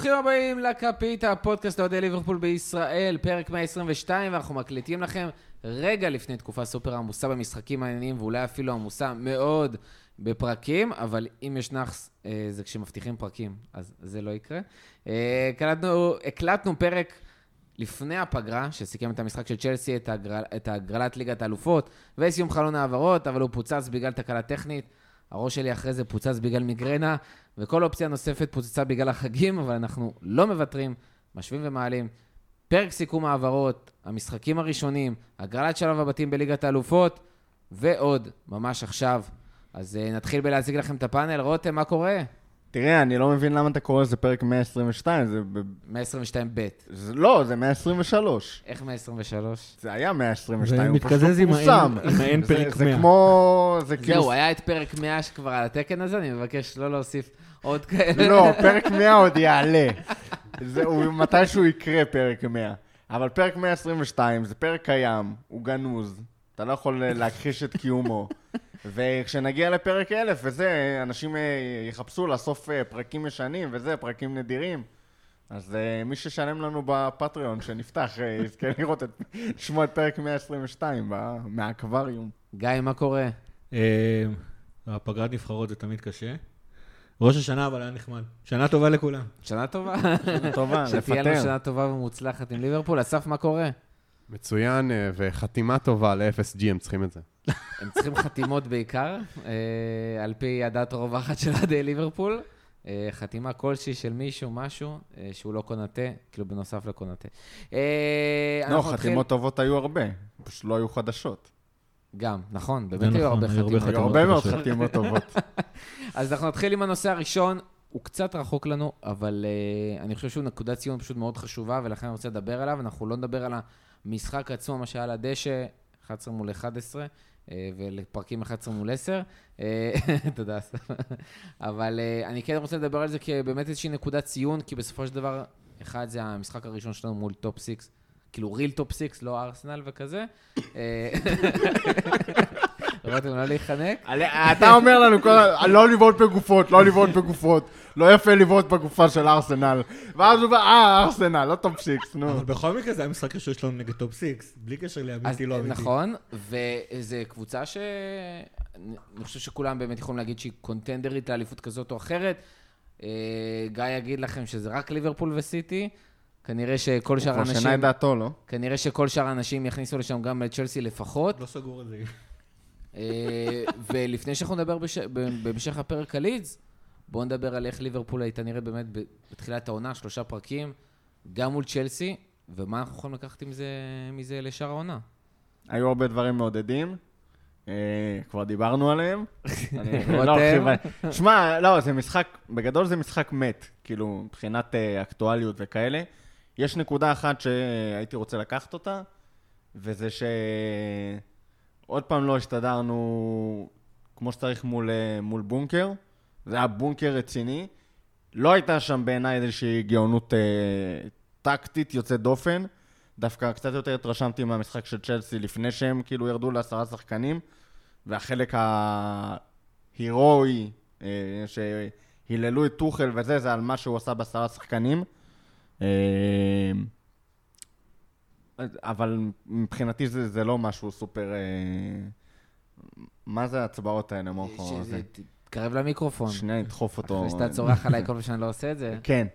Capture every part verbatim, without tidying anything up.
ברוכים הבאים לכפית, הפודקאסט לאוהדי ליברפול בישראל, פרק מאה עשרים ושתיים, ואנחנו מקליטים לכם רגע לפני תקופה סופר עמוסה במשחקים העניינים, ואולי אפילו עמוסה מאוד בפרקים, אבל אם יש נחס, זה כשמבטיחים פרקים, אז זה לא יקרה. הקלטנו, הקלטנו פרק לפני הפגרה, שסיכם את המשחק של צ'לסי, את, הגרל, את הגרלת ליגת האלופות, וסיום חלון העברות, אבל הוא פוצץ בגלל תקלה טכנית. הראש שלי אחרי זה פוצץ בגלל מיגרנה, וכל אופציה נוספת פוצצה בגלל החגים, אבל אנחנו לא מוותרים, משווים ומעלים. פרק סיכום העברות, המשחקים הראשונים, הגרלת שלב הבתים בליגת האלופות, ועוד, ממש עכשיו. אז uh, נתחיל בלהציג לכם את הפאנל. רותם, מה קורה? תראה, אני לא מבין למה אתה קורא לזה פרק מאה עשרים ושתיים, זה... מאה עשרים ושתיים ב'. זה, לא, זה מאה עשרים ושלוש. איך מאה עשרים ושלוש? זה היה מאה עשרים ושתיים, זה הוא פשוט מתקזז עם פורסם. האין פרק מאה. זה כמו... זה כאילו... זהו, היה את פרק מאה שכבר על התקן הזה, אני מבקש לא להוסיף עוד כאלה. לא, פרק מאה עוד יעלה. זהו, מתישהו יקרה פרק מאה. אבל פרק מאה עשרים ושתיים זה פרק קיים, הוא גנוז, אתה לא יכול להכחיש את קיומו. וכשנגיע לפרק אלף וזה, אנשים יחפשו לאסוף פרקים ישנים וזה, פרקים נדירים. אז מי ששלם לנו בפטריון שנפתח, יזכה לראות את, לשמוע את פרק מאה עשרים ושתיים מהאקווריום. גיא, מה קורה? הפגרת נבחרות זה תמיד קשה. ראש השנה אבל היה נחמד. שנה טובה לכולם. שנה טובה. שנה טובה, לפטר. שתהיה לנו שנה טובה ומוצלחת עם ליברפול. אסף, מה קורה? מצוין, וחתימה טובה ל-אף אס ג'י, הם צריכים את זה. הם צריכים חתימות בעיקר, על פי הדת הרווחת של עדי ליברפול. חתימה כלשהי של מישהו, משהו, שהוא לא קונטה, כאילו בנוסף לקונטה. לא, חתימות טובות היו הרבה, פשוט לא היו חדשות. גם, נכון, באמת היו הרבה חתימות. היו הרבה מאוד חתימות טובות. אז אנחנו נתחיל עם הנושא הראשון, הוא קצת רחוק לנו, אבל אני חושב שהוא נקודת ציון פשוט מאוד חשובה, ולכן אני רוצה לדבר עליו, אנחנו לא נדבר על המשחק עצמו, מה שהיה על הדשא, אחת עשרה מול אחת עשרה, ולפרקים אחת עשרה מול עשר. תודה. אבל אני כן רוצה לדבר על זה כבאמת איזושהי נקודת ציון, כי בסופו של דבר, אחד זה המשחק הראשון שלנו מול טופ סיקס, כאילו ריל טופ סיקס, לא ארסנל וכזה. ראיתם, לא להיחנק? אתה אומר לנו, לא לבעוט בגופות, לא לבעוט בגופות. לא יפה לבעוט בגופה של ארסנל. ואז הוא בא, אה, ארסנל, לא טופ סיקס, נו. אבל בכל מקרה זה היה משחק ראשון שלנו נגד טופ סיקס, בלי קשר לאמיתי לא אמיתי. נכון, וזו קבוצה ש... אני חושב שכולם באמת יכולים להגיד שהיא קונטנדרית לאליפות כזאת או אחרת. גיא יגיד לכם שזה רק ליברפול וסיטי. כנראה שכל שאר האנשים... הוא כבר שנה את דעתו, לא? כנראה שכל שאר האנשים יכניסו לשם גם את צ'לסי לפחות. לא סגור על זה. ולפני שאנחנו נדבר במשך הפרק על לידס, בואו נדבר על איך ליברפול הייתה נראית באמת בתחילת העונה, שלושה פרקים, גם מול צ'לסי, ומה אנחנו יכולים לקחת מזה לשאר העונה? היו הרבה דברים מעודדים, כבר דיברנו עליהם. שמע, לא, זה משחק, בגדול זה משחק מת, כאילו, מבחינת אקטואליות וכאלה. יש נקודה אחת שהייתי רוצה לקחת אותה, וזה ש... עוד פעם לא השתדרנו כמו שצריך מול, מול בונקר. זה היה בונקר רציני. לא הייתה שם בעיניי איזושהי גאונות אה, טקטית יוצאת דופן. דווקא קצת יותר התרשמתי מהמשחק של צ'לסי לפני שהם כאילו ירדו לעשרה שחקנים. והחלק ההירואי אה, שהיללו את טוחל וזה, זה על מה שהוא עשה בעשרה שחקנים. אה, אבל מבחינתי זה, זה לא משהו סופר... מה זה הצבעות האלה, מוחו? תקרב למיקרופון. שנייה, נדחוף אותו. אחרי שאתה צורח עליי כל שאני לא עושה את זה. כן.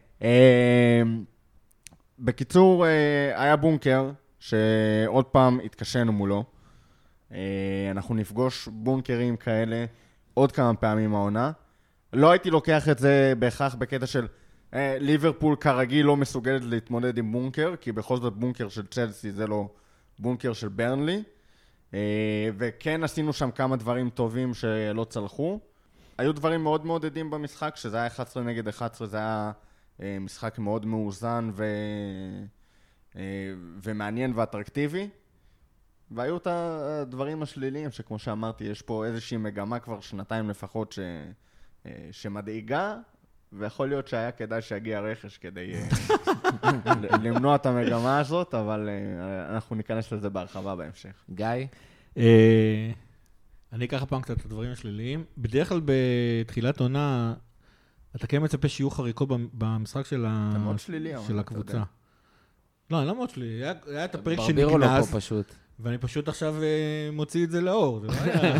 בקיצור, היה בונקר שעוד פעם התקשנו מולו. אנחנו נפגוש בונקרים כאלה עוד כמה פעמים העונה. לא הייתי לוקח את זה בהכרח בקטע של... ליברפול כרגיל לא מסוגלת להתמודד עם בונקר, כי בכל זאת בונקר של צ'לסי זה לא בונקר של ברנלי, וכן עשינו שם כמה דברים טובים שלא צלחו. היו דברים מאוד מעודדים במשחק, שזה היה אחת עשרה נגד אחת עשרה, זה היה משחק מאוד מאוזן ו... ומעניין ואטרקטיבי, והיו את הדברים השליליים, שכמו שאמרתי, יש פה איזושהי מגמה כבר שנתיים לפחות ש... שמדאיגה, ויכול להיות שהיה כדאי שיגיע רכש כדי למנוע את המגמה הזאת, אבל אנחנו ניכנס לזה בהרחבה בהמשך. גיא? אני אקח הפעם קצת את הדברים השליליים. בדרך כלל בתחילת עונה, אתה כן מצפה שיהיו חריקות במשחק של אתה מאוד שלילי, אבל של אתה הקבוצה. יודע. לא, אני לא מאוד שלילי. היה- היה את הפרק ברבירו לו שנגנז, פה פשוט. ואני פשוט עכשיו אה, מוציא את זה לאור. זה לא היה...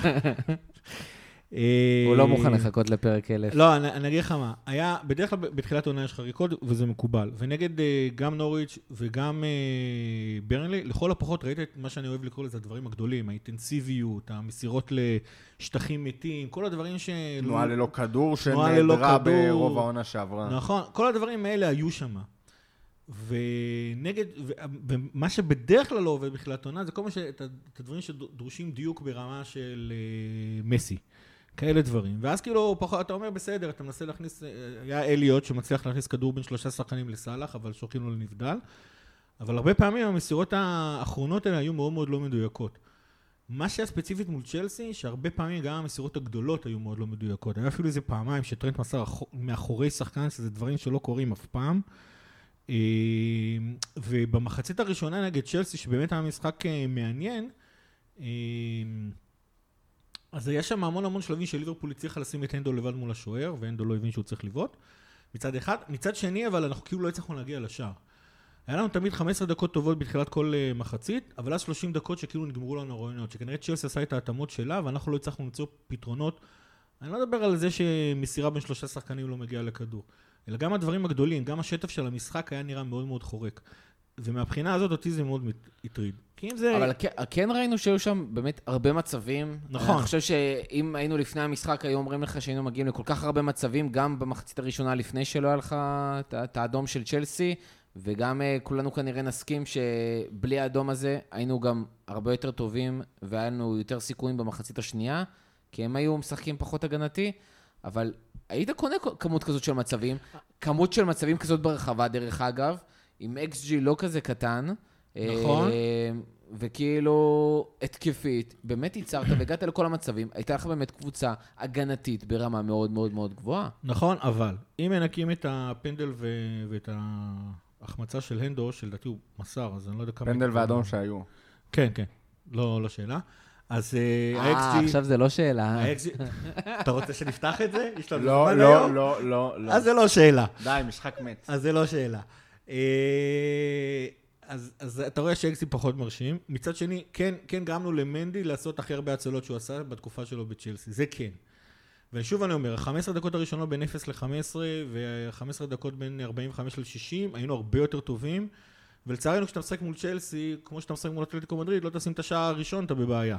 אה, הוא לא מוכן לחכות לפרק אלף. לא, אני, אני אגיד לך מה, היה, בדרך כלל בתחילת העונה יש חריקות וזה מקובל, ונגד uh, גם נוריץ' וגם uh, ברנלי, לכל הפחות ראית את מה שאני אוהב לקרוא לזה, הדברים הגדולים, האינטנסיביות, המסירות לשטחים מתים, כל הדברים ש... תנועה ללא כדור תנועה ללא שנעדרה כדור. ברוב העונה שעברה. נכון, כל הדברים האלה היו שם. ונגד, ו- ומה שבדרך כלל לא עובד בתחילת העונה, זה כל מה ש... את הדברים שדרושים דיוק ברמה של uh, מסי. כאלה דברים. ואז כאילו, פחות, אתה אומר, בסדר, אתה מנסה להכניס, היה אליוט שמצליח להכניס כדור בין שלושה שחקנים לסלח, אבל שורקים לו לנבדל. אבל הרבה פעמים המסירות האחרונות האלה היו מאוד מאוד לא מדויקות. מה שהיה ספציפית מול צ'לסי, שהרבה פעמים גם המסירות הגדולות היו מאוד לא מדויקות. היה אפילו איזה פעמיים שטרנט מסר מאחורי שחקן, שזה דברים שלא קורים אף פעם. ובמחצית הראשונה נגד צ'לסי, שבאמת היה משחק מעניין, אז היה שם המון המון שלבים שליברפול הצליחה לשים את הנדו לבד מול השוער, והנדו לא הבין שהוא צריך לבעוט. מצד אחד, מצד שני, אבל אנחנו כאילו לא הצלחנו להגיע לשער. היה לנו תמיד חמש עשרה דקות טובות בתחילת כל uh, מחצית, אבל אז שלושים דקות שכאילו נגמרו לנו הרעיונות, שכנראה צ'לסי עשה את ההתאמות שלה, ואנחנו לא הצלחנו למצוא פתרונות. אני לא מדבר על זה שמסירה בין שלושה שחקנים לא מגיעה לכדור, אלא גם הדברים הגדולים, גם השטף של המשחק היה נראה מאוד מאוד חורק. ומהבחינה הזאת אותי זה מאוד הטריד. כי אם זה... אבל כן ראינו שהיו שם באמת הרבה מצבים. נכון. אני חושב שאם היינו לפני המשחק, היו אומרים לך שהיינו מגיעים לכל כך הרבה מצבים, גם במחצית הראשונה לפני שלא היה לך את האדום של צ'לסי, וגם כולנו כנראה נסכים שבלי האדום הזה היינו גם הרבה יותר טובים, והיה לנו יותר סיכויים במחצית השנייה, כי הם היו משחקים פחות הגנתי, אבל היית קונה כמות כזאת של מצבים, כמות של מצבים כזאת ברחבה דרך אגב, עם אקס ג'י לא כזה קטן, נכון. וכאילו התקפית, באמת ייצרת והגעת לכל המצבים, הייתה לך באמת קבוצה הגנתית ברמה מאוד מאוד מאוד גבוהה. נכון, אבל אם מנקים את הפנדל ו- ואת ההחמצה של הנדו, שלדעתי הוא מסר, אז אני לא יודע כמה... פנדל ואדום שהיו. כן, כן, לא, לא שאלה. אז אה, עכשיו זה לא שאלה. אתה רוצה שנפתח את זה? יש לנו לא, זמן לא, היום? לא, לא, לא. אז זה לא שאלה. די, משחק מת. אז זה לא שאלה. אז, אז אתה רואה שאקסי פחות מרשים. מצד שני, כן, כן גרמנו למנדי לעשות הכי הרבה הצלות שהוא עשה בתקופה שלו בצ'לסי. זה כן. ושוב אני אומר, חמש עשרה דקות הראשונות בין אפס ל-חמש עשרה, ו-חמש עשרה דקות בין ארבעים וחמש ל-שישים, היינו הרבה יותר טובים. ולצערנו, כשאתה משחק מול צ'לסי, כמו שאתה משחק מול אתלטיקו מדריד, לא תשים את השעה הראשון, אתה בבעיה.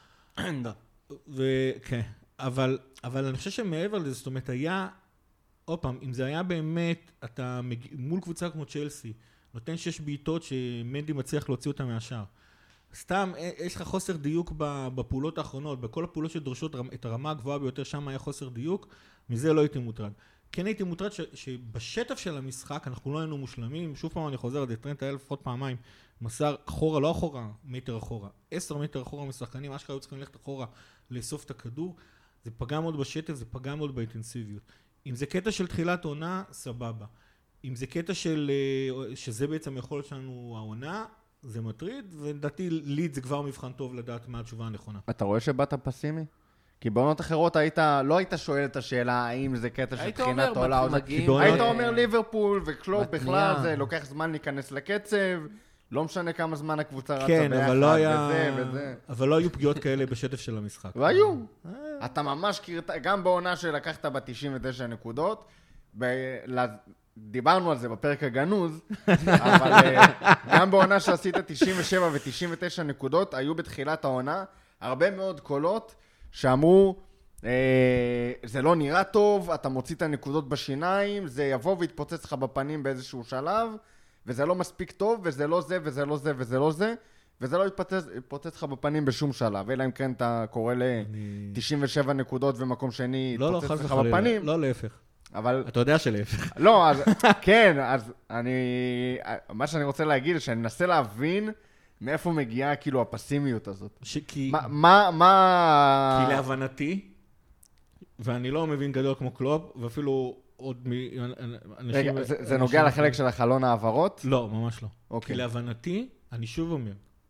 וכן, אבל, אבל אני חושב שמעבר לזה, זאת אומרת, היה, עוד פעם, אם זה היה באמת, אתה מג... מול קבוצה כמו צ'לסי, נותן שש בעיטות שמנדי מצליח להוציא אותה מהשאר. סתם, יש לך חוסר דיוק בפעולות האחרונות, בכל הפעולות שדורשות את הרמה הגבוהה ביותר, שם היה חוסר דיוק, מזה לא הייתי מוטרד. כן הייתי מוטרד ש... שבשטף של המשחק אנחנו לא היינו מושלמים, שוב פעם אני חוזר, זה טרנט היה לפחות פעמיים, מסר אחורה, לא אחורה, מטר אחורה, עשר מטר אחורה משחקנים, אשכרה היו צריכים ללכת אחורה, לאסוף את הכדור, זה פגע מאוד בשטף, זה פגע מאוד באינטנסיביות. אם זה קטע של תחילת עונה, סבבה. אם זה קטע של, שזה בעצם יכולת שלנו העונה, זה מטריד, ולדעתי ליד זה כבר מבחן טוב לדעת מה התשובה הנכונה. אתה רואה שבאת פסימי? כי בעונות אחרות היית, לא היית שואל את השאלה האם זה קטע של תחינת העולה או זה. היית אומר ליברפול וקלופ בכלל, זה לוקח זמן להיכנס לקצב, לא משנה כמה זמן הקבוצה רצה כן, ביחד, אבל לא היה... וזה וזה. אבל לא היו פגיעות כאלה בשטף של המשחק. והיו. אתה ממש קראת, גם בעונה שלקחת ב-תשעים ותשע נקודות, דיברנו על זה בפרק הגנוז, אבל גם בעונה שעשית תשעים ושבע ו-תשעים ותשע נקודות, היו בתחילת העונה הרבה מאוד קולות שאמרו, זה לא נראה טוב, אתה מוציא את הנקודות בשיניים, זה יבוא ויתפוצץ לך בפנים באיזשהו שלב, וזה לא מספיק טוב, וזה לא זה, וזה לא זה, וזה לא זה, וזה לא יתפוצץ לך בפנים בשום שלב, אלא אם כן אתה קורא ל-תשעים ושבע נקודות ומקום שני יתפוצץ לך בפנים. לא, להפך. אבל... אתה יודע שלהפך. לא, אז כן, אז אני... מה שאני רוצה להגיד, שאני אנסה להבין מאיפה מגיעה כאילו הפסימיות הזאת. שכי... מה, מה, מה... כי להבנתי, ואני לא מבין גדול כמו קלופ, ואפילו עוד אנשים... רגע, זה, זה נוגע לחלק של החלון העברות? לא, ממש לא. אוקיי. כי להבנתי, אני שוב אומר,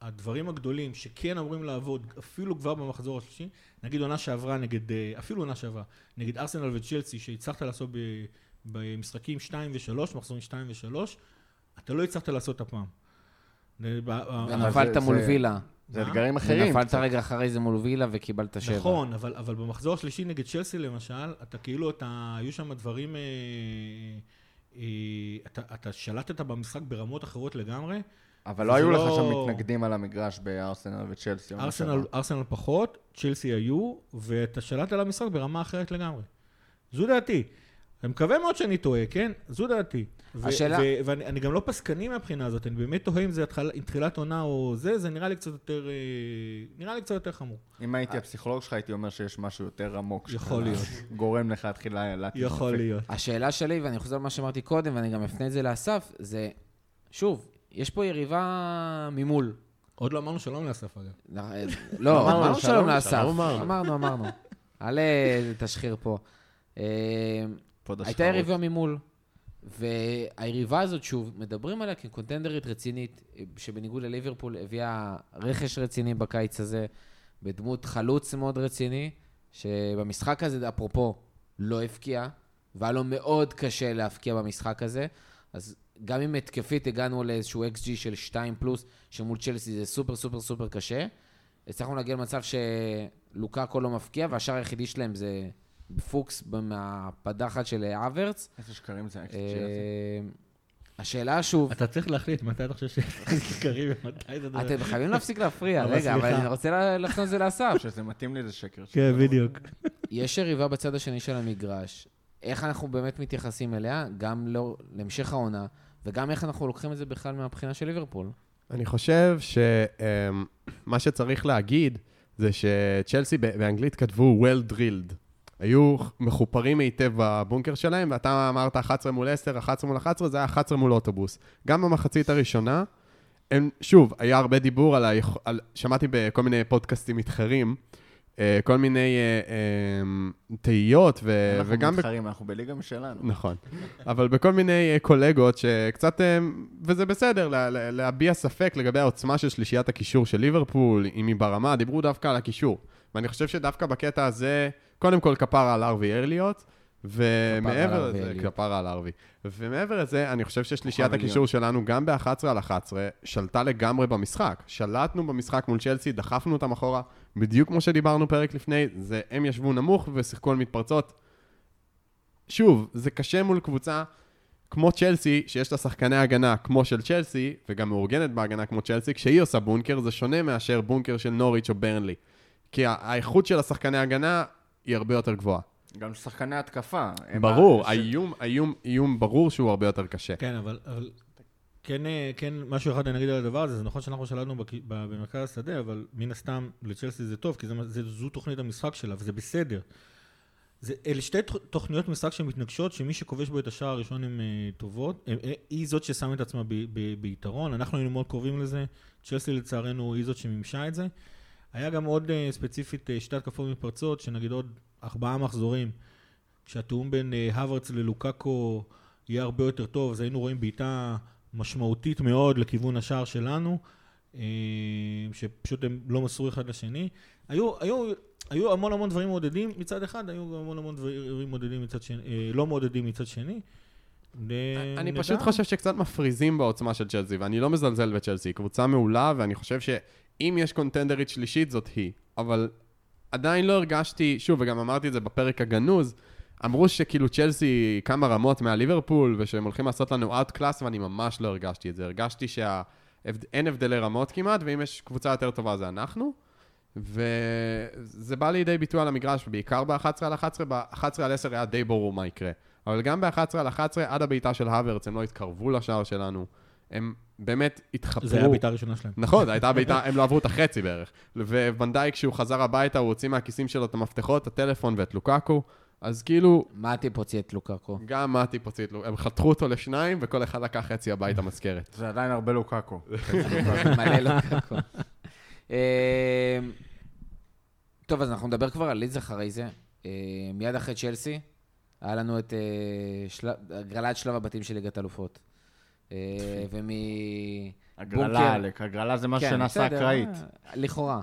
הדברים הגדולים שכן אמורים לעבוד, אפילו כבר במחזור השלישי, נגיד עונה שעברה נגד, אפילו עונה שעברה, נגד ארסנל וצ'לסי, שהצלחת לעשות במשחקים שתיים ושלוש, מחזורים שתיים ושלוש, אתה לא הצלחת לעשות הפעם. ונפלת מול וילה. זה אתגרים אחרים. ונפלת רגע אחרי זה מול וילה וקיבלת שבע. נכון, אבל, אבל במחזור השלישי נגד צ'לסי למשל, אתה כאילו, אתה, היו שם דברים, אה, אה, אתה, אתה שלטת במשחק ברמות אחרות לגמרי. אבל לא היו לך שם מתנגדים על המגרש בארסנל וצ'לסי. ארסנל, ארסנל פחות, צ'לסי היו, ואתה שלטת על המשחק ברמה אחרת לגמרי. זו דעתי. אני מקווה מאוד שאני טועה, כן? זו דעתי. השאלה... ואני גם לא פסקני מהבחינה הזאת, אני באמת תוהה אם זה עם תחילת עונה או זה, זה נראה לי קצת יותר, נראה לי קצת יותר חמור. אם הייתי הפסיכולוג שלך, הייתי אומר שיש משהו יותר עמוק. יכול להיות. גורם לך להתחיל להטיל ספק. יכול להיות. השאלה שלי, ואני חוזר למה שאמרתי קודם, ואני גם אפנה את זה לאסף, זה, שוב, יש פה יריבה ממול. עוד לא אמרנו שלום לאסף, אגב. לא, אמרנו שלום לאסף. אמרנו, אמרנו. עלה תשחיר פה. הייתה יריבה ממול, והיריבה הזאת, שוב, מדברים עליה כקונטנדרית רצינית, שבניגוד לליברפול הביאה רכש רציני בקיץ הזה, בדמות חלוץ מאוד רציני, שבמשחק הזה, אפרופו, לא הפקיע, והיה לו מאוד קשה להפקיע במשחק הזה, אז גם אם התקפית הגענו לאיזשהו אקס ג'י של שתיים פלוס, שמול צ'לסי זה סופר סופר סופר קשה, הצלחנו להגיע למצב שלוקאקו לא מפקיע, והשאר היחידי שלהם זה בפוקס מהפדחת של אברץ. איזה שקרים זה אקס ג'י הזה? השאלה שוב... אתה צריך להחליט מתי אתה חושב שזה שקרים ומתי זה... אתם חייבים להפסיק להפריע, רגע, אבל אני רוצה לחזור את זה לאסף. שזה מתאים לי, זה שקר. כן, בדיוק. יש יריבה בצד השני של המגרש. איך אנחנו באמת מתייחסים אליה, גם לא, להמשך העונה, וגם איך אנחנו לוקחים את זה בכלל מהבחינה של ליברפול. אני חושב שמה שצריך להגיד, זה שצ'לסי באנגלית כתבו well drilled. היו מחופרים היטב בבונקר שלהם, ואתה אמרת אחת עשרה מול עשר, אחת עשרה מול אחת עשרה, זה היה אחת עשרה מול אוטובוס. גם במחצית הראשונה, הם, שוב, היה הרבה דיבור על, היכ... על... שמעתי בכל מיני פודקאסטים מתחרים, כל מיני תהיות, ו... אנחנו וגם... מתחרים, אנחנו בליגה משלנו. נכון. אבל בכל מיני קולגות שקצת, וזה בסדר, להביע ספק לגבי העוצמה של שלישיית הקישור של ליברפול, אם היא ברמה, דיברו דווקא על הקישור. ואני חושב שדווקא בקטע הזה, קודם כל כפרה על ארווי ארליות, ומעבר לזה, כפרה על ארווי. ומעבר לזה, אני חושב ששלישיית הקישור שלנו, גם ב-אחת עשרה על אחת עשרה, שלטה לגמרי במשחק. שלטנו במשחק מול צ'לסי, דחפנו אותם אחורה, בדיוק כמו שדיברנו פרק לפני, זה הם ישבו נמוך ושיחקו על מתפרצות. שוב, זה קשה מול קבוצה כמו צ'לסי, שיש לה שחקני הגנה כמו של צ'לסי, וגם מאורגנת בהגנה כמו צ'לסי, כשהיא עושה בונקר, זה שונה מאשר בונקר של נוריץ' או ברנלי. כי האיכות של השחקני הגנה היא הרבה יותר גבוהה. גם שחקני התקפה. ברור, האיום, האיום, איום ברור שהוא הרבה יותר קשה. כן, אבל, אבל כן, כן, משהו אחד אני אגיד על הדבר הזה, זה נכון שאנחנו שלטנו במרכז השדה, אבל מן הסתם לצ'לסי זה טוב, כי זה, זה, זו תוכנית המשחק שלה, וזה בסדר. זה, אלה שתי תוכניות משחק שמתנגשות, שמי שכובש בו את השער הראשון הן טובות, היא זאת ששמה את עצמה ב, ב, ביתרון, אנחנו היינו מאוד קרובים לזה, צ'לסי לצערנו היא זאת שממשה את זה. היה גם עוד ספציפית שתי התקפות מתפרצות, שנגיד עוד ארבעה מחזורים, כשהתאום בין הוורץ ללוקאקו יהיה הרבה יותר טוב, אז היינו רואים בעיטה משמעותית מאוד לכיוון השער שלנו, שפשוט הם לא מסרו אחד לשני. היו, היו, היו המון המון דברים מעודדים מצד אחד, היו המון המון דברים מעודדים מצד שני, לא מעודדים מצד שני. אני פשוט חושב שקצת מפריזים בעוצמה של צ'לסי, ואני לא מזלזל בצ'לסי, היא קבוצה מעולה, ואני חושב שאם יש קונטנדרית שלישית זאת היא, אבל עדיין לא הרגשתי, שוב, וגם אמרתי את זה בפרק הגנוז, אמרו שכאילו צ'לסי כמה רמות מהליברפול, ושהם הולכים לעשות לנו אאוט קלאס, ואני ממש לא הרגשתי את זה. הרגשתי שאין הבדלי רמות כמעט, ואם יש קבוצה יותר טובה זה אנחנו, וזה בא לידי ביטוי על המגרש, ובעיקר ב-אחת עשרה על אחת עשרה, ב-אחת עשרה על עשר היה די ברור מה יקרה. אבל גם ב-אחת עשרה על אחת עשרה, עד הביתה של הוורץ, הם לא התקרבו לשער שלנו, הם באמת התחפרו. זה היה הביתה הראשונה שלהם. נכון, הייתה הביתה, הם לא עברו את החצי בערך. ובנדאי, כשהוא חזר הביתה, הוא הוציא מהכיסים שלו את המפתחות, את הטלפון ואת לוקאקו, אז כאילו... מאטיפ הוציא את לוקאקו. גם מאטיפ הוציא את לוקאקו. הם חתכו אותו לשניים, וכל אחד לקח חצי הביתה מזכרת. זה עדיין הרבה לוקאקו. מלא לוקאקו. טוב, אז אנחנו נדבר כבר על לידס אחרי זה. מיד אחרי צ'לסי, היה לנו את הגרלת שלב הבתים של ליגת אלופות. הגרלה, אלק, הגרלה זה מה שנעשה אקראית. לכאורה.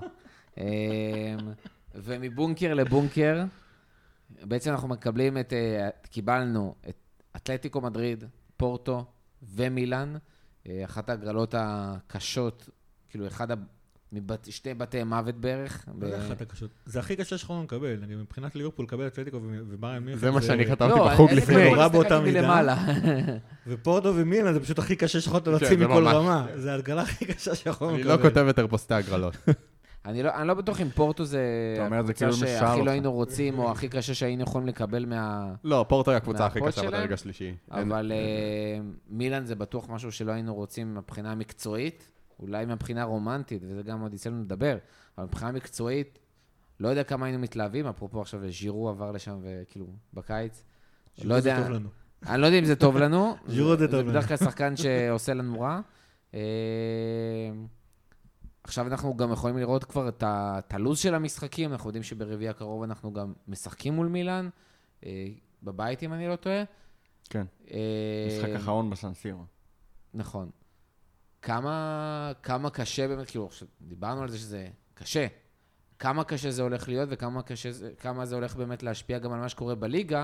ומבונקר לבונקר, בעצם אנחנו מקבלים את, קיבלנו את אתלטיקו מדריד, פורטו ומילאן, אחת ההגרלות הקשות, כאילו אחד משתי בתי מוות בערך. זה אחת הקשות. זה הכי קשה שאנחנו נקבל, מבחינת ליברפול לקבל אתלטיקו וביירן מינכן. זה מה שאני כתבתי בחוג לפני. זה נורא באותה מידה. ופורטו ומילאן זה פשוט הכי קשה שאנחנו להוציא מכל רמה. זה ההגרלה הכי קשה שאנחנו נקבל. אני לא כותב יותר פוסטי הגרלות. אני לא, אני לא בטוח אם פורטו זה הקבוצה שהכי לא היינו רוצים, או הכי קשה שהיינו יכולים לקבל מה... לא, פורטו היא הקבוצה הכי קשה בדרג השלישי. אבל מילאן זה בטוח משהו שלא היינו רוצים מבחינה מקצועית, אולי מבחינה רומנטית, וזה גם עוד יצא לנו לדבר, אבל מבחינה מקצועית, לא יודע כמה היינו מתלהבים, אפרופו עכשיו ז'ירו עבר לשם וכאילו בקיץ. לא יודע, זה טוב לנו. אני לא יודע אם זה טוב לנו. ז'ירו זה טוב לנו. זה בדרך כלל שחקן שעושה לנו רע. עכשיו אנחנו גם יכולים לראות כבר את הלוז של המשחקים, אנחנו יודעים שברביעי הקרוב אנחנו גם משחקים מול מילאן, בבית אם אני לא טועה. כן, משחק אחרון בסנסירו. נכון. כמה, כמה קשה באמת, כאילו, דיברנו על זה שזה קשה, כמה קשה זה הולך להיות וכמה קשה, כמה זה הולך באמת להשפיע גם על מה שקורה בליגה,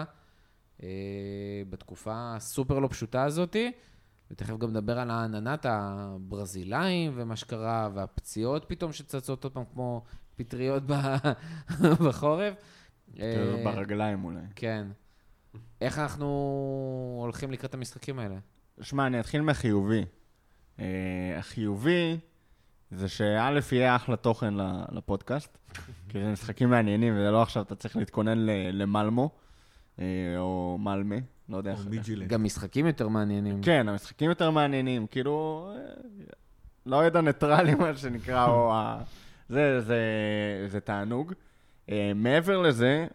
בתקופה הסופר לא פשוטה הזאת, ותכף גם נדבר על העננת הברזילאים ומה שקרה, והפציעות פתאום שצצות עוד פעם כמו פטריות בחורף. ברגליים אולי. כן. איך אנחנו הולכים לקראת המשחקים האלה? שמע, אני אתחיל מהחיובי. החיובי זה שא' יהיה אחלה תוכן לפודקאסט, כי זה משחקים מעניינים, וזה לא עכשיו אתה צריך להתכונן למלמו, או מלמה. לא יודע איך. גם משחקים יותר מעניינים. כן, המשחקים יותר מעניינים, כאילו, לא יודע ניטרלי מה שנקרא, או ה... זה, זה, זה תענוג. מעבר לזה,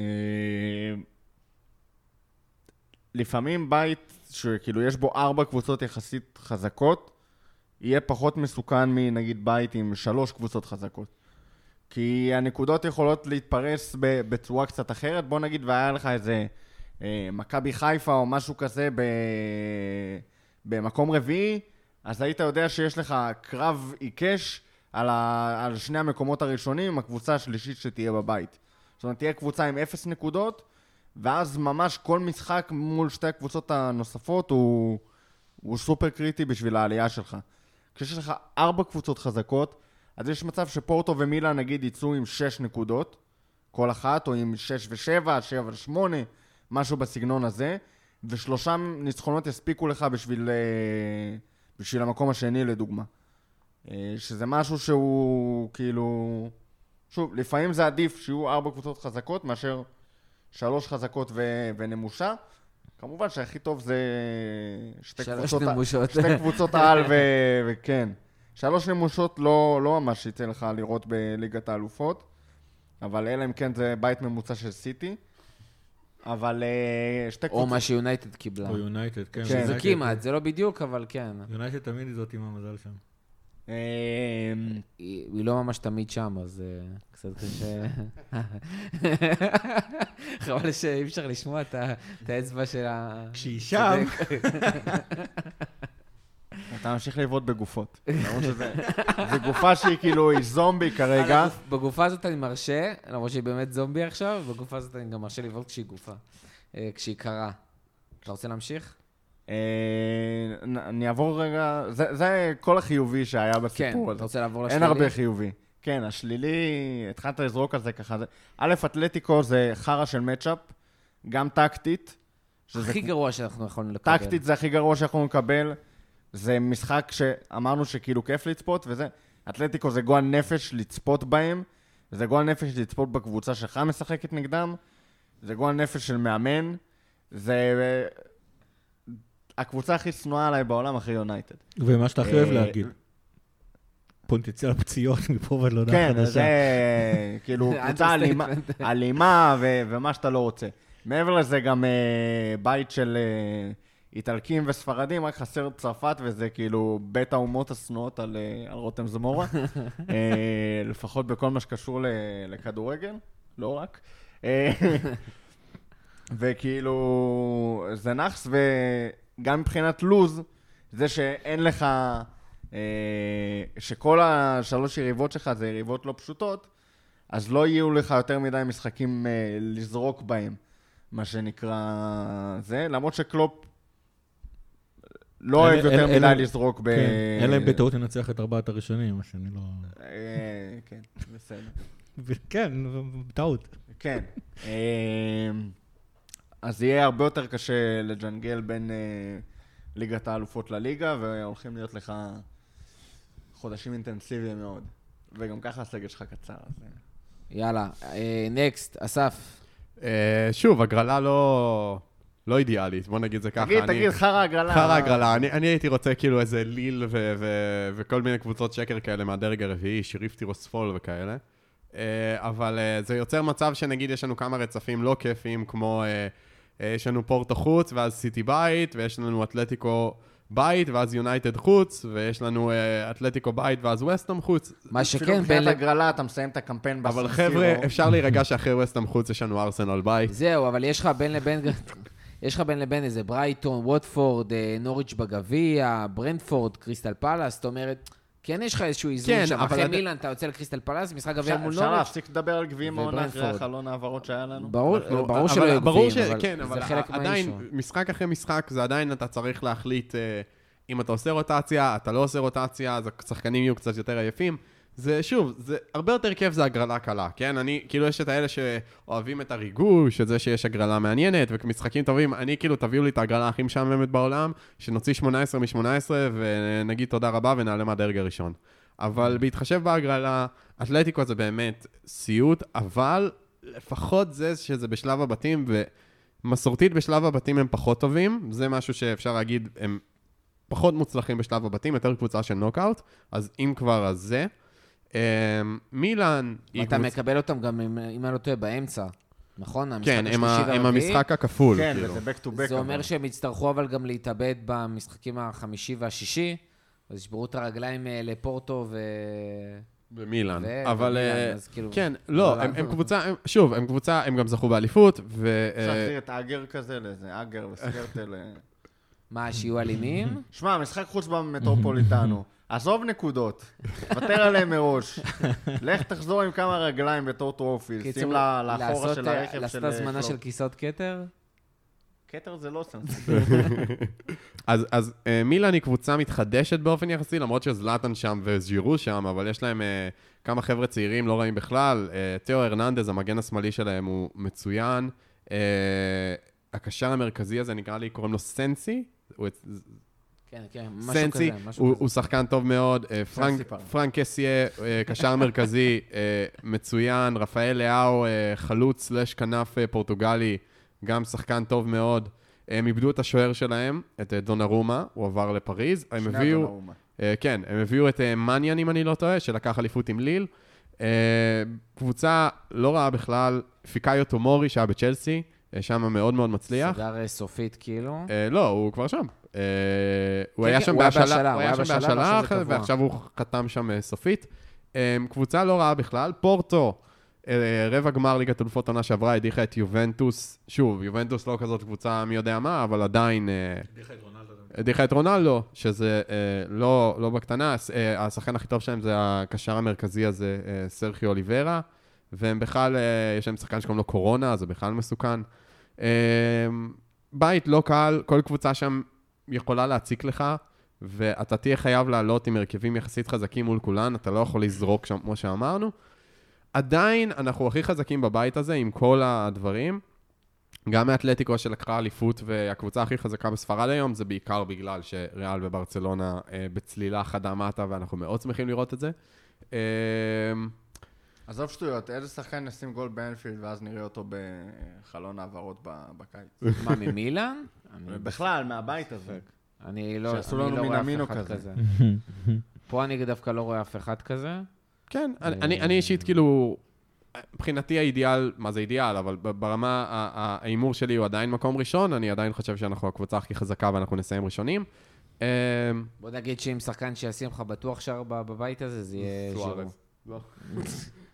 לפעמים בית שכאילו יש בו ארבע קבוצות יחסית חזקות, יהיה פחות מסוכן מנגיד בית עם שלוש קבוצות חזקות. כי הנקודות יכולות להתפרס בצורה קצת אחרת. בוא נגיד והיה לך איזה מכבי חיפה או משהו כזה במקום רביעי, אז היית יודע שיש לך קרב עיקש על, ה... על שני המקומות הראשונים, הקבוצה השלישית שתהיה בבית. זאת אומרת, תהיה קבוצה עם אפס נקודות, ואז ממש כל משחק מול שתי הקבוצות הנוספות הוא, הוא סופר קריטי בשביל העלייה שלך. כשיש לך ארבע קבוצות חזקות, אז יש מצב שפורטו ומילה נגיד יצאו עם שש נקודות, כל אחת, או עם שש ושבע, שבע ושמונה, משהו בסגנון הזה, ושלושה ניצחונות יספיקו לך בשביל, בשביל המקום השני לדוגמה. שזה משהו שהוא כאילו... שוב, לפעמים זה עדיף שיהיו ארבע קבוצות חזקות מאשר שלוש חזקות ו... ונמושה. כמובן שהכי טוב זה שתי קבוצות, שתי קבוצות על ו... וכן. שלוש נמושות לא, לא ממש יצא לך לראות בליגת האלופות, אבל אלא אם כן זה בית ממוצע של סיטי. אבל שתי קבוצות... או מה שיונייטד קיבלה. או יונייטד, כן. שזה כמעט, זה לא בדיוק, אבל כן. יונייטד תמיד זאת עם המזל שם. היא לא ממש תמיד שם, אז קצת קשה. חבל שאי אפשר לשמוע את האצבע של ה... כשהיא שם. אתה ממשיך לעבוד בגופות. זה גופה שהיא כאילו, היא זומבי כרגע. בגופה הזאת אני מרשה, למרות שהיא באמת זומבי עכשיו, בגופה הזאת אני גם מרשה לעבוד כשהיא גופה. כשהיא קרה. אתה רוצה להמשיך? אני אעבור רגע, זה כל החיובי שהיה בסיפור הזה. כן, אתה רוצה לעבור לשלילי? אין הרבה חיובי. כן, השלילי, התחלת לזרוק על זה ככה. א', אתלטיקו זה חרה של מצ'אפ, גם טקטית. הכי גרוע שאנחנו יכולים לקבל. טקטית זה הכי גרוע שאנחנו נקבל. זה משחק שאמרנו שכאילו כיף לצפות, וזה, אתלטיקו זה גועל נפש לצפות בהם, זה גועל נפש לצפות בקבוצה שלך משחקת נגדם, זה גועל נפש של מאמן, זה... הקבוצה הכי שנואה עליי בעולם, אחרי יונייטד. ומה שאתה הכי אוהב להגיד. פוטנציאל פציעות מפה ועד לא יודע חדשה. כן, זה כאילו קבוצה אלימה ומה שאתה לא רוצה. מעבר לזה גם בית של איטלקים וספרדים, רק חסר צרפת, וזה כאילו בית האומות השנואות על רותם זמורה. לפחות בכל מה שקשור לכדורגל, לא רק. וכאילו זה נחס, וגם מבחינת לוז, זה שאין לך שכל השלוש יריבות שלך זה יריבות לא פשוטות, אז לא יהיו לך יותר מדי משחקים לזרוק בהם, מה שנקרא זה, למרות שקלופ לא אוהב יותר מדי לזרוק ב... אלא אם בטעות ננצח את ארבעת הראשונים, מה שאני לא... כן, בסדר. כן, בטעות. כן. אז יהיה הרבה יותר קשה לג'נגל בין ליגת האלופות לליגה, והולכים להיות לך חודשים אינטנסיביים מאוד. וגם ככה הסגל שלך קצר. יאללה, נקסט, אסף. שוב, הגרלה לא... לא אידיאלית, בוא נגיד זה ככה. תגיד, תגיד, חרא הגרלה. חרא הגרלה, אני הייתי רוצה כאילו איזה ליל וכל מיני קבוצות שקר כאלה מהדרג הרביעי, שריף טירוספול וכאלה. אבל זה יוצר מצב שנגיד יש לנו כמה רצפים לא כיפיים, כמו יש לנו פורטו חוץ, ואז סיטי בית, ויש לנו אתלטיקו בית, ואז יונייטד חוץ, ויש לנו אתלטיקו בית, ואז ווסטהאם חוץ. מה שכן, אפילו מבחינת הגרלה, אתה מסיים את הקמפיין בסנסירו. אבל חבר'ה, אפשר להירגע שאחרי ווסטהאם חוץ יש לנו ארסנל בית. זהו, אבל יש לך בין לבין... יש לך בין לבין איזה ברייטון, ווטפורד, נוריץ' בגביע, ברנדפורד, קריסטל פלאס, זאת אומרת, כן יש לך איזשהו איזון כן, שם, אבל אחרי עד... מילאן אתה יוצא לקריסטל פלאס, משחק גביע מול אפשר נוריץ'. להפסיק לדבר על גביעים העונה אחרי החלון העברות שהיה לנו? ברור, אנחנו... ברור שלא יהיו גביעים, אבל, כן, אבל זה חלק עדיין, מהאישו. משחק אחרי משחק, זה עדיין אתה צריך להחליט אם אתה עושה רוטציה, אתה לא עושה רוטציה, אז השחקנים יהיו קצת יותר עייפים. זה, שוב, זה הרבה יותר כיף, זה הגרלה קלה, כן? אני, כאילו, יש את האלה שאוהבים את הריגוש, את זה שיש הגרלה מעניינת, ומשחקים טובים, אני, כאילו, תביאו לי את הגרלה הכי משעממת בעולם, שנוציא שמונה עשרה מ-שמונה עשרה, ונגיד תודה רבה, ונעלה מהדרג הראשון. אבל בהתחשב בהגרלה, אתלטיקו זה באמת סיוט, אבל לפחות זה שזה בשלב הבתים, ומסורתית בשלב הבתים הם פחות טובים, זה משהו שאפשר להגיד, הם פחות מוצלחים בשלב הבתים, יותר קבוצה של נוקאוט, אז אם כבר, אז זה. מילאן... אתה מקבל אותם גם, אם אני לא טועה, באמצע, נכון? כן, עם המשחק הכפול. כן, וזה back to back. זה אומר שהם יצטרכו אבל גם להתאבד במשחקים החמישי והשישי, אז ישברו את הרגליים לפורטו ו... במילאן. אבל... כן, לא, הם קבוצה, שוב, הם קבוצה, הם גם זכו באליפות, ו... אפשר להחזיר את אגר כזה לאיזה, אגר וסקרטל... מה, שיהיו אלימים? שמע, משחק חוץ במטרופוליטנו. עזוב נקודות, ותר עליהם מראש. לך תחזור עם כמה רגליים בתור טרופיל, שים לאחורה של הרכב של... לעשות הזמנה של כיסאות קטר? קטר זה לא סנס. אז מילאן היא קבוצה מתחדשת באופן יחסי, למרות שזלאטן שם וז'ירו שם, אבל יש להם כמה חבר'ה צעירים, לא רעים בכלל. תיאו הרננדז, המגן השמאלי שלהם, הוא מצוין. הקשר המרכזי הזה נקרא לי, קוראים לו סנסי. כן, כן, משהו סנסי, כזה. הוא, הוא שחקן טוב מאוד, פרנק, פרנק קסיה, קשר מרכזי, מצוין, רפאל לאו, חלוץ סלש כנף פורטוגלי, גם שחקן טוב מאוד. הם איבדו את השוער שלהם, את דונרומה, הוא עבר לפריז. הם הביאו, כן, הם הביאו את מניאן, אם אני לא טועה, שלקח אליפות עם ליל. קבוצה לא רעה בכלל, פיקאיו טומורי, שהיה בצ'לסי, שם מאוד מאוד מצליח. סגר סופית כאילו? לא, הוא כבר שם. הוא היה שם בהשאלה, הוא היה שם בהשאלה, ועכשיו הוא חתם שם סופית. קבוצה לא רעה בכלל. פורטו, רבע גמר ליגת אלופות עונה שעברה, הדיחה את יובנטוס. שוב, יובנטוס לא כזאת קבוצה מי יודע מה, אבל עדיין... הדיחה את רונלדו. הדיחה את רונלדו, שזה לא בקטנה. השחקן הכי טוב שלהם זה הקשר המרכזי הזה, סרחיו אוליברה, והם בכלל, יש להם שחקן שקוראים לו קורונה, זה בכלל מסוכן. בית לא קל, כל קבוצה שם יכולה להציק לך, ואתה תהיה חייב לעלות עם הרכבים יחסית חזקים מול כולן, אתה לא יכול לזרוק שם, כמו שאמרנו. עדיין, אנחנו הכי חזקים בבית הזה, עם כל הדברים. גם מאתלטיקו שלקחה אליפות, והקבוצה הכי חזקה בספרד היום, זה בעיקר בגלל שריאל וברצלונה בצלילה חדה מטה, ואנחנו מאוד שמחים לראות את זה. עזוב שטויות, איזה שחקן נשים גול באנפילד, ואז נראה אותו בחלון העברות בקיץ. מה, ממילאן? בכלל, מהבית הזה. אני לא רואה אף אחד כזה. פה אני דווקא לא רואה אף אחד כזה. כן, אני אישית כאילו, מבחינתי האידיאל, מה זה אידיאל, אבל ברמה, האימור שלי הוא עדיין מקום ראשון, אני עדיין חושב שאנחנו הקבוצה הכי חזקה ואנחנו נסיים ראשונים. בוא נגיד שאם שחקן שישים לך בטוח שר בבית הזה, זה יהיה ז'ירו.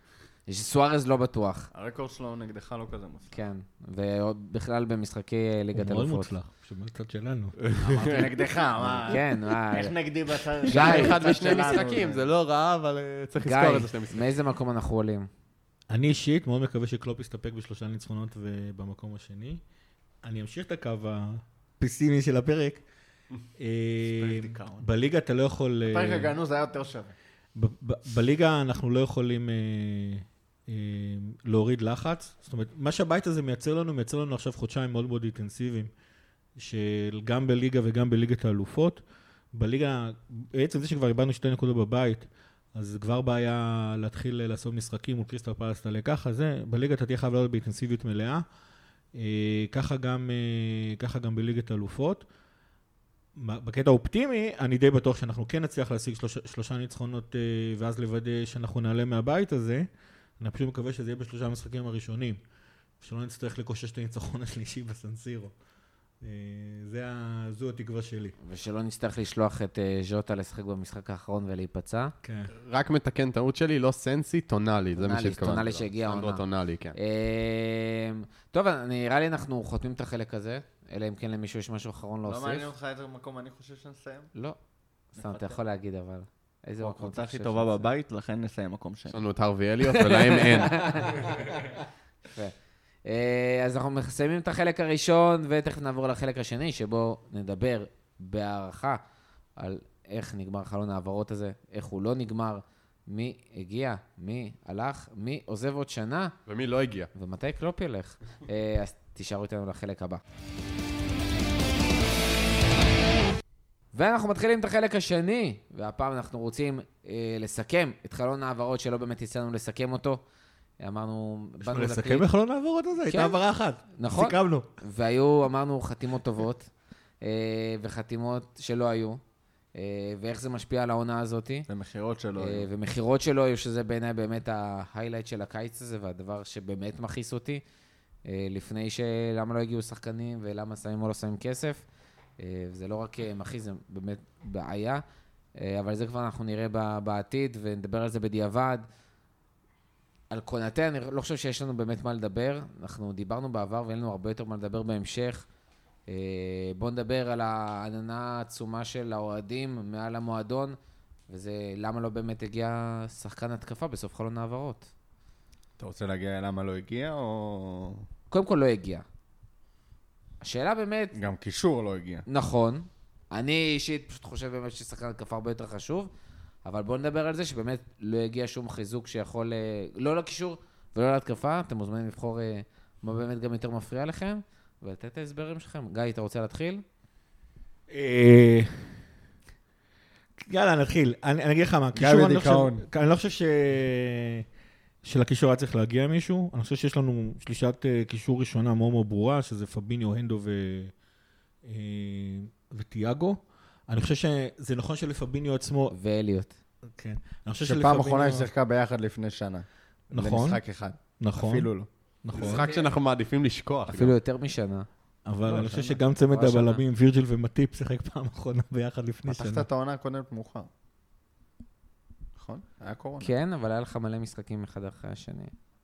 סוארז לא בטוח. הרקורד שלו נגדך לא כזה מוצלח. כן, ובכלל במשחקי ליגת הוא אלופות. מאוד מוצלח, שבצד שלנו. אמרתי נגדך, מה? כן, מה... איך נגדי בצד גיא, אחד בצד ושני שלנו? משחקים, זה לא רע, אבל אה, צריך גיא, לזכור את זה שני משחקים. מאיזה מקום אנחנו עולים? אני אישית מאוד מקווה שקלופ יסתפק בשלושה ניצחונות ובמקום השני. אני אמשיך את הקו הפסימי של הפרק. אה, דיכאון. בליגה אתה לא יכול... אה, פרק הגנוז היה יותר שווה. ב- ב- בליגה אנחנו לא יכולים אה, אה, להוריד לחץ. זאת אומרת, מה שהבית הזה מייצר לנו, מייצר לנו עכשיו חודשיים מאוד מאוד אינטנסיביים, של גם בליגה וגם בליגת האלופות. בליגה, בעצם זה שכבר איבדנו שתי נקודות בבית, אז כבר בעיה להתחיל לעשות משחקים מול קריסטל פלאס תעלה ככה, זה, בליגה אתה תהיה חייב לעלות באינטנסיביות מלאה. אה, ככה גם, אה, ככה גם בליגת האלופות. בקטע האופטימי, אני די בטוח שאנחנו כן נצליח להשיג שלוש, שלושה ניצחונות אה, ואז לוודא שאנחנו נעלה מהבית הזה. אני פשוט מקווה שזה יהיה בשלושה המשחקים הראשונים, שלא נצטרך לקושש את הניצחון השלישי בסנסירו. אה, זה ה... זו התקווה שלי. ושלא נצטרך לשלוח את אה, ז'וטה לשחק במשחק האחרון ולהיפצע. כן. רק מתקן טעות שלי, לא סנסי, טונאלי, זה מה טונאלי, שהתכוונתי. טונאלי לו. שהגיע סנדרו העונה. טונאלי, כן. אה, טוב, נראה לי אנחנו חותמים את החלק הזה, אלא אם כן למישהו יש משהו אחרון לא להוסיף. מעניין אותך איזה מקום אני חושב שנסיים? לא. סתם, אתה יכול להגיד, אבל... איזה מקום אתה הקבוצה הכי חושב טובה שנסיים? בבית, לכן נסיים מקום שני. יש לנו את הרווי אליוט, ולהם אין. יפה. אה, אז אנחנו מסיימים את החלק הראשון, ותכף נעבור לחלק השני, שבו נדבר בהערכה על איך נגמר חלון העברות הזה, איך הוא לא נגמר, מי הגיע, מי הלך, מי עוזב עוד שנה, ומי לא הגיע? ומתי קלופ ילך. אה, אז תישארו איתנו לחלק הבא. ואנחנו מתחילים את החלק השני, והפעם אנחנו רוצים אה, לסכם את חלון העברות שלא באמת יצאנו לסכם אותו. אמרנו, יש באנו לנו לסכם להקליט. בחלון העברות הזה? כן. הייתה העברה אחת. נכון. סיכמנו. והיו, אמרנו, חתימות טובות, אה, וחתימות שלא היו, אה, ואיך זה משפיע על העונה הזאת, זה מחירות שלו. אה, ומחירות שלא היו, שזה בעיניי באמת ההיילייט של הקיץ הזה, והדבר שבאמת מכעיס אותי, אה, לפני שלמה לא הגיעו שחקנים, ולמה שמים או לא שמים כסף. אה, וזה לא רק אה, מכעיס, זה באמת בעיה, אה, אבל זה כבר אנחנו נראה ב- בעתיד, ונדבר על זה בדיעבד. על קונאטה, אני לא חושב שיש לנו באמת מה לדבר. אנחנו דיברנו בעבר ואין לנו הרבה יותר מה לדבר בהמשך. אה, בואו נדבר על העננה העצומה של האוהדים מעל המועדון, וזה למה לא באמת הגיע שחקן התקפה בסוף חלון העברות. אתה רוצה להגיע למה לא הגיע, או... קודם כל לא הגיע. השאלה באמת, גם קישור לא הגיע. נכון, אני אישית פשוט חושב באמת ששחקן התקפה הרבה יותר חשוב, אבל בואו נדבר על זה שבאמת לא הגיע שום חיזוק שיכול, אה, לא לקישור ולא להתקפה, אתם מוזמנים לבחור אה, מה באמת גם יותר מפריע לכם, ולתת את ההסברים שלכם. גיא, אתה רוצה להתחיל? אה, יאללה, נתחיל. אני אני אגיד לך מה, קישור, אני לא בדיכאון. חושב- אני לא חושב ש... שלקישור היה צריך להגיע מישהו. אני חושב שיש לנו שלישת אה, קישור ראשונה מאוד מאוד ברורה, שזה פביניו, הנדו ו... אה, וטיאגו. אני חושב שזה נכון שלפביניו עצמו... ואליוט. כן. אני חושב שפעם אחרונה היא שיחקה ביחד לפני שנה. נכון. במשחק אחד. נכון. אפילו לא. נכון. משחק שאנחנו מעדיפים לשכוח. אפילו יותר משנה. אבל לא, אני חושב שנה. שגם צמד כבר שנה. הבלמים, וירג'יל ומטיפ, שיחק פעם אחרונה ביחד לפני פתחת שנה. את העונה הקודמת מאוחר. נכון? היה קורונה. כן, אבל היה לך מלא משחקים אחד אחרי השני.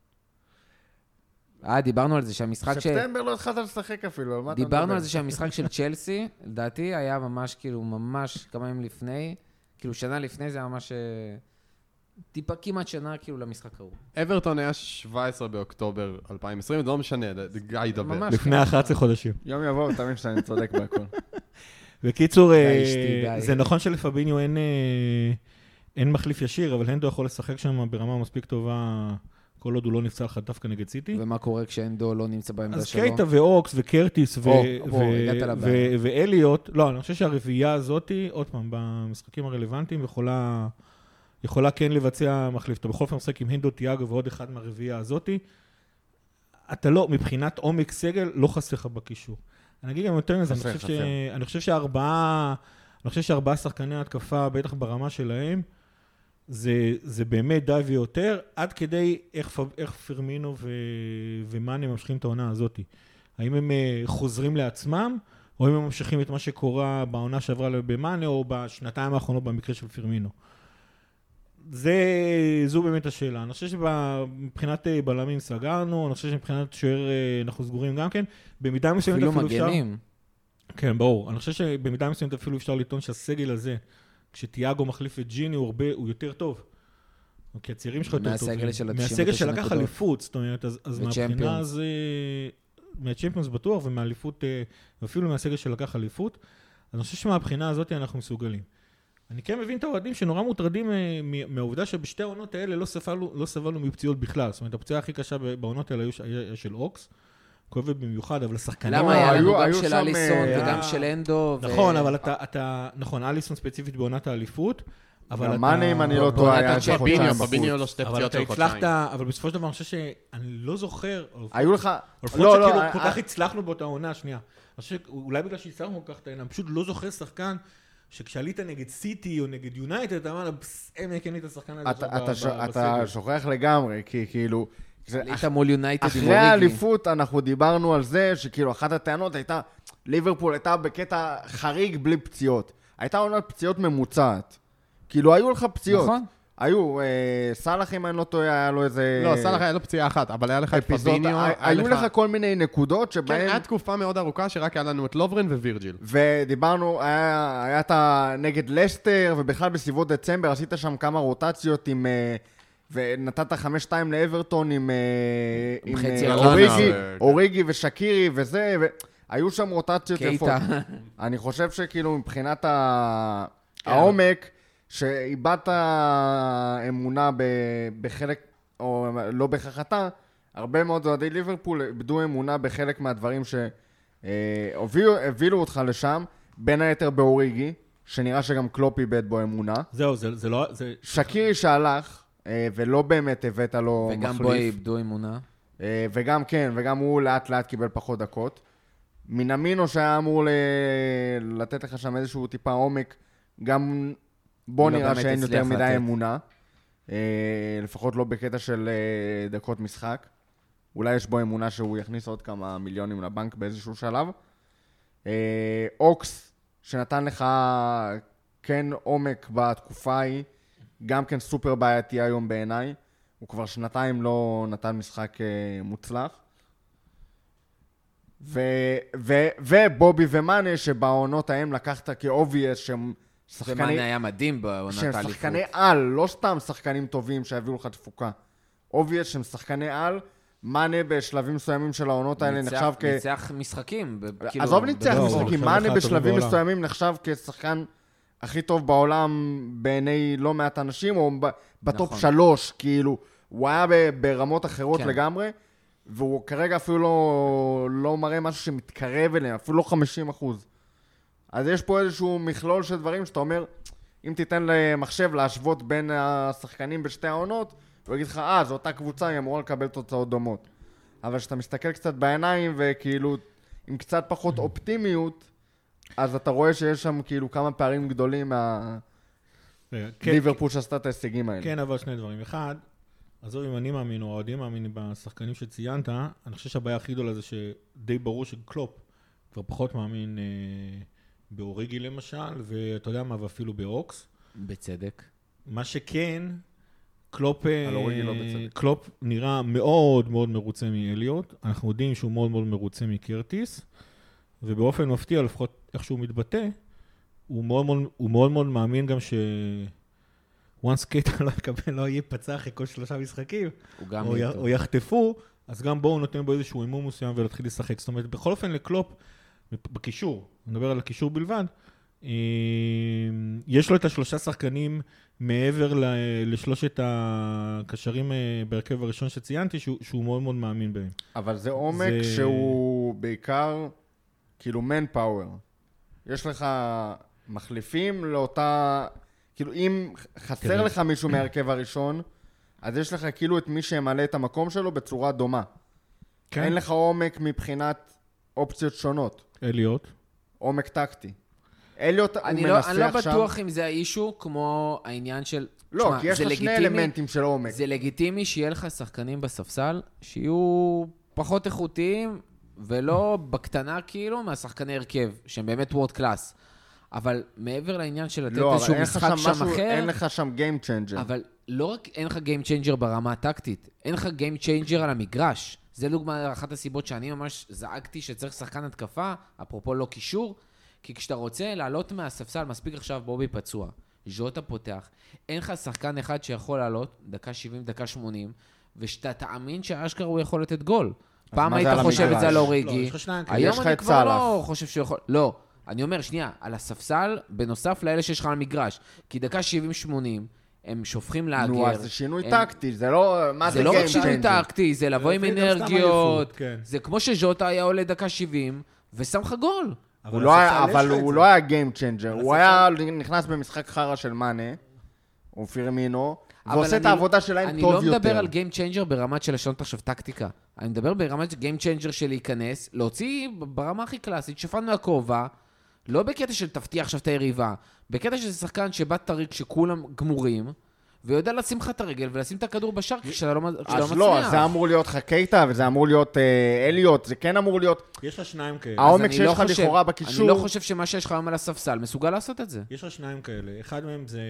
אה, דיברנו על זה שהמשחק ש... ספטמבר לא התחלת לשחק אפילו, על מה אתה מדבר? דיברנו על זה שהמשחק של צ'לסי, לדעתי, היה ממש, כאילו, ממש כמה ימים לפני, כאילו, שנה לפני זה היה ממש... אה, טיפה כמעט שנה, כאילו, למשחק ההוא. אברטון היה שבעה עשר באוקטובר אלפיים ועשרים, זה לא משנה, גיא ידבר. ממש. לפני אחת עשרה חודשים. יום יבוא, תמיד שאני צודק בהכל. בקיצור, די, אה, אשתי, די. זה נכון שלפביניו אין, אה, אין מחליף ישיר, אבל הנדו יכול לשחק שם ברמה מספיק טובה, כל עוד הוא לא נפצע לך דווקא נגד סיטי. ומה קורה כשאנדו לא נמצא בעמדה אז שלו? קייטה ואוקס וקרטיס ו- או, ו- או, הגעת לבעיה. ו- ואליוט, לא, אני חושב שהרביעייה הזאת, עוד פעם, במשחקים הרלוונטיים, יכולה, יכולה כן לבצע מחליף. אתה בכל פעם משחק עם הנדו, טיאגו ועוד אחד מהרביעייה הזאת, אתה לא, מבחינת עומק סגל, לא חסר לך בקישור. אני אגיד גם יותר מזה, אני חסר, חושב, ש... חסר. אני חושב שארבעה, אני חושב שארבעה שחקני התקפה, בטח ברמה שלהם, זה, זה באמת די ויותר, עד כדי איך, פ- איך פרמינו ו... ומאני ממשיכים את העונה הזאת. האם הם אה, חוזרים לעצמם, או אם הם ממשיכים את מה שקורה בעונה שעברה במאני, או בשנתיים האחרונות במקרה של פרמינו. זה, זו באמת השאלה. אני חושב שמבחינת בלמים סגרנו, אני חושב שמבחינת שוער אנחנו סגורים גם כן. במידה מסוימת אפילו אפילו אפשר... מגנים. כן, ברור. אני חושב שבמידה מסוימת אפילו אפשר לטעון שהסגל הזה, כשתיאגו מחליף את ג'יני, הוא הרבה, הוא יותר טוב. כי הצעירים שלך יותר טובים. מהסגל של מהסגל שלקח אליפות, זאת אומרת, אז, אז מהבחינה וצ'מפיונס. זה... מהצ'מפיונס בטוח, ומהאליפות, ואפילו מהסגל שלקח אליפות. אז אני חושב שמהבחינה הזאת אנחנו מסוגלים. אני כן מבין את האוהדים שנורא מוטרדים מהעובדה שבשתי העונות האלה לא סבלנו, לא סבלנו מפציעות בכלל. זאת אומרת, הפציעה הכי קשה בעונות האלה היה של אוקס, כואבת במיוחד, אבל השחקנים... למה היה לנו גם היו של שם, אליסון אה, וגם של אנדו? ו- נכון, אבל אתה, אתה, נכון, אליסון ספציפית בעונת האליפות, אבל אתה... גם מאנה, אם אני לא בעונת טועה, היה הצ'מפיונס. חודשיים פביניו, בחוץ. פביניו לו שתי אבל פציעות אתה של חודשיים. הצלחת, אבל בסופו של דבר אני חושב שאני לא זוכר, היו לך... לפחות לא, שכאילו לא, כל אה, כך הצלחנו באותה עונה, שנייה. אני חושב שאולי בגלל שהצלחנו כל כך את העונה, פשוט לא זוכר שחקן שכשעלית נגד סיטי או נגד יונייטד, אתה אמר, הם יקני את השחקן הזה אתה- אתה ש- בסגל. אתה שוכח לגמרי, כי כאילו... זה- עלית מול יונייטד עם אחרי אוריגי. האליפות אנחנו דיברנו על זה שכאילו אחת הטענות הייתה, ליברפול הייתה בקטע חריג בלי פציעות. הייתה עונת פציעות ממוצעת. כאילו היו לך פציעות. נכון. היו, אה, סלאח אם אני לא טועה, היה לו איזה... לא, סלאח היה לו פציעה אחת, אבל היה לך את אפיזודה. פביניו. הי- היה היו לך כל מיני נקודות כן, שבהן... היה תקופה מאוד ארוכה שרק היה לנו את לוברן ווירג'יל. ודיברנו, היה, היה את ה- נגד לסטר, ובכלל בסביבות דצמבר עשית שם כמה רוטציות עם... אה, ונתת חמש שתיים לאברטון עם, אה, עם עם חצי אה, הגנה, אוריגי, ו- אוריגי ושקירי וזה, והיו שם רוטציות יפות. קייטה. אני חושב שכאילו מבחינת ה- העומק, שאיבדת אמונה ב- בחלק, או לא בהכרח אתה, הרבה מאוד אוהדי ליברפול איבדו אמונה בחלק מהדברים שהובילו אותך לשם, בין היתר באוריגי, שנראה שגם קלופ איבד בו אמונה. זהו, זה, זה לא... זה... שקירי שהלך, אה, ולא באמת הבאת לו וגם מחליף. בו איבדו אמונה. אה, וגם כן, וגם הוא לאט לאט קיבל פחות דקות. מינמינו שהיה אמור ל... לתת לך שם איזשהו טיפה עומק, גם בוא לא נראה באמת שאין יותר הצליח מדי לתת. אמונה. אה, לפחות לא בקטע של אה, דקות משחק. אולי יש בו אמונה שהוא יכניס עוד כמה מיליונים לבנק באיזשהו שלב. אה, אוקס, שנתן לך כן עומק בתקופה ההיא, גם כן סופר בעייתי היום בעיניי. הוא כבר שנתיים לא נתן משחק אה, מוצלח. ו- ו- ובובי ומאנה, שבעונות ההם לקחת כאובייס שהם שחקני, ומאנה היה מדהים בעונת שהם האליפות. שחקני על, לא סתם שחקנים טובים שהביאו לך תפוקה. אובייס שהם שחקני על, מאנה בשלבים מסוימים של העונות האלה ניצח- נחשב כ... ניצח משחקים. ב- כאילו, עזוב ניצח לא, משחקים, הוא מאנה אחד בשלבים הטובים בעולם. מסוימים נחשב כשחקן הכי טוב בעולם בעיני לא מעט אנשים, או ב- בטופ נכון. שלוש, כאילו, הוא היה ב- ברמות אחרות כן. לגמרי, והוא כרגע אפילו לא, לא מראה משהו שמתקרב אליהם, אפילו לא חמישים אחוז. אז יש פה איזשהו מכלול של דברים שאתה אומר, אם תיתן למחשב להשוות בין השחקנים בשתי העונות, הוא יגיד לך, אה, זו אותה קבוצה, היא אמורה לקבל תוצאות דומות. אבל כשאתה מסתכל קצת בעיניים, וכאילו, עם קצת פחות אופטימיות, אז אתה רואה שיש שם כאילו כמה פערים גדולים רגע, כן, מהליברפול שעשתה את ההישגים האלה. כן, אבל שני דברים. אחד, עזוב אם אני מאמין או האוהדים מאמינים בשחקנים שציינת, אני חושב שהבעיה הכי גדולה זה שדי ברור שקלופ כבר פחות מאמין אה, באוריגי למשל, ואתה יודע מה, ואפילו באוקס. בצדק. מה שכן, קלופ, אה, על אוריגי לא בצדק. קלופ נראה מאוד מאוד מרוצה מאליוט, אנחנו יודעים שהוא מאוד מאוד מרוצה מקרטיס, ובאופן מפתיע, לפחות איך שהוא מתבטא, הוא מאוד מאוד, הוא מאוד, מאוד מאמין גם ש... once קייטה לא יקבל, לא יהיה פצע אחרי כל שלושה משחקים, הוא גם או, י... איתו. או יחטפו, אז גם בואו נותן בו איזשהו אימון מסוים ולהתחיל לשחק. זאת אומרת, בכל אופן לקלופ, בקישור, נדבר על הקישור בלבד, יש לו את השלושה שחקנים מעבר ל... לשלושת הקשרים בהרכב הראשון שציינתי, שהוא, שהוא מאוד מאוד מאמין בהם. אבל זה עומק זה- שהוא בעיקר כאילו man power. יש לך מחליפים לאותה... כאילו אם חסר תראה. לך מישהו מהרכב הראשון, אז יש לך כאילו את מי שמלא את המקום שלו בצורה דומה. כן. אין לך עומק מבחינת אופציות שונות. אליוט. עומק טקטי. אליוט הוא אני לא, מנסה אני לא עכשיו... בטוח אם זה האישו, כמו העניין של... לא, תשמע, כי יש זה לך שני לגיטימי- אלמנטים של עומק. זה לגיטימי שיהיה לך שחקנים בספסל שיהיו פחות איכותיים, ולא בקטנה כאילו מהשחקני הרכב, שהם באמת וורד קלאס. אבל מעבר לעניין של לתת לא, איזשהו אבל אין לך משחק שם שם משהו, אחר, אין לך שם Game Changer. אבל לא רק אין לך Game Changer ברמה הטקטית, אין לך Game Changer על המגרש. זה דוגמה אחת הסיבות שאני ממש זעקתי שצריך שחקן התקפה, אפרופו לא קישור, כי כשאתה רוצה לעלות מהספסל, מספיק עכשיו בובי פצוע, ז'וטה פותח, אין לך שחקן אחד שיכול לעלות, דקה שבעים, דקה שמונים, ושאתה תאמין שהאשכרה הוא יכול לתת גול. פעם היית חושב את זה על אוריגי, היום אני כבר לא חושב שהוא יכול... לא, אני אומר, שנייה, על הספסל, בנוסף לאלה שיש לך על המגרש, כי דקה שבעים שמונים, הם שופכים לאגר. נו, אז זה שינוי טקטי, זה לא... מה זה זה לא רק Game שינוי Changer? טקטי, זה לבוא עם אנרגיות. כן. זה כמו שז'וטה היה עולה דקה שבעים, ושם לך גול. הוא לא היה- אבל הוא לא היה Game Changer, הוא היה נכנס במשחק חרה של מאנה, או פירמינו, ועושה את העבודה שלהם טוב יותר. אני לא מדבר על Game Changer ברמת של לשנות עכשיו טקטיקה. אני מדבר ברמת של Game Changer של להיכנס, להוציא ברמה הכי קלאסית, שפן מהכובע, לא בקטע של תפתיע עכשיו את היריבה, בקטע של שחקן שבא טריק שכולם גמורים, ויודע לשים לך את הרגל ולשים את הכדור בשער כשאתה לא מצליח. אז לא, אז זה אמור להיות לך קייטה, וזה אמור להיות אה, אליוט, זה כן אמור להיות... יש לך שניים כאלה. העומק שיש לך לכאורה אני בקישור... לא חושב שמה שיש לך היום על הספסל מסוגל לעשות את זה. יש לך שניים כאלה. אחד מהם זה...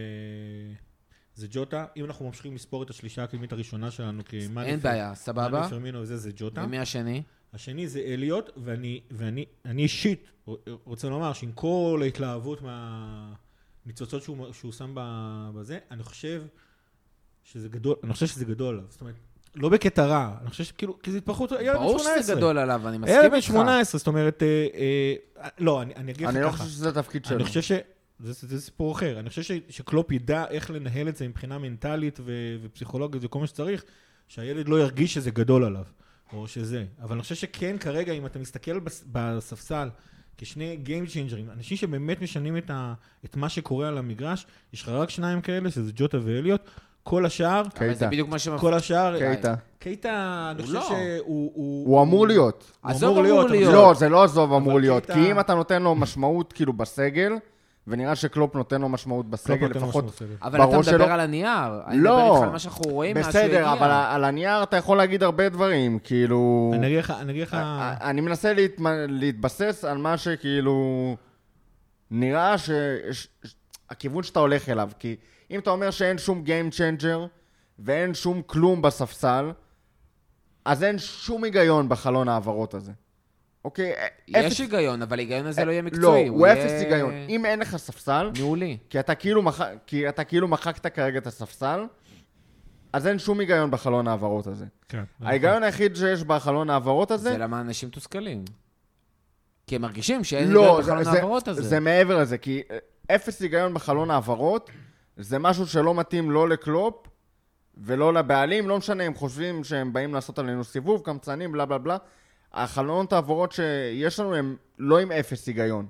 זה ג'וטה. אם אנחנו ממשיכים לספור את השלישה הקדמית הראשונה שלנו, כי אין בעיה, סבבה. מאני פרמינו וזה, זה ג'וטה. ומי השני? השני זה אליוט, ואני, ואני, אני אישית רוצה לומר שעם כל ההתלהבות מהניצוצות שהוא, שהוא שם בזה, אני חושב שזה גדול, אני חושב שזה גדול עליו. זאת אומרת, לא בקטע רע, אני חושב שכאילו, כי זה התפרחות, ילד בן שמונה עשרה. ברור שזה גדול עליו, אני מסכים ילד איתך. בן שמונה עשרה, זאת אומרת, אה, אה, לא, אני, אני אגיד לך אני ככה. לא חושב שזה התפקיד שלו. אני חושב ש... זה, זה סיפור אחר. אני חושב ש, שקלופ ידע איך לנהל את זה מבחינה מנטלית ו, ופסיכולוגית וכל מה שצריך, שהילד לא ירגיש שזה גדול עליו, או שזה. אבל אני חושב שכן, כרגע, אם אתה מסתכל בס, בספסל, כשני Game Changer'ים, אנשים שבאמת משנים את, ה, את מה שקורה על המגרש, יש לך רק שניים כאלה, שזה ג'וטה ואליוט, כל השאר... אבל זה בדיוק מה שמפ... כל השאר... קייטה. קייטה, אני חושב לא. שהוא... הוא, הוא אמור להיות. עזוב אמור להיות. לא, זה לא עזוב אמור אבל להיות. קייטה- כי אם אתה נותן לו משמעות כאילו בסגל, ונראה שקלופ נותן לו משמעות בסגל, לפחות אבל אתה בראש שלו. מדבר על הנייר. אני לא. מדבר איתך על מה שאנחנו רואים, מה שהוא הגיע. בסדר, אבל על הנייר אתה יכול להגיד הרבה דברים, כאילו... אני אגיד לך... אני אגיד לך... אני מנסה להתמ- להתבסס על מה שכאילו... נראה שהכיוון שאתה הולך אליו, כי אם אתה אומר שאין שום Game Changer, ואין שום כלום בספסל, אז אין שום היגיון בחלון העברות הזה. אוקיי? יש אפס- היגיון, אבל היגיון הזה לא יהיה לא, מקצועי. הוא יהיה אפס היגיון. אם אין לך ספסל, ניהולי. כי אתה כאילו מח- כי אתה כאילו מחקת כרגע את הספסל, אז אין שום היגיון בחלון העברות הזה. כן. ההיגיון היחיד שיש בחלון העברות הזה, זה למה אנשים תוסכלים. כי הם מרגישים שאין לא, היגיון זה- בחלון זה- העברות הזה. זה מעבר לזה, כי אפס היגיון בחלון העברות, זה משהו שלא מתאים לא לקלופ ולא לבעלים, לא משנה, הם חושבים שהם באים לעשות עלינו סיבוב, קמצנים, בלה בלה בלה. החלונות העברות שיש לנו הם לא עם אפס היגיון.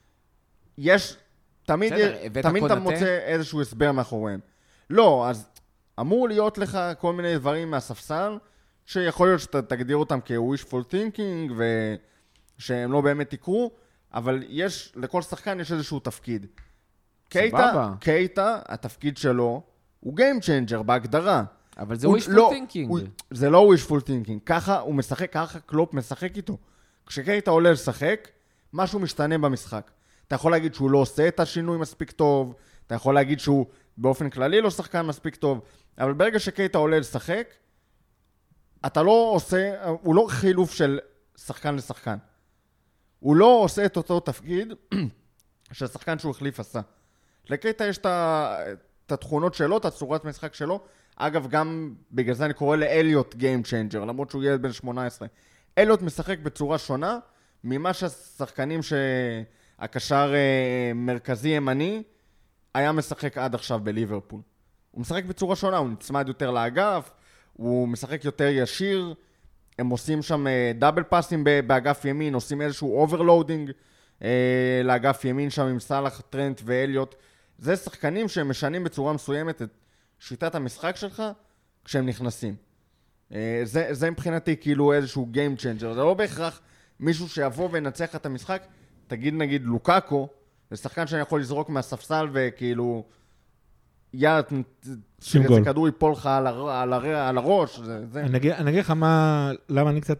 יש, תמיד, בסדר, הבאת תמיד אתה קונטה? מוצא איזשהו הסבר מאחוריהם. לא, אז אמור להיות לך כל מיני דברים מהספסל, שיכול להיות שאתה תגדיר אותם כ-wishful thinking, ושהם לא באמת יקרו, אבל יש, לכל שחקן יש איזשהו תפקיד. קייטה, סבבה. קייטה, התפקיד שלו, הוא Game Changer בהגדרה. אבל זה הוא- wishful לא, thinking. הוא- זה לא wishful thinking, ככה הוא משחק, ככה קלופ משחק איתו. כשקייטה עולה לשחק, משהו משתנה במשחק. אתה יכול להגיד שהוא לא עושה את השינוי מספיק טוב, אתה יכול להגיד שהוא באופן כללי לא שחקן מספיק טוב, אבל ברגע שקייטה עולה לשחק, אתה לא עושה, הוא לא חילוף של שחקן לשחקן. הוא לא עושה את אותו תפקיד שהשחקן שהוא החליף עשה. לקייטה יש את ה- את התכונות שלו, את הצורת משחק שלו. אגב, גם בגלל זה אני קורא לאליוט Game Changer, למרות שהוא ילד בן שמונה עשרה. אליוט משחק בצורה שונה ממה שהשחקנים שהקשר אה, מרכזי ימני היה משחק עד עכשיו בליברפול. הוא משחק בצורה שונה, הוא נצמד יותר לאגף, הוא משחק יותר ישיר, הם עושים שם אה, דאבל פאסים באגף ימין, עושים איזשהו אוברלואודינג אה, לאגף ימין שם עם סלאח, טרנט ואליוט. זה שחקנים שהם משנים בצורה מסוימת את שיטת המשחק שלך כשהם נכנסים. אה, זה, זה מבחינתי כאילו איזשהו Game Changer. זה לא בהכרח מישהו שיבוא וינצח את המשחק. תגיד נגיד לוקאקו, זה שחקן שאני יכול לזרוק מהספסל וכאילו יאללה, שים איזה גול. כדור ייפול לך על, הר, על, הר, על הראש. זה, זה. אני אגיד אני אגיד לך מה, למה אני קצת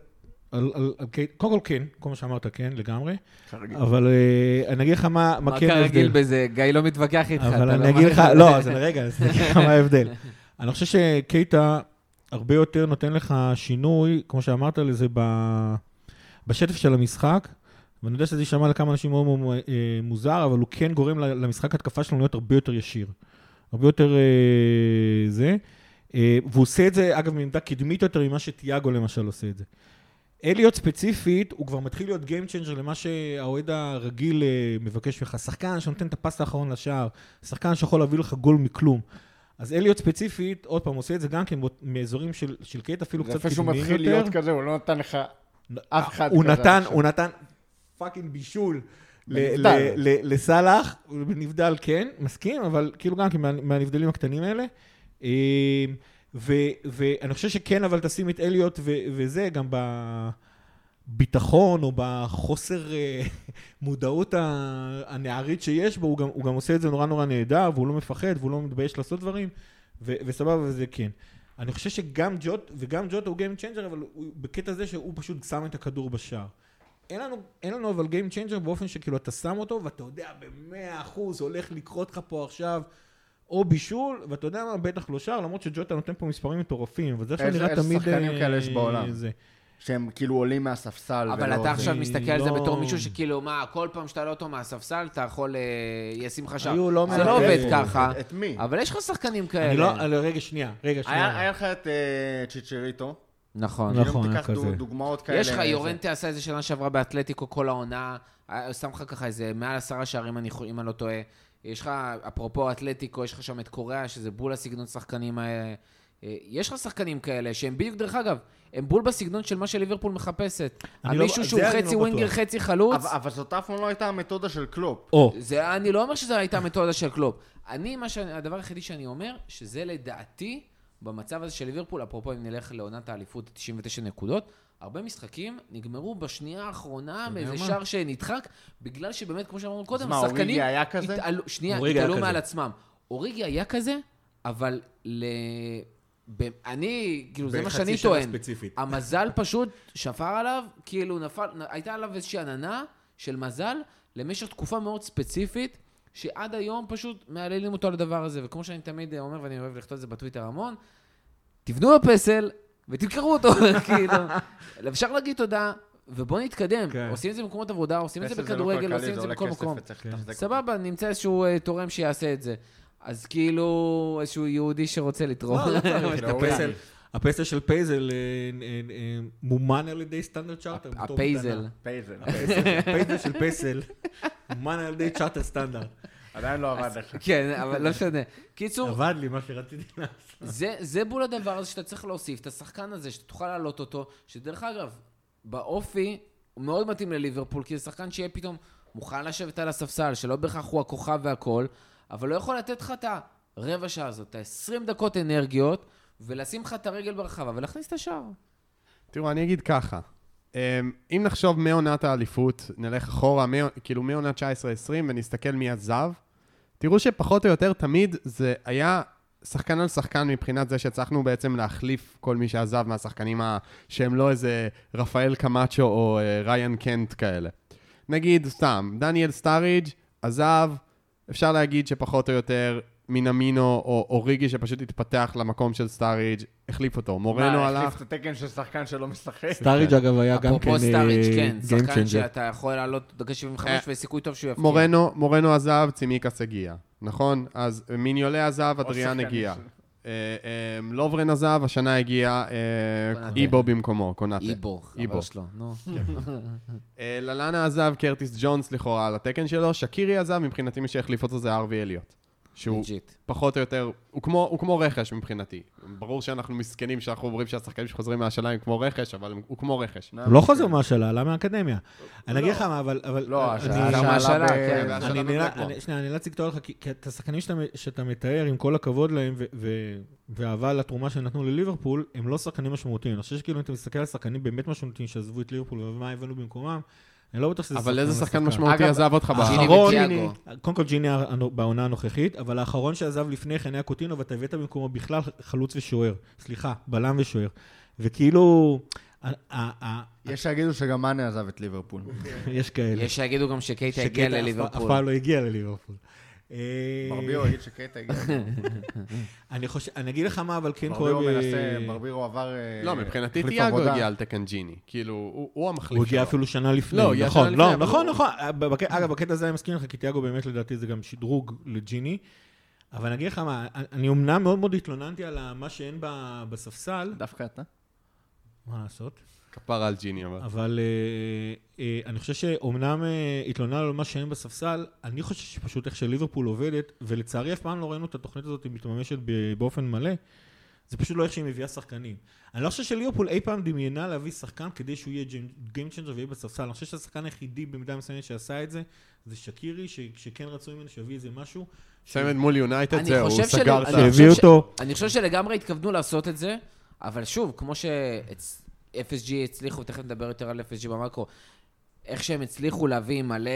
על, על, על קייטה, קודם כל כן, כל מה שאמרת כן, לגמרי. כרגיל. אבל uh, אני אגיד לך מה, מה כן ההבדל. מה כרגיל בזה? גיא לא מתווכח איתך. אבל אתה אני לא אגיד לך, מאמין. לא, אז רגע, אז אני אגיד לך מה ההבדל. אני חושב שקייטה הרבה יותר נותן לך שינוי, כמו שאמרת לזה, ב... בשטף של המשחק, ואני יודע שזה יישמע לכמה אנשים מאוד מאוד מוזר, אבל הוא כן גורם למשחק התקפה שלנו להיות הרבה יותר ישיר. הרבה יותר זה. והוא עושה את זה, אגב, מעמדה קדמית יותר ממה שתיאגו למשל עושה את זה. אליוט ספציפית, הוא כבר מתחיל להיות Game Changer למה שהאוהד הרגיל מבקש ממך. שחקן שנותן את הפס האחרון לשער, שחקן שיכול להביא לך גול מכלום. אז אליוט ספציפית, עוד פעם, עושה את זה גם כן מאזורים של, של קייט, אפילו קצת קדמיים יותר. זה איפה שהוא מתחיל להיות כזה, הוא לא נתן לך אף אחד הוא כזה. נתן, הוא נתן פאקינג בישול לסלח, בנבדל כן, מסכים, אבל כאילו גם כן מהנבדלים הקטנים האלה. ואני חושב שכן, אבל תשים את אליוט וזה, גם בביטחון או בחוסר מודעות הנערית שיש בו, הוא גם עושה את זה נורא נורא נהדר, והוא לא מפחד, והוא לא מתבייש לעשות דברים, וסבבה, וזה כן. אני חושב שגם ג'וט, וגם ג'וט הוא גיים צ'יינג'ר, אבל בקטע זה שהוא פשוט שם את הכדור בשער. אין לנו, אין לנו אבל גיים צ'יינג'ר באופן שכאילו אתה שם אותו, ואתה יודע במאה אחוז הולך לקרות לך פה עכשיו, או בישול, ואתה יודע מה, בטח לא שער, למרות שג'וטה נותן פה מספרים מטורפים, אבל זה עכשיו נראה תמיד... איזה שחקנים כאלה יש בעולם? שהם כאילו עולים מהספסל. אבל אתה עכשיו מסתכל על זה בתור מישהו שכאילו, מה, כל פעם שאתה לא אותו מהספסל, אתה יכול ישים לך שם. זה לא עובד ככה. את מי? אבל יש לך שחקנים אני כאלה. לא, רגע, שנייה, רגע, שנייה. היה לך את צ'יצ'ריטו. נכון. נכון, תיקח דוגמאות כאלה. יש לך, יורנטה עשה איזה שנה שעברה באתלטיקו כל העונה, שם לך ככה איזה מעל עשרה שערים, אם אני לא טועה. יש לך, אפרופו אתלטיקו, יש לך שם את קוריאה, שזה בול הסגנון שחקנים האלה. יש לך שחקנים כאלה, שהם בדיוק דרך אגב, הם בול בסגנון של מה שליברפול מחפשת. מישהו שהוא חצי ווינגר, חצי חלוץ. אבל זאת אף פעם לא הייתה המתודה של קלופ. אני לא אומר שזו הייתה המתודה של קלופ. אני, הדבר היחידי שאני אומר, שזה לדעתי, במצב הזה של ליברפול, אפרופו אם נלך לעונת האליפות תשעים ותשע נקודות, הרבה משחקים נגמרו בשנייה האחרונה מאיזה שער שנדחק, בגלל שבאמת, כמו שאמרנו קודם, מה, אוריגי היה כזה? שנייה, התעלו מעל עצמם. אוריגי היה כזה, אבל ל... אני, כאילו, זה מה שאני טוען. המזל פשוט שפר עליו, כאילו נפל, הייתה עליו איזושהי עננה של מזל, למשך תקופה מאוד ספציפית, שעד היום פשוט מעללים אותו על הדבר הזה. וכמו שאני תמיד אומר, ואני אוהב לכתוב את זה בטוויטר המון, תבנו בפסל ותמכרו אותו, כאילו. אפשר להגיד תודה, ובואו נתקדם. עושים את זה במקומות עבודה, עושים את זה בכדורגל, עושים את זה בכל מקום. סבבה, נמצא איזשהו תורם שיעשה את זה. אז כאילו, איזשהו יהודי שרוצה לתרום. הפסל של פייזל מומן על ידי סטנדרט צ'ארטר. הפייזל. הפייזל של פייזל מומן על ידי צ'ארטר סטנדרט. עדיין לא עבד לך. כן, אבל לא שונה. קיצור... עבד לי מה שרציתי לעשות. זה בול הדבר הזה שאתה צריך להוסיף, את השחקן הזה, שאתה תוכל להעלות אותו, שדרך אגב, באופי, הוא מאוד מתאים לליברפול, כי זה שחקן שיהיה פתאום מוכן לשבת על הספסל, שלא בהכרח הוא הכוכב והכל, אבל לא יכול לתת לך את הרבע שעה הזאת, את ה-עשרים דקות אנרגיות, ולשים לך את הרגל ברחבה, ולהכניס את השער. תראו, אני אגיד ככה. אם נחשוב מעונת האליפות, נלך אחורה, כאילו מעונת תשע עשרה עשרים, ונסתכל מי עזב, תראו שפחות או יותר תמיד זה היה שחקן על שחקן מבחינת זה שהצלחנו בעצם להחליף כל מי שעזב מהשחקנים שהם לא איזה רפאל קמאצ'ו או ריין קנט כאלה. נגיד סתם, דניאל סטאריג' עזב, אפשר להגיד שפחות או יותר מינמינו או אוריגי שפשוט התפתח למקום של סטאריג' החליף אותו. מורנו הלך... החליף את התקן של שחקן שלא משחק. סטאריג' אגב היה גם כן... אפרופו סטאריג' כן, שחקן שאתה יכול לעלות דקה שבעים וחמש וסיכוי טוב שהוא יפקיע. מורנו, מורנו עזב, צימיקס הגיע, נכון? אז מיניולה עזב, אדריאן הגיע. לוברן עזב, השנה הגיע איבו במקומו, קונאטה. איבו, חבר שלו, נו. ללנה עזב, קרטיס ג'ונס לכאורה על התקן שלו, שקירי עזב, מבחינתי מי שהחליף אותו זה ארווי אליוט. שהוא פחות או יותר, הוא כמו, הוא כמו רכש מבחינתי. ברור שאנחנו מסכנים שאנחנו אומרים שהשחקנים שחוזרים מהשאלה הם כמו רכש, אבל הוא כמו רכש. הוא לא חוזר מהשאלה, עלה מהאקדמיה. אני אגיד לך מה, אבל... לא, מהשאלה, כן. אני נאלץ לקטוע לך, כי את השחקנים שאתה מתאר, עם כל הכבוד להם, והאהבה לתרומה שנתנו לליברפול, הם לא שחקנים משמעותיים. אני חושב שכאילו אם אתה מסתכל על שחקנים באמת משמעותיים שעזבו את ליברפול, ומה הבאנו במקומם, אני לא בטוח שזה אבל איזה שחקן משמעותי עזב אותך באחרון? קודם כל ג'יני בעונה הנוכחית, אבל האחרון שעזב לפני כן היה קוטינו, ואתה הבאת במקומו בכלל חלוץ ושוער. סליחה, בלם ושוער. וכאילו, יש שיגידו שגם מאנה עזב את ליברפול. יש כאלה. יש שיגידו גם שקייטה הגיע לליברפול. אף פעם לא הגיע לליברפול. ברבירו יגיד שקייטה הגיע. אני חושב, אני אגיד לך מה, אבל כן ברבירו קורה... מנסה, ברבירו עבר... לא, מבחינתי תיאגו הגיע על תקן ג'יני. כאילו, הוא המחליף שלו. הוא הגיע אפילו שנה לפני. לא, הגיע שנה לפני. נכון, נכון. אגב, בקטע הזה אני מסכים לך, כי תיאגו באמת לדעתי זה גם שדרוג לג'יני. אבל אני אגיד לך מה, אני אומנם מאוד מאוד התלוננתי על מה שאין בספסל. דווקא אתה? מה לעשות? כפרה על ג'יני, אבל. אבל אה, אה, אני חושב שאומנם אה, התלונן על מה שאין בספסל, אני חושב שפשוט איך שליברפול עובדת, ולצערי אף פעם לא ראינו את התוכנית הזאת מתממשת באופן מלא, זה פשוט לא איך שהיא מביאה שחקנים. אני לא חושב שליברפול אי פעם דמיינה להביא שחקן כדי שהוא יהיה Game Changer ויהיה בספסל. אני חושב שהשחקן היחידי במידה מסוימת שעשה את זה, זה שקירי, שכן רצו ממנו שיביא איזה משהו. סיימד מול יונייטד, זהו, הוא של... סגר את אני שהביא אותו. אני חושב שלגמרי התכוונו לעשות את זה, אבל שוב, כמו ש-אף אס ג'י הצליחו, תכף נדבר יותר על אף אס ג'י במקרו, איך שהם הצליחו להביא מלא,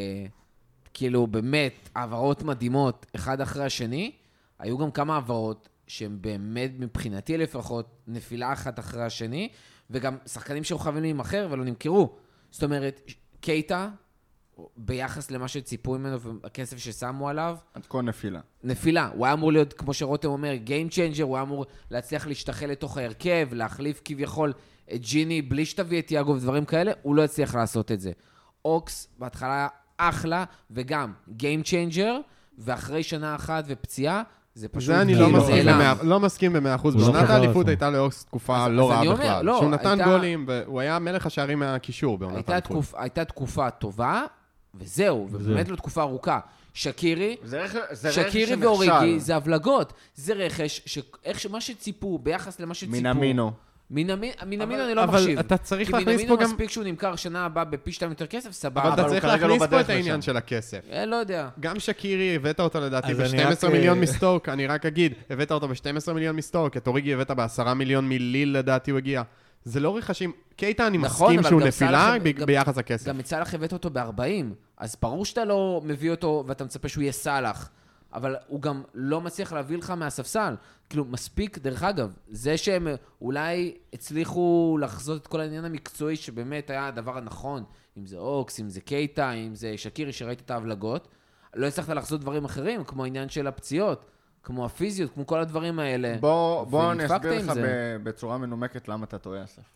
כאילו באמת, העברות מדהימות אחד אחרי השני, היו גם כמה העברות שהן באמת מבחינתי לפחות נפילה אחת אחרי השני, וגם שחקנים שהיו חייבים להימכר ולא נמכרו. זאת אומרת, קייטה, ביחס למה שציפו ממנו והכסף ששמו עליו, עד כה נפילה. נפילה. הוא היה אמור להיות, כמו שרותם אומר, Game Changer, הוא היה אמור להצליח להשתחל לתוך ההרכב, להחליף כביכול את ג'יני בלי שתביא את תיאגו ודברים כאלה, הוא לא הצליח לעשות את זה. אוקס בהתחלה היה אחלה, וגם Game Changer, ואחרי שנה אחת ופציעה, זה פשוט... זה אני לא מסכים במאה אחוז. בעונת האליפות הייתה לאוקס תקופה לא רעה בכלל. שהוא נתן גולים, והוא היה מלך השערים מהקישור בעונת האליפות. הייתה תקופה טובה, וזהו, ובאמת לא תקופה ארוכה. שקירי, שקירי ואוריגי, זה הבלגות. זה רכש, שאיך שמה שציפו, ביחס למה שציפו... מינמינו. מינמינו אני לא מחשיב. אבל אתה צריך להכניס פה גם... כי מינמינו מספיק שהוא נמכר שנה הבאה בפי שתיים יותר כסף, סבבה. אבל אתה צריך להכניס פה את העניין של הכסף. לא יודע. גם שקירי, הבאת אותו לדעתי ב-שנים עשר מיליון מסטוק, אני רק אגיד, הבאת אותו ב-שנים עשר מיליון מסטוק, את אוריגי הבאת ב-עשרה מיליון מיליל לדעתי הוא הגיע. זה לא רכשים, קייטה אני מסכים שהוא נפילה ביחס הכסף. גם מצלח הבאת אותו ב-ארבעים, אז ברור שאתה לא מביא אותו ואתה מצפה שהוא יהיה סלח. אבל הוא גם לא מצליח להביא לך מהספסל. כאילו, מספיק, דרך אגב, זה שהם אולי הצליחו לחזות את כל העניין המקצועי, שבאמת היה הדבר הנכון, אם זה אוקס, אם זה קייטה, אם זה שקירי, שראית את ההבלגות, לא הצלחת לחזות דברים אחרים, כמו העניין של הפציעות, כמו הפיזיות, כמו כל הדברים האלה. בוא, בוא אני אסביר לך בצורה מנומקת למה אתה טועה, אסף.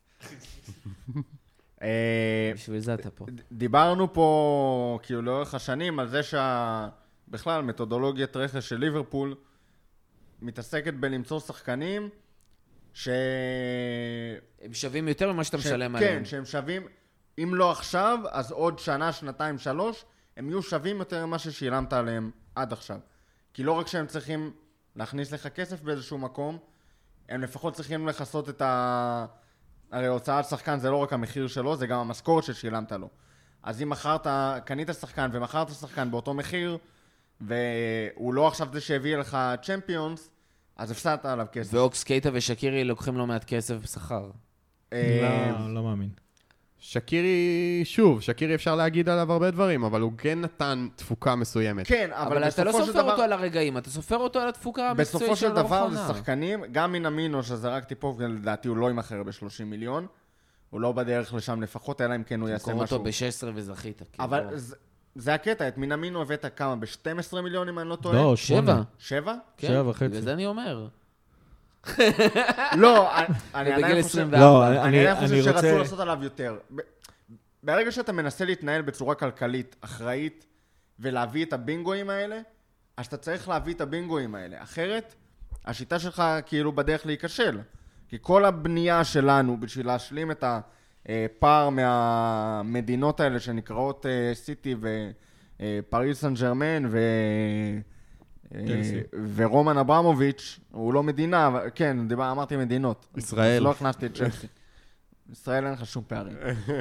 בשביל זה אתה פה. דיברנו פה, כאילו, לאורך השנים, על זה שה... בכלל, מתודולוגיית רכש של ליברפול מתעסקת בלמצוא שחקנים ש... הם שווים יותר ממה שאתה משלם עליהם. כן, שהם שווים, אם לא עכשיו, אז עוד שנה, שנתיים, שלוש, הם יהיו שווים יותר ממה ששילמת עליהם עד עכשיו. כי לא רק שהם צריכים להכניס לך כסף באיזשהו מקום, הם לפחות צריכים לחסות את ה... הרי הוצאת שחקן זה לא רק המחיר שלו, זה גם המשכורת ששילמת לו. אז אם מחרת, קנית שחקן ומחרת שחקן באותו מחיר, והוא לא עכשיו זה שהביא לך צ'מפיונס, אז הפסדת עליו כסף. ואוקס, קייטה ושקירי לוקחים לו מעט כסף בשכר. לא, לא מאמין. שקירי, שוב, שקירי אפשר להגיד עליו הרבה דברים, אבל הוא כן נתן תפוקה מסוימת. כן, אבל, אבל אתה לא סופר אותו על הרגעים, אתה סופר אותו על התפוקה המקצועית של בסופו של דבר זה שחקנים, גם מינמינו שזרקתי פה, לדעתי הוא לא ימכר ב-שלושים מיליון, הוא לא בדרך לשם לפחות, אלא אם כן הוא יעשה משהו. קורא אותו ב-שש עשרה וזכית. אבל זה הקטע, את מינמינו הבאת כמה? ב-שנים עשר מיליון אם אני לא טועה? לא, שבע. שבע? כן, שבע וחצי. וזה אני אומר. לא, אני עדיין חושב... לא, אני עדיין חושב שרצו לעשות עליו יותר. ברגע שאתה מנסה להתנהל בצורה כלכלית, אחראית, ולהביא את הבינגואים האלה, אז אתה צריך להביא את הבינגואים האלה. אחרת, השיטה שלך כאילו בדרך להיכשל. כי כל הבנייה שלנו, בשביל להשלים את הפער מהמדינות האלה שנקראות סיטי ופריז סן ג'רמן ו... ורומן אברמוביץ', הוא לא מדינה, כן, דיבר, אמרתי מדינות. ישראל. לא הכנסתי את צ'לסי. ישראל אין לך שום פערים.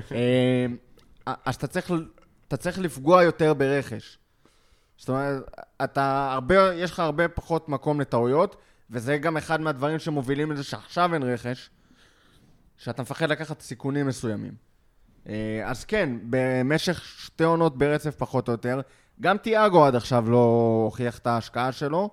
אז אתה צריך, אתה צריך לפגוע יותר ברכש. זאת אומרת, אתה הרבה, יש לך הרבה פחות מקום לטעויות, וזה גם אחד מהדברים שמובילים לזה שעכשיו אין רכש, שאתה מפחד לקחת סיכונים מסוימים. אז כן, במשך שתי עונות ברצף פחות או יותר, גם תיאגו עד עכשיו לא הוכיח את ההשקעה שלו,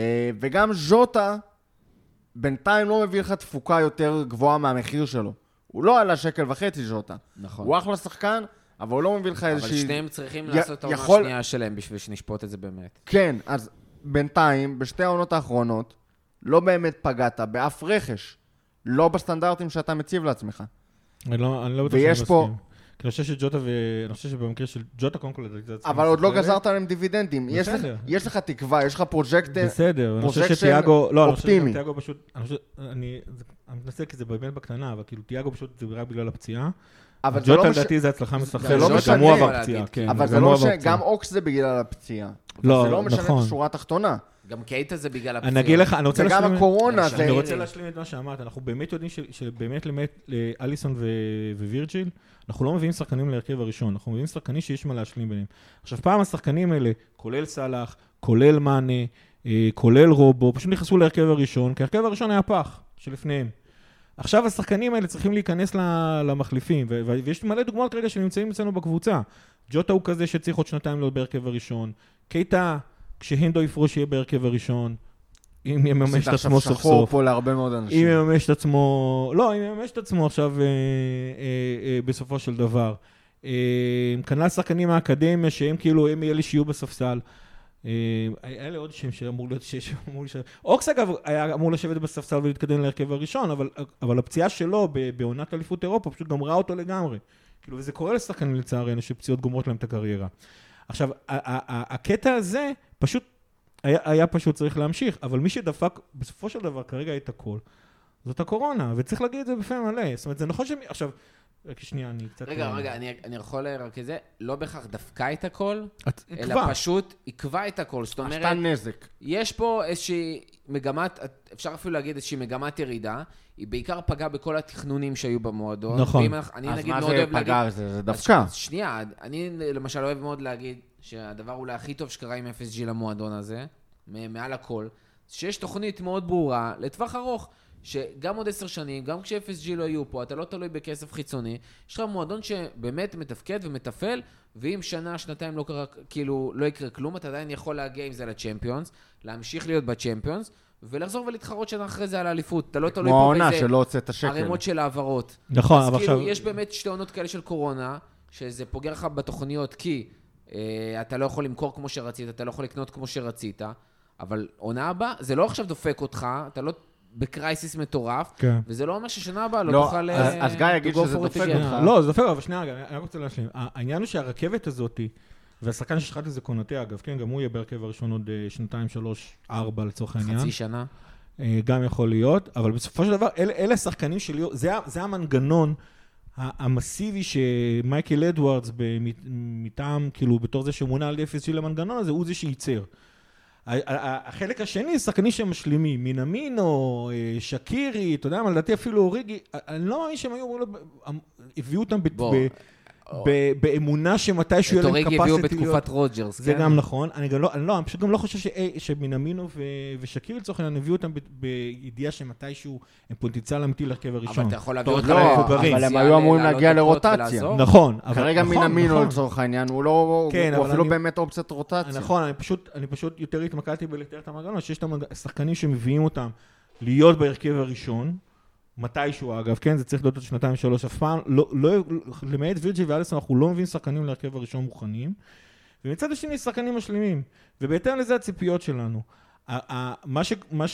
וגם ז'וטה בינתיים לא מביא לך תפוקה יותר גבוהה מהמחיר שלו. הוא לא עלה שקל וחצי ז'וטה. נכון. הוא אחלה שחקן, אבל הוא לא מביא לך איזושהי... אבל שניהם צריכים י- לעשות את העונה יכול- השנייה שלהם בשביל שנשפוט את זה באמת. כן, אז בינתיים, בשתי העונות האחרונות, לא באמת פגעת באף רכש. לא בסטנדרטים שאתה מציב לעצמך. אני לא, אני לא בטוח ויש שאני פה- מסכים. כי אני חושב שג'וטה ו... אני חושב שבמקרה של ג'וטה, קודם כל, לדעתי זה הצעה אבל עוד לא מסחררת. גזרת עליהם דיבידנדים. יש לך- בסדר. יש לך תקווה, יש לך פרוג'קט... בסדר, אני חושב פרוג'קשן שתיאגו... לא, אני חושב אופטימי. שגם תיאגו פשוט... אני חושב... אני זה- אני מתנסה כי זה באמת בקטנה, אבל כאילו תיאגו פשוט זה רק בגלל הפציעה. אבל זה לא ג'וטה מש- לדעתי זה הצלחה זה מסחררת. לא גם משנה. הוא עבר להגיד, פציעה, כן. אבל זה גם לא הוא משנה, עבר פציעה. גם אוקס זה בגלל הפציעה. לא, זה לא משנה את נכון. השורה התחתונה. גם קייטה זה בגלל הפציעה. אני אגיד לך, אני רוצה וגם להשלים... הקורונה, גם זה... שאני אני רוצה רוצה להשלים את מה שאמרת, אנחנו באמת יודעים ש- שבאמת למעט לאליסון ו- ווירג'יל, אנחנו לא מביאים שחקנים להרכב הראשון, אנחנו מביאים שחקנים שיש מה להשלים ביניהם. עכשיו פעם השחקנים האלה, כולל סלאח, כולל מאנה, אה, כולל רובו, פשוט נכנסו להרכב הראשון, כי ההרכב הראשון היה פח שלפניהם. עכשיו השחקנים האלה צריכים להיכנס ל- למחליפים, ו- ו- ויש מלא דוגמאות רגע שנמצאים אצלנו בקבוצה. ג'וטה הוא כזה שצריך עוד שנתיים להיות בהרכב הראשון, קייטה, כשהנדו יפרוש יהיה בהרכב הראשון, אם יממש את עצמו סוף שחור סוף. פה להרבה מאוד אם אנשים. יממש את עצמו, לא, אם יממש את עצמו עכשיו אה, אה, אה, בסופו של דבר. אה, כנ"ל שחקנים מהאקדמיה שהם כאילו, הם אלה שיהיו בספסל. אה, היה לי עוד שם שאמור להיות שיש, אמור לשבת. אוקס אגב היה אמור לשבת בספסל ולהתקדם להרכב הראשון, אבל, אבל הפציעה שלו ב- בעונת אליפות אירופה פשוט גמרה אותו לגמרי. כאילו, וזה קורה לשחקנים לצערנו שפציעות גומרות להם את הקריירה. עכשיו, ה- ה- ה- הקטע הזה פשוט היה, היה פשוט צריך להמשיך, אבל מי שדפק בסופו של דבר כרגע את הכל, זאת הקורונה, וצריך להגיד את זה בפה מלא. זאת אומרת, זה נכון שמי... עכשיו, רק שנייה, אני קצת... רגע, רגע, אני, אני יכול רק את זה, לא בהכרח דפקה את הכל, את- אלא כבר. פשוט עקבה את הכל. זאת אומרת, עשתה נזק. יש פה איזושהי מגמת, אפשר אפילו להגיד איזושהי מגמת ירידה, היא בעיקר פגעה בכל התכנונים שהיו במועדון. נכון. ואם אנחנו- אני אז נגיד מה מאוד זה אוהב להגיד... פגע? זה זה אז דווקא. ש- שנייה, אני למשל אוהב מאוד להגיד שהדבר אולי הכי טוב שקרה עם אפס ג'י למועדון הזה, מ- מעל הכל, שיש תוכנית מאוד ברורה לטווח ארוך, שגם עוד עשר שנים, גם כש-אפס ג'י לא יהיו פה, אתה לא תלוי בכסף חיצוני, יש לך מועדון שבאמת מתפקד ומתפעל, ואם שנה, שנתיים לא קרה, כאילו, לא יקרה כלום, אתה עדיין יכול להגיע עם זה לצ'מפיונס, להמשיך להיות בצ'מפיונס, ולחזור ולהתחרות שנה אחרי זה על האליפות. אתה לא תלוי כמו פה העונה באיזה שלא הוצאת השקל. ערימות של העברות. נכון, אז אבל כאילו, עכשיו... יש באמת שתי עונות כאלה של קורונה, שזה פוגע לך בתוכניות, כי אה, אתה לא יכול למכור כמו שרצית, אתה לא יכול לקנות כמו שרצית, אבל עונה הבאה, זה לא עכשיו דופק אותך, אתה לא בקרייסיס מטורף, כן. וזה לא אומר ששנה הבאה לא לא, תוכל... אז- אה, אז גיא יגיד to go שזה for it דופק again. אותך. לא, זה דופק, אבל שנייה רגע, אני רק רוצה להשלים. העניין הוא שהרכבת הזאת, והשחקן ששחט את זה קונטה, אגב, כן, גם הוא יהיה בהרכב הראשון עוד אה, שנתיים, שלוש, ארבע לצורך העניין. חצי שנה. אה, גם יכול להיות, אבל בסופו של דבר, אלה, אלה השחקנים שלי, זה, ה- זה המנגנון ה- המסיבי שמייקל אדוארדס במת- מטעם, כאילו, בתור זה שמונה על אפס ג'י למנגנון הזה, הוא זה שייצר. ה- ה- החלק השני, שחקנים שהם משלימים, מינמינו, אה, שקירי, אתה יודע מה, לדעתי אפילו אוריגי, אני לא מאמין שהם היו, הביאו אותם ב- בוא. ב- ב- באמונה שמתישהו את יהיה להם אוריגי הביאו capacity להיות... בתקופת רוג'רס, זה כן? גם נכון, אני גם לא, אני לא, אני פשוט גם לא חושב ש- שמינמינו ו- ושקירי לצורך העניין הביאו אותם ב- בידיעה שמתישהו הם פוטנציאל אמיתי להרכב הראשון. אבל אתה יכול להביא תוך אותם כמה לא, מבוגרים. אבל הם היו אמורים לעלות להגיע דקות לרוטציה. ולעזור. נכון, אבל כרגע נכון, מינמינו נכון. לצורך העניין, הוא לא... כן, הוא אבל אפילו אני- באמת אופציית רוטציה. נכון, אני פשוט, אני פשוט יותר התמקדתי בלתאר את המנגנון, שיש את המנג- השחקנים שמביאים אותם להיות בהרכב הראשון, מתישהו אגב, כן, זה צריך להיות עוד שנתיים שלוש, אף פעם, לא, לא, למעט וירג'י ואליסון, אנחנו לא מביאים שחקנים להרכב הראשון מוכנים, ומצד השני שחקנים משלימים, ובהתאם לזה הציפיות שלנו. ה- ה- מה ש- מה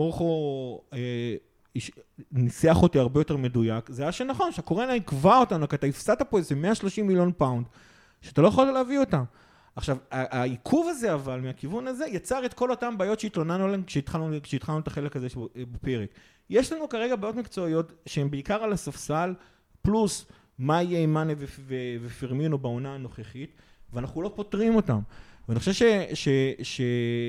שמורכו אה, איש- ניסח אותי הרבה יותר מדויק, זה היה שנכון, שהקורונה עקבה אותנו, כי אתה הפסדת פה איזה מאה ושלושים מיליון פאונד, שאתה לא יכול להביא אותם. עכשיו, ה- העיכוב הזה אבל, מהכיוון הזה, יצר את כל אותם בעיות שהתלוננו עליהן כשהתחלנו, כשהתחלנו את החלק הזה שבו- בפרק. יש לנו כרגע בעיות מקצועיות שהן בעיקר על הספסל, פלוס מה יהיה עם מאנה ו- ו- ופרמינו בעונה הנוכחית, ואנחנו לא פותרים אותם. ואני חושב ש... ש, ש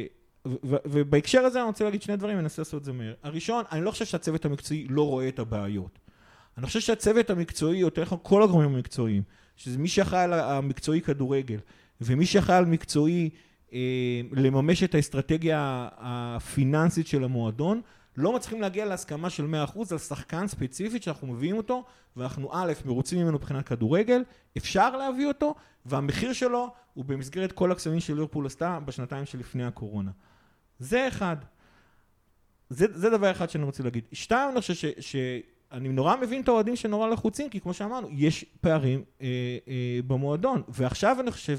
ו- ו- ובהקשר הזה אני רוצה להגיד שני דברים, אני אנסה לעשות את זה מהר. הראשון, אני לא חושב שהצוות המקצועי לא רואה את הבעיות. אני חושב שהצוות המקצועי, יותר נכון כל הגורמים המקצועיים, שזה מי שאחראי על המקצועי כדורגל, ומי שאחראי על מקצועי אה, לממש את האסטרטגיה הפיננסית של המועדון, לא מצליחים להגיע להסכמה של מאה אחוז על שחקן ספציפית שאנחנו מביאים אותו, ואנחנו א', מרוצים ממנו מבחינת כדורגל, אפשר להביא אותו, והמחיר שלו הוא במסגרת כל הקסמים של ליברפול עשתה בשנתיים שלפני הקורונה. זה אחד. זה, זה דבר אחד שאני רוצה להגיד. שתיים, אני חושב אני נורא מבין את האוהדים שנורא לחוצים, כי כמו שאמרנו, יש פערים אה, אה, במועדון. ועכשיו אני חושב,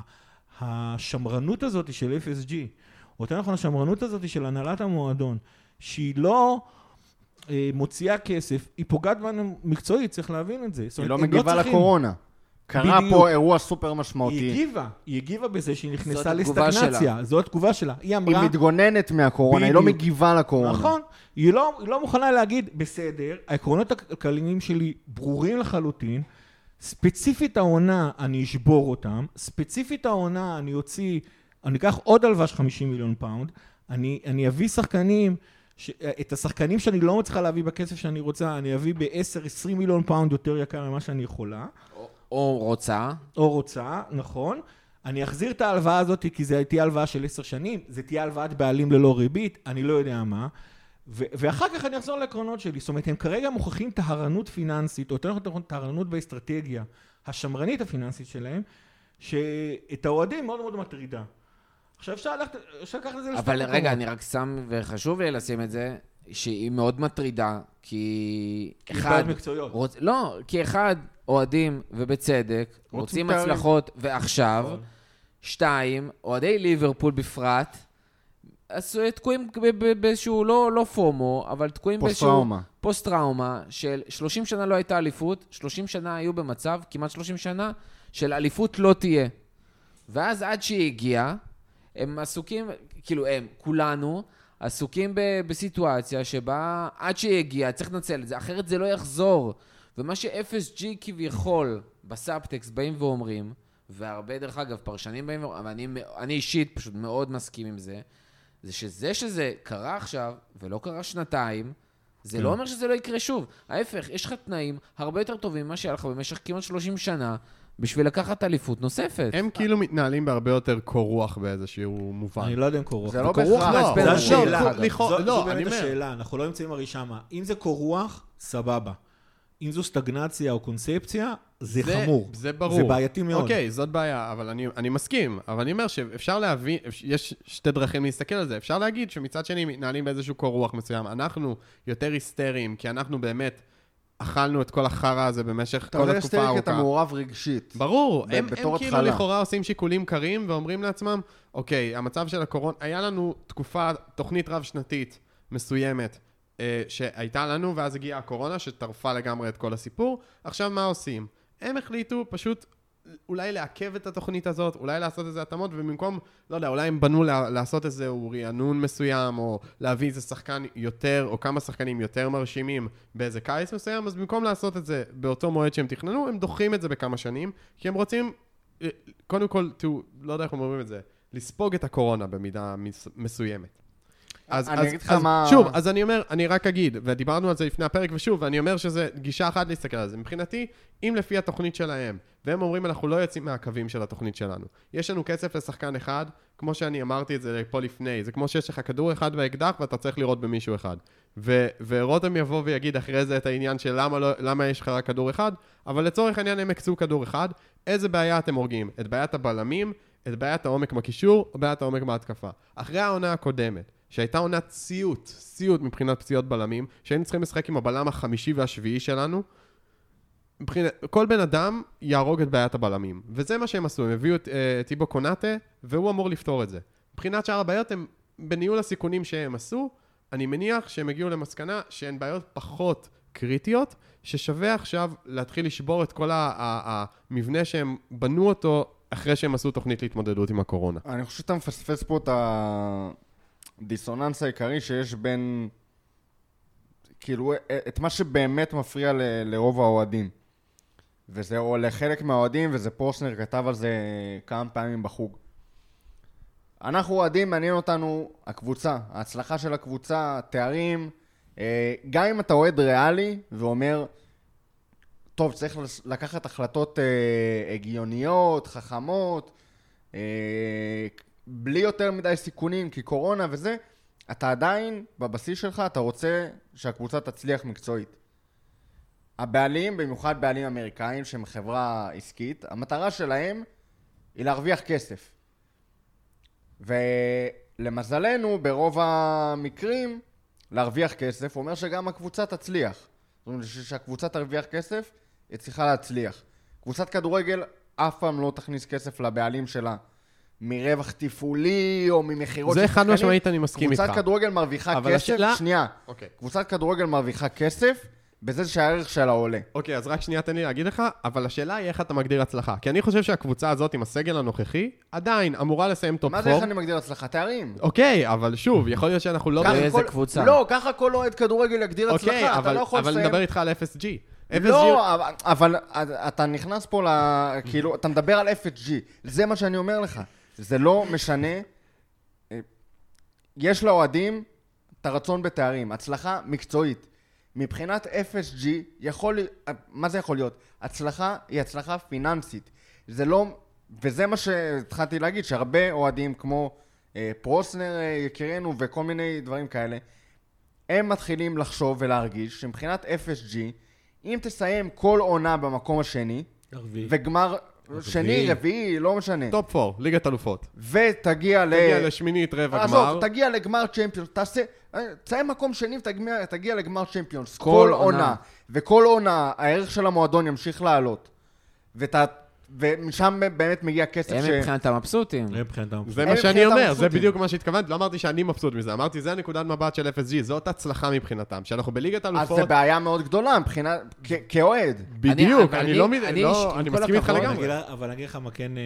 השמרנות הזאת של אף אס ג'י, או יותר נכון, השמרנות הזאת של הנהלת המועדון, שהיא לא אה, מוציאה כסף, היא פוגעת בנו מקצועית, צריך להבין את זה. היא לא מגיבה לקורונה. קרה פה אירוע סופר משמעותי. היא הגיבה, היא הגיבה בזה שהיא נכנסה לסטגנציה. זו התגובה שלה. היא אמרה... היא מתגוננת מהקורונה, היא לא מגיבה לקורונה. נכון. היא לא, היא לא מוכנה להגיד, בסדר, העקרונות הכלליים שלי ברורים לחלוטין, ספציפית העונה אני אשבור אותם, ספציפית העונה אני אוציא, אני אקח עוד הלוואה של חמישים מיליון פאונד, אני, אני אביא שחקנים, ש... את השחקנים שאני לא מצליחה להביא בכסף שאני רוצה, אני אביא ב-עשר עשרים מיליון פאונד יותר יקר ממה שאני יכולה. או רוצה. או רוצה, נכון. אני אחזיר את ההלוואה הזאת, כי זה תהיה הלוואה של עשר שנים, זה תהיה הלוואת בעלים ללא ריבית, אני לא יודע מה. ו- ואחר כך אני אחזור לעקרונות שלי. זאת אומרת, הם כרגע מוכיחים טהרנות פיננסית, או יותר נכון טהרנות באסטרטגיה, השמרנית הפיננסית שלהם, שאת האוהדים מאוד מאוד מטרידה. עכשיו אפשר לקחת את זה לשתי אבל מקומות. רגע, אני רק שם, וחשוב לי לשים את זה, שהיא מאוד מטרידה, כי אחד... מקצועיות. רוצ... לא, כי אחד, אוהדים ובצדק, רוצים הצלחות ועכשיו, שתיים, אוהדי ליברפול בפרט, עשו תקועים באיזשהו, לא, לא פומו, אבל תקועים באיזשהו פוסט-טראומה של שלושים שנה לא הייתה אליפות, שלושים שנה היו במצב, כמעט שלושים שנה, של אליפות לא תהיה. ואז עד שהיא הגיעה, הם עסוקים, כאילו הם, כולנו, עסוקים ב- בסיטואציה שבה עד שהיא הגיעה, צריך לנצל את זה, אחרת זה לא יחזור. ומה ש-אף אס ג'י כביכול בסאבטקסט באים ואומרים, והרבה דרך אגב פרשנים באים ואומרים, אבל אני, אני אישית פשוט מאוד מסכים עם זה, זה שזה שזה קרה עכשיו ולא קרה שנתיים, זה לא אומר שזה לא יקרה שוב. ההפך, יש לך תנאים הרבה יותר טובים ממה שהיה לך במשך כמעט שלושים שנה, בשביל לקחת אליפות נוספת. הם כאילו מתנהלים בהרבה יותר קור רוח באיזשהו מובן. אני לא יודע אם קור רוח. זה לא בהכרח. זו השאלה. זו באמת השאלה, אנחנו לא נמצאים הרי שמה. אם זה קור רוח, סבבה. אם זו סטגנציה או קונספציה, זה חמור. זה ברור. זה בעייתי מאוד. אוקיי, זאת בעיה, אבל אני, אני מסכים. אבל אני אומר שאפשר להבין, יש שתי דרכים להסתכל על זה. אפשר להגיד שמצד שני מתנהלים באיזשהו קור רוח מסוים. אנחנו יותר היסטריים, כי אנחנו באמת אכלנו את כל החרא הזה במשך כל התקופה הארוכה. אתה היסטרי כי אתה מעורב רגשית. ברור. הם, הם כאילו לכאורה עושים שיקולים קרים ואומרים לעצמם, אוקיי, המצב של הקורונה, היה לנו תקופה, תוכנית רב-שנתית מסוימת, שהייתה לנו, ואז הגיעה הקורונה שטרפה לגמרי את כל הסיפור. עכשיו מה עושים? הם החליטו פשוט אולי לעכב את התוכנית הזאת, אולי לעשות איזה התאמות, ובמקום, לא יודע, אולי הם בנו לעשות איזה רענון מסוים, או להביא איזה שחקן יותר, או כמה שחקנים יותר מרשימים באיזה קיץ מסוים, אז במקום לעשות את זה באותו מועד שהם תכננו, הם דוחים את זה בכמה שנים, כי הם רוצים, קודם כל, to, לא יודע איך אומרים את זה, לספוג את הקורונה במידה מסוימת. אז, אני אז, אגיד לך אז, מה... שוב, אז אני אומר, אני רק אגיד, ודיברנו על זה לפני הפרק, ושוב, ואני אומר שזה גישה אחת להסתכל על זה. מבחינתי, אם לפי התוכנית שלהם, והם אומרים, אנחנו לא יוצאים מהקווים של התוכנית שלנו. יש לנו כסף לשחקן אחד, כמו שאני אמרתי את זה פה לפני, זה כמו שיש לך כדור אחד באקדח, ואתה צריך לראות במישהו אחד. ו- ורותם יבוא ויגיד אחרי זה את העניין של למה, לא, למה יש לך רק כדור אחד, אבל לצורך העניין הם הקצו כדור אחד, איזה בעיה אתם הורגים? את בעיית הבלמים, את בעיית העומק בקישור, או בעיית העומק בהתקפה. אחרי העונה הקודמת, שהייתה עונת ציוט, ציוט מבחינת פציעות בלמים, שהיינו צריכים לשחק עם הבלם החמישי והשביעי שלנו, מבחינת, כל בן אדם יהרוג את בעיית הבלמים. וזה מה שהם עשו, הם הביאו את uh, טיבו קונאטה, והוא אמור לפתור את זה. מבחינת שאר הבעיות, הם, בניהול הסיכונים שהם עשו, אני מניח שהם הגיעו למסקנה שהן בעיות פחות קריטיות, ששווה עכשיו להתחיל לשבור את כל המבנה שהם בנו אותו, אחרי שהם עשו תוכנית להתמודדות עם הקורונה. אני חושב שאתה מפספס פה את הדיסוננס העיקרי שיש בין, כאילו, את מה שבאמת מפריע ל, לרוב האוהדים. וזה, או לחלק מהאוהדים, וזה פרוסנר כתב על זה כמה פעמים בחוג. אנחנו אוהדים, מעניין אותנו הקבוצה, ההצלחה של הקבוצה, תארים, גם אם אתה אוהד ריאלי ואומר, טוב, צריך לקחת החלטות אה, הגיוניות, חכמות, אה, בלי יותר מדי סיכונים, כי קורונה וזה, אתה עדיין, בבסיס שלך, אתה רוצה שהקבוצה תצליח מקצועית. הבעלים, במיוחד בעלים אמריקאים, שהם חברה עסקית, המטרה שלהם היא להרוויח כסף. ולמזלנו, ברוב המקרים, להרוויח כסף, אומר שגם הקבוצה תצליח. זאת אומרת, שהקבוצה תרוויח כסף, היא צריכה להצליח. קבוצת כדורגל אף פעם לא תכניס כסף לבעלים שלה, מרווח תפעולי או ממחירות זה אחד משמעית אני מסכים איתך. קבוצת כדורגל מרוויחה כסף, השאלה... שנייה, אוקיי. קבוצת כדורגל מרוויחה כסף, בזה שהערך שלה עולה. אוקיי, אז רק שנייה תן לי להגיד לך, אבל השאלה היא איך אתה מגדיר הצלחה. כי אני חושב שהקבוצה הזאת עם הסגל הנוכחי, עדיין אמורה לסיים טופ מה פור. זה איך אני מגדיר הצלחה? תארים. אוקיי, אבל שוב, יכול להיות שאנחנו לא... באיזה קבוצה. לא, ככה כל אוהד כדורגל יגדיר הצלחה, אתה לא יכול לסיים. אבל נדבר איתך על אף אס ג'י. לא, אבל אתה נכנס פה ל... כאילו, אתה מדבר על אף אס ג'י, זה מה שאני אומר לך. זה לא משנה. יש לאוהדים את הרצון בתארים, הצלחה מקצועית. מבחינת אף אס ג'י, יכול... מה זה יכול להיות? הצלחה היא הצלחה פיננסית. זה לא... וזה מה שהתחלתי להגיד, שהרבה אוהדים כמו אה, פרוסנר יקירנו וכל מיני דברים כאלה, הם מתחילים לחשוב ולהרגיש שמבחינת אף אס ג'י, אם תסיים כל עונה במקום השני, רביעי. וגמר שני, רביעי, לא משנה. טופ פור, ליגת אלופות. ותגיע ל... תגיע לשמינית רבע עזוב, גמר. תגיע לגמר צ'מפיונס, תעשה... תסיים מקום שני ותגיע תגיע לגמר צ'מפיונס. כל כל עונה. עונה. וכל עונה, הערך של המועדון ימשיך לעלות. ואתה... ומשם באמת מגיע כסף ש... הם מבחינתם מבסוטים. הם מבחינתם. זה הם מה שאני מבחינתם אומר, זה מבסוטים. בדיוק מה שהתכוונתי, לא אמרתי שאני מבסוט מזה, אמרתי זה הנקודת מבט של אף אס ג'י, זאת הצלחה מבחינתם, שאנחנו בליגת אז אלופות, זה בעיה מאוד גדולה מבחינת... כ- כאוהד. בדיוק, אני- אני אני- לא, אני- לא- עם אני כל מסכים איתך הכבוד, לגמרי. אבל אבל אני אגיד לך מה כן, אה,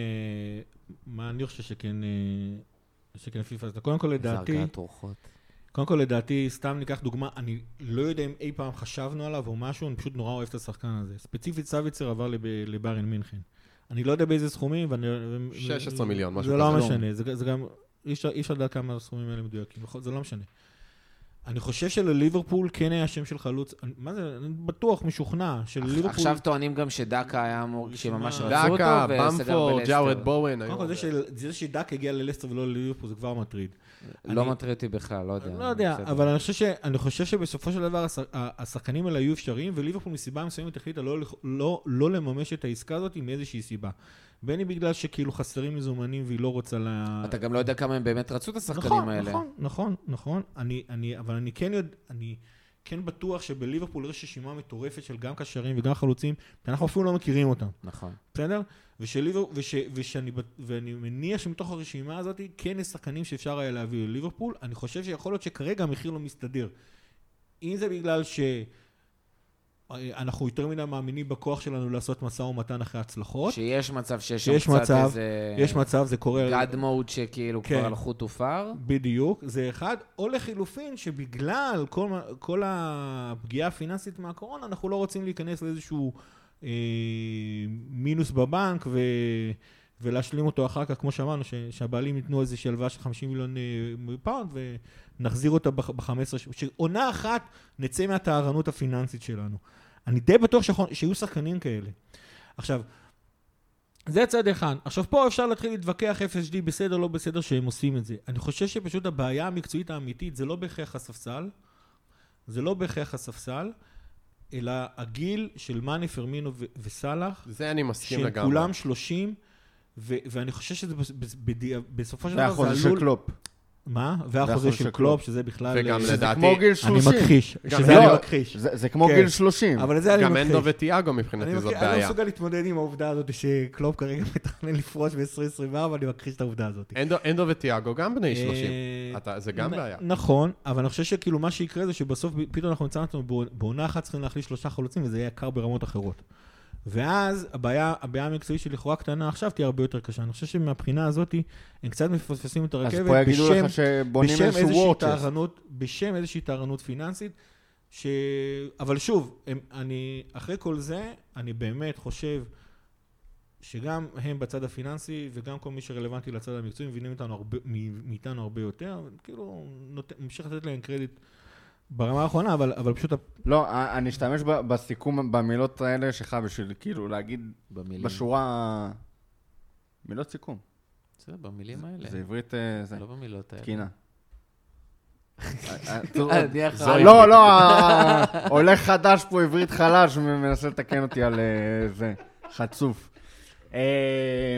מה אני חושב שכן, אה, שכן פיפה, אז קודם כל לדעתי, זרקת רוחות. קודם כל לדעתי, סתם ניקח דוגמה, אני לא יודע אם אי פעם חשבנו עליו או משהו, אני פשוט נורא אוהב את השחקן הזה. ספציפית סביצר עבר לב- לביירן מינכן. אני לא יודע באיזה סכומים, ואני... שש עשרה מיליון, משהו זה לא כזה. משנה, זה, זה גם, אי אפשר, אי אפשר לדעת כמה הסכומים האלה מדויקים, בכל- זה לא משנה. אני חושב שלליברפול כן היה שם של חלוץ, אני- מה זה, אני בטוח, משוכנע, שלליברפול... עכשיו טוענים גם שדקה היה אמור, שממש רשימה- רצו אותו, דקה, וסגר במפורד, בלסטר. ג'ארד בואן. קודם כל, זה של- זה שדק הגיע ללסטר ולא לליברפול, זה כבר מטריד. לא אני- מטריד אותי בכלל, לא יודע. אני לא יודע, בסדר. אבל אני חושב ש- אני חושב שבסופו של דבר השח- השחקנים האלה היו אפשריים, וליברפול מסיבה מסוימת החליטה לא- לא- לא לממש את העסקה הזאת עם איזושהי סיבה. בין אם בגלל שכאילו חסרים מזומנים והיא לא רוצה ל... אתה גם לא יודע כמה הם באמת רצו את השחקנים נכון, האלה. נכון, נכון, נכון. אני, אני, אבל אני כן יודע, אני כן בטוח שבליברפול יש רשימה מטורפת של גם קשרים וגם חלוצים, ואנחנו אפילו לא מכירים אותם, נכון. בסדר? ושליבר, וש, ושאני, ואני מניח שמתוך הרשימה הזאת כן יש שחקנים שאפשר היה להביא לליברפול, אני חושב שיכול להיות שכרגע המחיר לא מסתדר. אם זה בגלל ש... אנחנו יותר מדי מאמינים בכוח שלנו לעשות מסע ומתן אחרי הצלחות. שיש מצב שיש שיש שם קצת מצב, איזה... יש מצב, זה קורה... גאד מוד שכאילו כן. כבר הלכו תופר. בדיוק, זה אחד. או לחילופין, שבגלל כל, כל הפגיעה הפיננסית מהקורונה, אנחנו לא רוצים להיכנס לאיזשהו אה, מינוס בבנק ו... ולהשלים אותו אחר כך, כמו שאמרנו, ש... שהבעלים ייתנו איזושהי הלוואה של חמישים מיליון אה, פאונד, ונחזיר אותה ב-חמש עשרה, שעונה אחת נצא מהטהרנות הפיננסית שלנו. אני די בטוח ש... שיהיו שחקנים כאלה. עכשיו, זה צד אחד. עכשיו פה אפשר להתחיל להתווכח אף אס ג'י בסדר, לא בסדר שהם עושים את זה. אני חושב שפשוט הבעיה המקצועית האמיתית זה לא בהכרח הספסל, זה לא בהכרח הספסל, אלא הגיל של מאני, פרמינו ו- וסלח, זה אני מסכים שהם לגמרי. כולם שלושים, ו- ואני חושב שזה בס- בס- בדיע- בסופו של דבר והחוזה זה של עלול... קלופ. מה? והחוזה והחוזה של של קלופ, קלופ. שזה בכלל... וגם אה, שזה לדעתי- כמו גיל אני שלושים. מכחיש, גם שזה לא, אני מכחיש. זה זה כמו כן. גיל שלושים. אבל זה אני גם מכחיש. אנדו וטיאגו אני מבחינתי זאת מכחיש, אני לא בעיה. מסוגל להתמודד עם העובדה הזאת שקלופ כרגע מתכנן לפרוש ב-עשרים עשרים וארבע, אני מכחיש את העובדה הזאת. אנדו- אנדו וטיאגו גם בני שלושים. אה, אתה- זה גם נ- בעיה. נכון, אבל אני חושב שכאילו מה שיקרה זה שבסוף פתאום אנחנו נמצא לנו בעונה אחת צריכים להחליש שלושה חלוצים וזה יהיה יקר ברמות אחרות. ואז הבעיה, הבעיה המקצועית של לכאורה קטנה עכשיו תהיה הרבה יותר קשה. אני חושב שמהבחינה הזאת הם קצת מפספסים את אז הרכבת פה יגידו בשם, לך שבונים בשם איזשהו איזושהי וורצ'ס. טהרנות, בשם איזושהי טהרנות פיננסית, ש... אבל שוב, הם, אני, אחרי כל זה, אני באמת חושב שגם הם בצד הפיננסי וגם כל מי שרלוונטי לצד המקצועי מבינים איתנו הרבה, מאיתנו הרבה יותר, כאילו נות... ממשיך לתת להם קרדיט ברמה האחרונה, אבל, אבל פשוט... לא, אני אשתמש ב- בסיכום, במילות האלה שלך בשביל כאילו להגיד במילים. בשורה... מילות סיכום. זה במילים האלה. זה עברית, אה, זה לא במילות האלה. תקינה. אה, אני אחראי. לא, לא, הולך חדש פה, עברית חלש, מנסה לתקן אותי על אה, זה, חצוף. אה,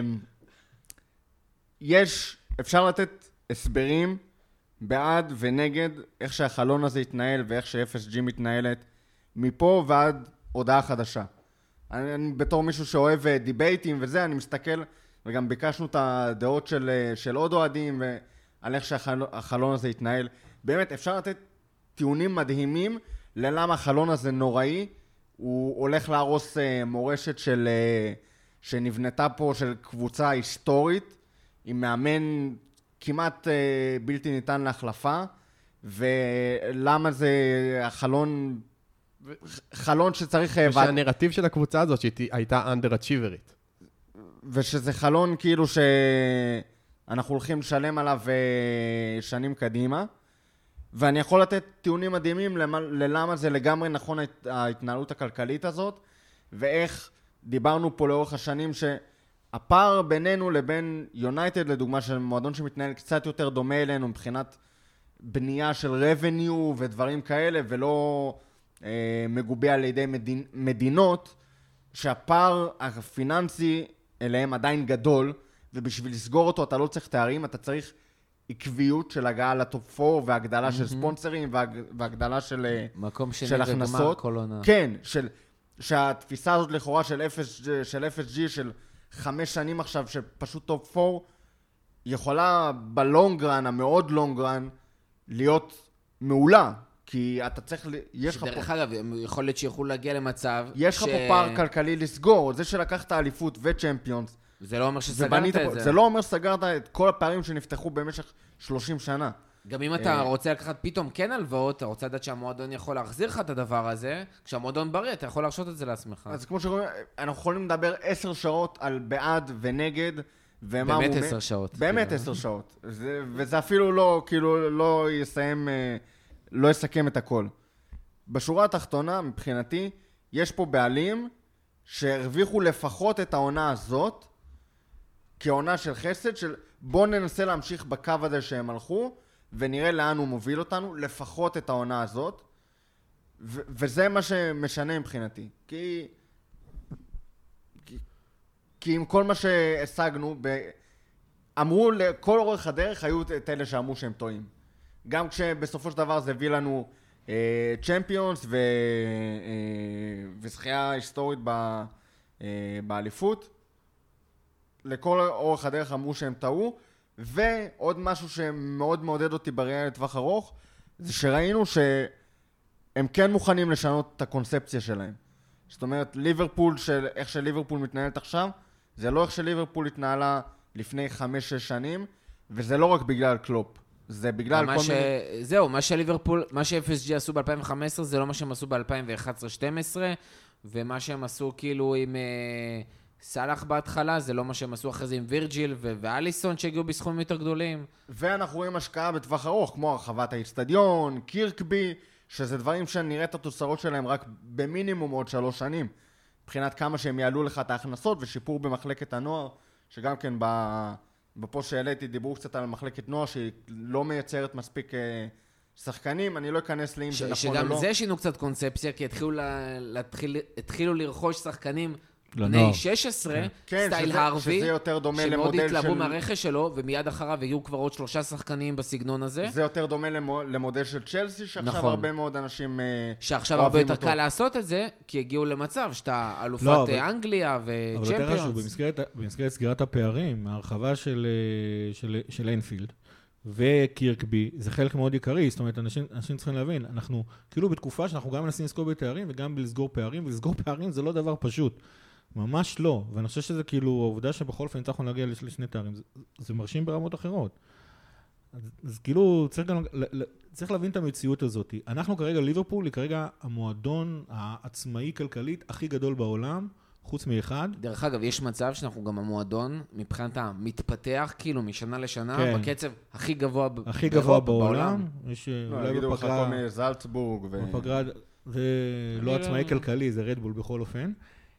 יש, אפשר לתת הסברים בעד ונגד איך שהחלון הזה יתנהל ואיך ש-אף אס ג'י מתנהלת מפה ועד הודעה חדשה. אני, אני בתור מישהו שאוהב דיבייטים וזה, אני מסתכל, וגם ביקשנו את הדעות של, של עוד אוהדים, ועל איך שהחלון הזה יתנהל. באמת, אפשר לתת טיעונים מדהימים ללמה החלון הזה נוראי, הוא הולך להרוס מורשת של, שנבנתה פה, של קבוצה היסטורית, עם מאמן כמעט בלתי ניתן להחלפה, ולמה זה החלון, חלון שצריך... ושהנרטיב של הקבוצה הזאת שהיא הייתה אנדר-אצ'יברית. ושזה חלון כאילו שאנחנו הולכים לשלם עליו שנים קדימה, ואני יכול לתת טיעונים מדהימים ללמה זה לגמרי נכון ההתנהלות הכלכלית הזאת, ואיך דיברנו פה לאורך השנים שהפער בינינו לבין יונייטד, לדוגמה, של מועדון שמתנהל קצת יותר דומה אלינו מבחינת בנייה של revenue ודברים כאלה, ולא אה, מגובה על ידי מדינ... מדינות, שהפער הפיננסי אליהם עדיין גדול, ובשביל לסגור אותו אתה לא צריך תארים, אתה צריך עקביות של הגעה לטופ ארבע, והגדלה mm-hmm. של ספונסרים, והג... והגדלה של, מקום שני של הכנסות. כל עונה. כן, של... שהתפיסה הזאת לכאורה של אף אס ג'י, של אף אס ג'י של חמש שנים עכשיו, שפשוט טופ ארבע, יכולה בלונגרן, המאוד לונגרן, להיות מעולה. כי אתה צריך, יש לך פה... שדרך אגב, יכול להיות שיכולו להגיע למצב... יש לך ש... פה פער כלכלי לסגור, זה שלקחת אליפות וצ'מפיונס. זה לא אומר שסגרת את זה. זה לא אומר שסגרת את כל הפערים שנפתחו במשך שלושים שנה. גם אם אתה רוצה לקחת פתאום כן הלוואות, אתה רוצה לדעת שהמועדון יכול להחזיר לך את הדבר הזה, כשהמועדון בריא, אתה יכול להרשות את זה לעצמך. אז כמו שרואים, אנחנו יכולים לדבר עשר שעות על בעד ונגד, ומה באמת עשר שעות. באמת עשר שעות. וזה אפילו לא, כאילו, לא יסיים... לא יסכם את הכל. בשורה התחתונה, מבחינתי, יש פה בעלים שהרוויחו לפחות את העונה הזאת, כעונה של חסד, של בוא ננסה להמשיך בקו הזה שהם הלכו, ונראה לאן הוא מוביל אותנו, לפחות את העונה הזאת, ו- וזה מה שמשנה מבחינתי. כי, כי, כי עם כל מה שהשגנו, ב- אמרו לכל אורך הדרך, היו את אלה שאמרו שהם טועים. גם כשבסופו של דבר זה הביא לנו אה, צ'מפיונס ו, אה, וזכייה היסטורית ב, אה, באליפות. לכל אורך הדרך אמרו שהם טעו, ועוד משהו שמאוד מעודד אותי בראייה לטווח ארוך, זה שראינו שהם כן מוכנים לשנות את הקונספציה שלהם. זאת אומרת, ליברפול, של, איך שליברפול מתנהלת עכשיו, זה לא איך שליברפול התנהלה לפני חמש שש שנים, וזה לא רק בגלל קלופ. זה בגלל כל ש... מיני... זהו, מה שליברפול, מה ש-אף אס ג'י עשו ב-אלפיים וחמש עשרה, זה לא מה שהם עשו ב-אלפיים ואחת עשרה שתים עשרה, ומה שהם עשו כאילו עם אה, סלאח בהתחלה, זה לא מה שהם עשו אחרי זה עם וירג'יל ו- ואליסון שהגיעו בסכומים יותר גדולים. ואנחנו רואים השקעה בטווח ארוך, כמו הרחבת האצטדיון, קירקבי, שזה דברים שנראה את התוצאות שלהם רק במינימום עוד שלוש שנים, מבחינת כמה שהם יעלו לך את ההכנסות, ושיפור במחלקת הנוער, שגם כן ב... בפוסט שהעליתי דיברו קצת על מחלקת נוער שהיא לא מייצרת מספיק שחקנים, אני לא אכנס לי אם זה נכון או לא. שגם זה שינו קצת קונספציה, כי התחילו, להתחיל, התחילו לרכוש שחקנים בני שש עשרה, כן, סטייל שזה, הרווי, שזה יותר דומה למודל שמאוד התלהבו של... מהרכש שלו, ומיד אחריו הגיעו כבר עוד שלושה שחקנים בסגנון הזה. זה יותר דומה למודל של צ'לסי, שעכשיו נכון. הרבה מאוד אנשים שעכשיו הרבה יותר אותו. קל לעשות את זה, כי הגיעו למצב שאתה אלופת לא, אבל... אנגליה וצ'מפיונס. אבל יותר חשוב, במסגרת, במסגרת סגירת הפערים, ההרחבה של, של, של אינפילד, וקירקבי, זה חלק מאוד עיקרי, זאת אומרת, אנשים, אנשים צריכים להבין, אנחנו כאילו בתקופה שאנחנו גם מנסים לסגור בתארים, וגם לסגור פערים, ולסגור פערים זה לא דבר פשוט. ממש לא, ואני חושב שזה כאילו, העובדה שבכל אופן הצלחנו להגיע לשני תארים, זה, זה מרשים ברמות אחרות. אז, אז כאילו, צריך, גם, צריך להבין את המציאות הזאת. אנחנו כרגע, ליברפול, היא כרגע המועדון העצמאי כלכלית הכי גדול בעולם, חוץ מאחד. דרך אגב, יש מצב שאנחנו גם המועדון, מבחינת המתפתח, כאילו משנה לשנה, כן. בקצב הכי גבוה, הכי גבוה בעולם. בעולם. יש לא, אולי בפגרה... כל זלצבורג ו... בפגרה, זה לא עצמאי כלכלי, זה רדבול בכל אופן.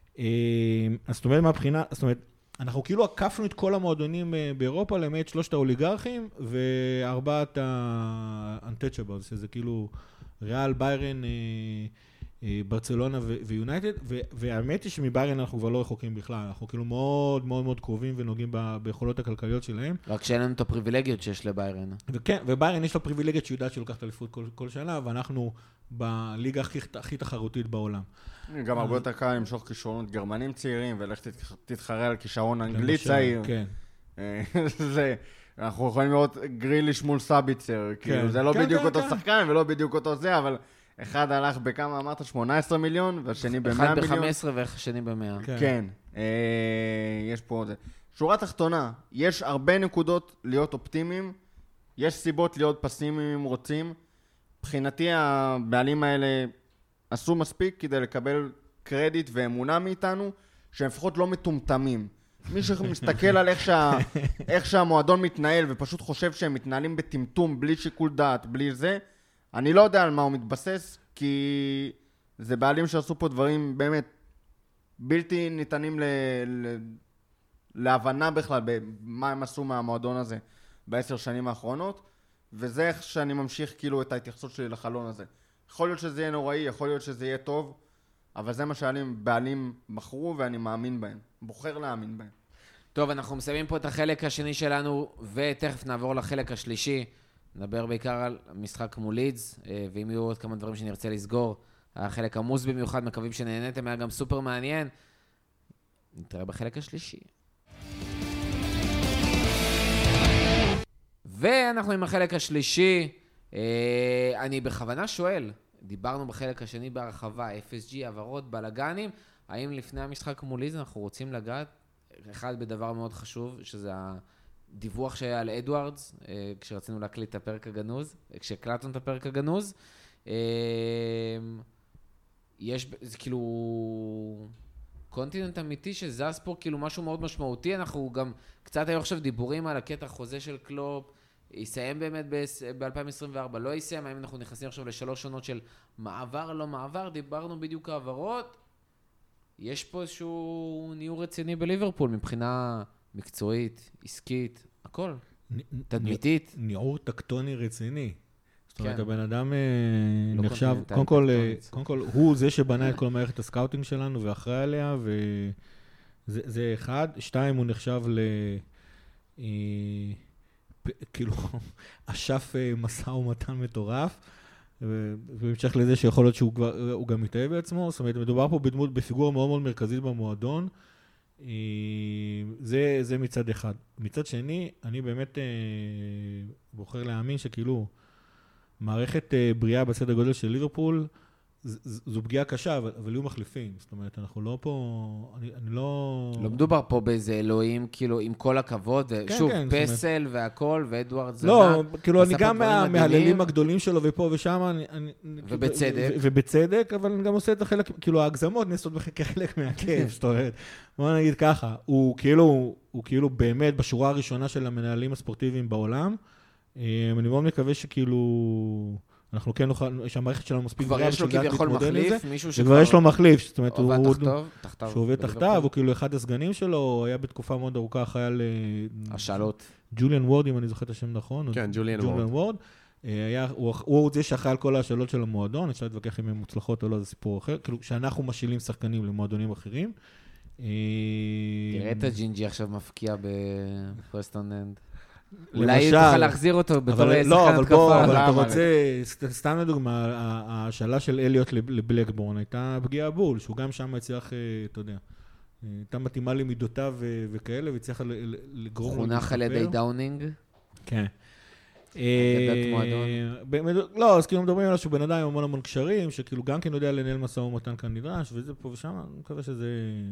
אז זאת אומרת מהבחינה, זאת אומרת, אנחנו כאילו עקפנו את כל המועדונים באירופה, למעט שלושת האוליגרכים, וארבעת ה-untouchables, שזה כאילו ריאל, ביירן, ברצלונה ויונייטד, והאמת היא שמביירן אנחנו כבר לא רחוקים בכלל, אנחנו כאילו מאוד מאוד מאוד קרובים ונוגעים ביכולות הכלכליות שלהם. רק שאין לנו את הפריבילגיות שיש לביירן. וכן, וביירן יש לה פריבילגיות שיודעת שלוקחת אליפות כל, כל שנה, ואנחנו בליגה הכי, הכי תחרותית בעולם. גם הרבה יותר קל למשוך כישרונות גרמנים צעירים, ולך תתחרה על כישרון אנגלי צעיר. כן. זה... אנחנו יכולים לראות גריליש מול סאביצר, כאילו זה לא בדיוק אותו שחקן ולא בדיוק אותו זה, אבל אחד הלך בכמה, אמרת, שמונה עשרה מיליון, והשני ב-מאה מיליון. אחד ב-חמש עשרה והשני ב-מאה. כן, יש פה... שורה תחתונה, יש הרבה נקודות להיות אופטימיים, יש סיבות להיות פסימיים אם רוצים. מבחינתי הבעלים האלה עשו מספיק כדי לקבל קרדיט ואמונה מאיתנו, שהם לפחות לא מטומטמים. מי שמסתכל על איך, שה... איך שהמועדון מתנהל ופשוט חושב שהם מתנהלים בטמטום, בלי שיקול דעת, בלי זה, אני לא יודע על מה הוא מתבסס, כי זה בעלים שעשו פה דברים באמת בלתי ניתנים ל... ל... להבנה בכלל במה הם עשו מהמועדון הזה בעשר שנים האחרונות, וזה איך שאני ממשיך כאילו את ההתייחסות שלי לחלון הזה. יכול להיות שזה יהיה נוראי, יכול להיות שזה יהיה טוב, אבל זה מה שהבעלים בחרו ואני מאמין בהם. בוחר להאמין בהם. טוב, אנחנו מסיימים פה את החלק השני שלנו, ותכף נעבור לחלק השלישי. נדבר בעיקר על משחק מול לידס, ואם יהיו עוד כמה דברים שנרצה לסגור. החלק עמוס במיוחד, מקווים שנהנתם, היה גם סופר מעניין. נתראה בחלק השלישי. ואנחנו עם החלק השלישי. אני בכוונה שואל, דיברנו בחלק השני בהרחבה, אף אס ג'י, עברות, בלגנים, האם לפני המשחק מול לידס אנחנו רוצים לגעת, אחד בדבר מאוד חשוב, שזה הדיווח שהיה על אדוארדס, כשרצינו להקליט את הפרק הגנוז, כשהקלטנו את הפרק הגנוז, יש, זה כאילו קונטיננט אמיתי שזז פה כאילו משהו מאוד משמעותי, אנחנו גם קצת היו עכשיו דיבורים על הקטע חוזה של קלופ, יסיים באמת ב-אלפיים עשרים וארבע, לא יסיים, האם אנחנו נכנסים עכשיו לשלוש שונות של מעבר, לא מעבר, דיברנו בדיוק העברות, יש פה איזשהו ניעור רציני בליברפול מבחינה מקצועית, עסקית, הכל, תדמיתית. ניעור טקטוני רציני. זאת אומרת, הבן אדם נחשב, קודם כל, קודם כל, הוא זה שבנה את כל מערכת הסקאוטינג שלנו ואחראי עליה, וזה אחד. שתיים, הוא נחשב ל... כאילו, אשף מסע ומתן מטורף, ובמשך לזה שיכול להיות שהוא גם מתאהב בעצמו, זאת אומרת, מדובר פה בדמות, בפיגורה מאוד מאוד מרכזית במועדון, זה, זה מצד אחד. מצד שני, אני באמת בוחר להאמין שכאילו, מערכת בריאה בסדר גודל של ליברפול, זו פגיעה קשה, אבל, אבל יהיו מחליפים. זאת אומרת, אנחנו לא פה, אני, אני לא... לא מדובר פה באיזה אלוהים, כאילו, עם כל הכבוד, ושוב, כן, פסל אומרת... והכל, ואדוארד זנה. לא, כאילו, אני גם מההללים הגדולים שלו ופה ושם, אני, אני, ובצדק. ו, ובצדק, אבל אני גם עושה את החלק, כאילו, ההגזמות נעשות כחלק מהכיף, זאת אומרת. בוא נגיד ככה, הוא כאילו, הוא כאילו באמת בשורה הראשונה של המנהלים הספורטיביים בעולם, אני מאוד מקווה שכאילו... אנחנו כן נוכל, שהמערכת שלנו מספיק כבר יש לו כביכול מחליף, מישהו שכבר יש לו מחליף, זאת אומרת, הוא עובד תחתיו, הוא כאילו אחד הסגנים שלו, הוא היה בתקופה מאוד ארוכה, אחראי על... השאלות. ג'וליאן וורד, אם אני זוכר את השם נכון. כן, ג'וליאן וורד. הוא זה שאחראי על כל השאלות של המועדון, אפשר להתווכח אם הן מוצלחות או לא, זה סיפור אחר, כאילו, שאנחנו משילים שחקנים למועדונים אחרים. תראה את הג'ינג'י עכשיו מפקיע בפרסטון אנד. אולי תוכל להחזיר אותו בתור שחקן התקפה. לא, אבל בוא, אבל אתה רוצה, סתם לדוגמה, השאלה של אליוט לבלקבורן הייתה פגיעה בול, שהוא גם שם הצליח, אתה יודע, הייתה מתאימה למידותיו וכאלה, והצליח לגרום... חונך על ידי דאונינג. כן. לא, אז כאילו מדברים עליו שהוא בן אדם עם המון המון קשרים, שכאילו גם כן יודע לנהל משא ומתן כאן נדרש, וזה פה ושם, אני מקווה שזה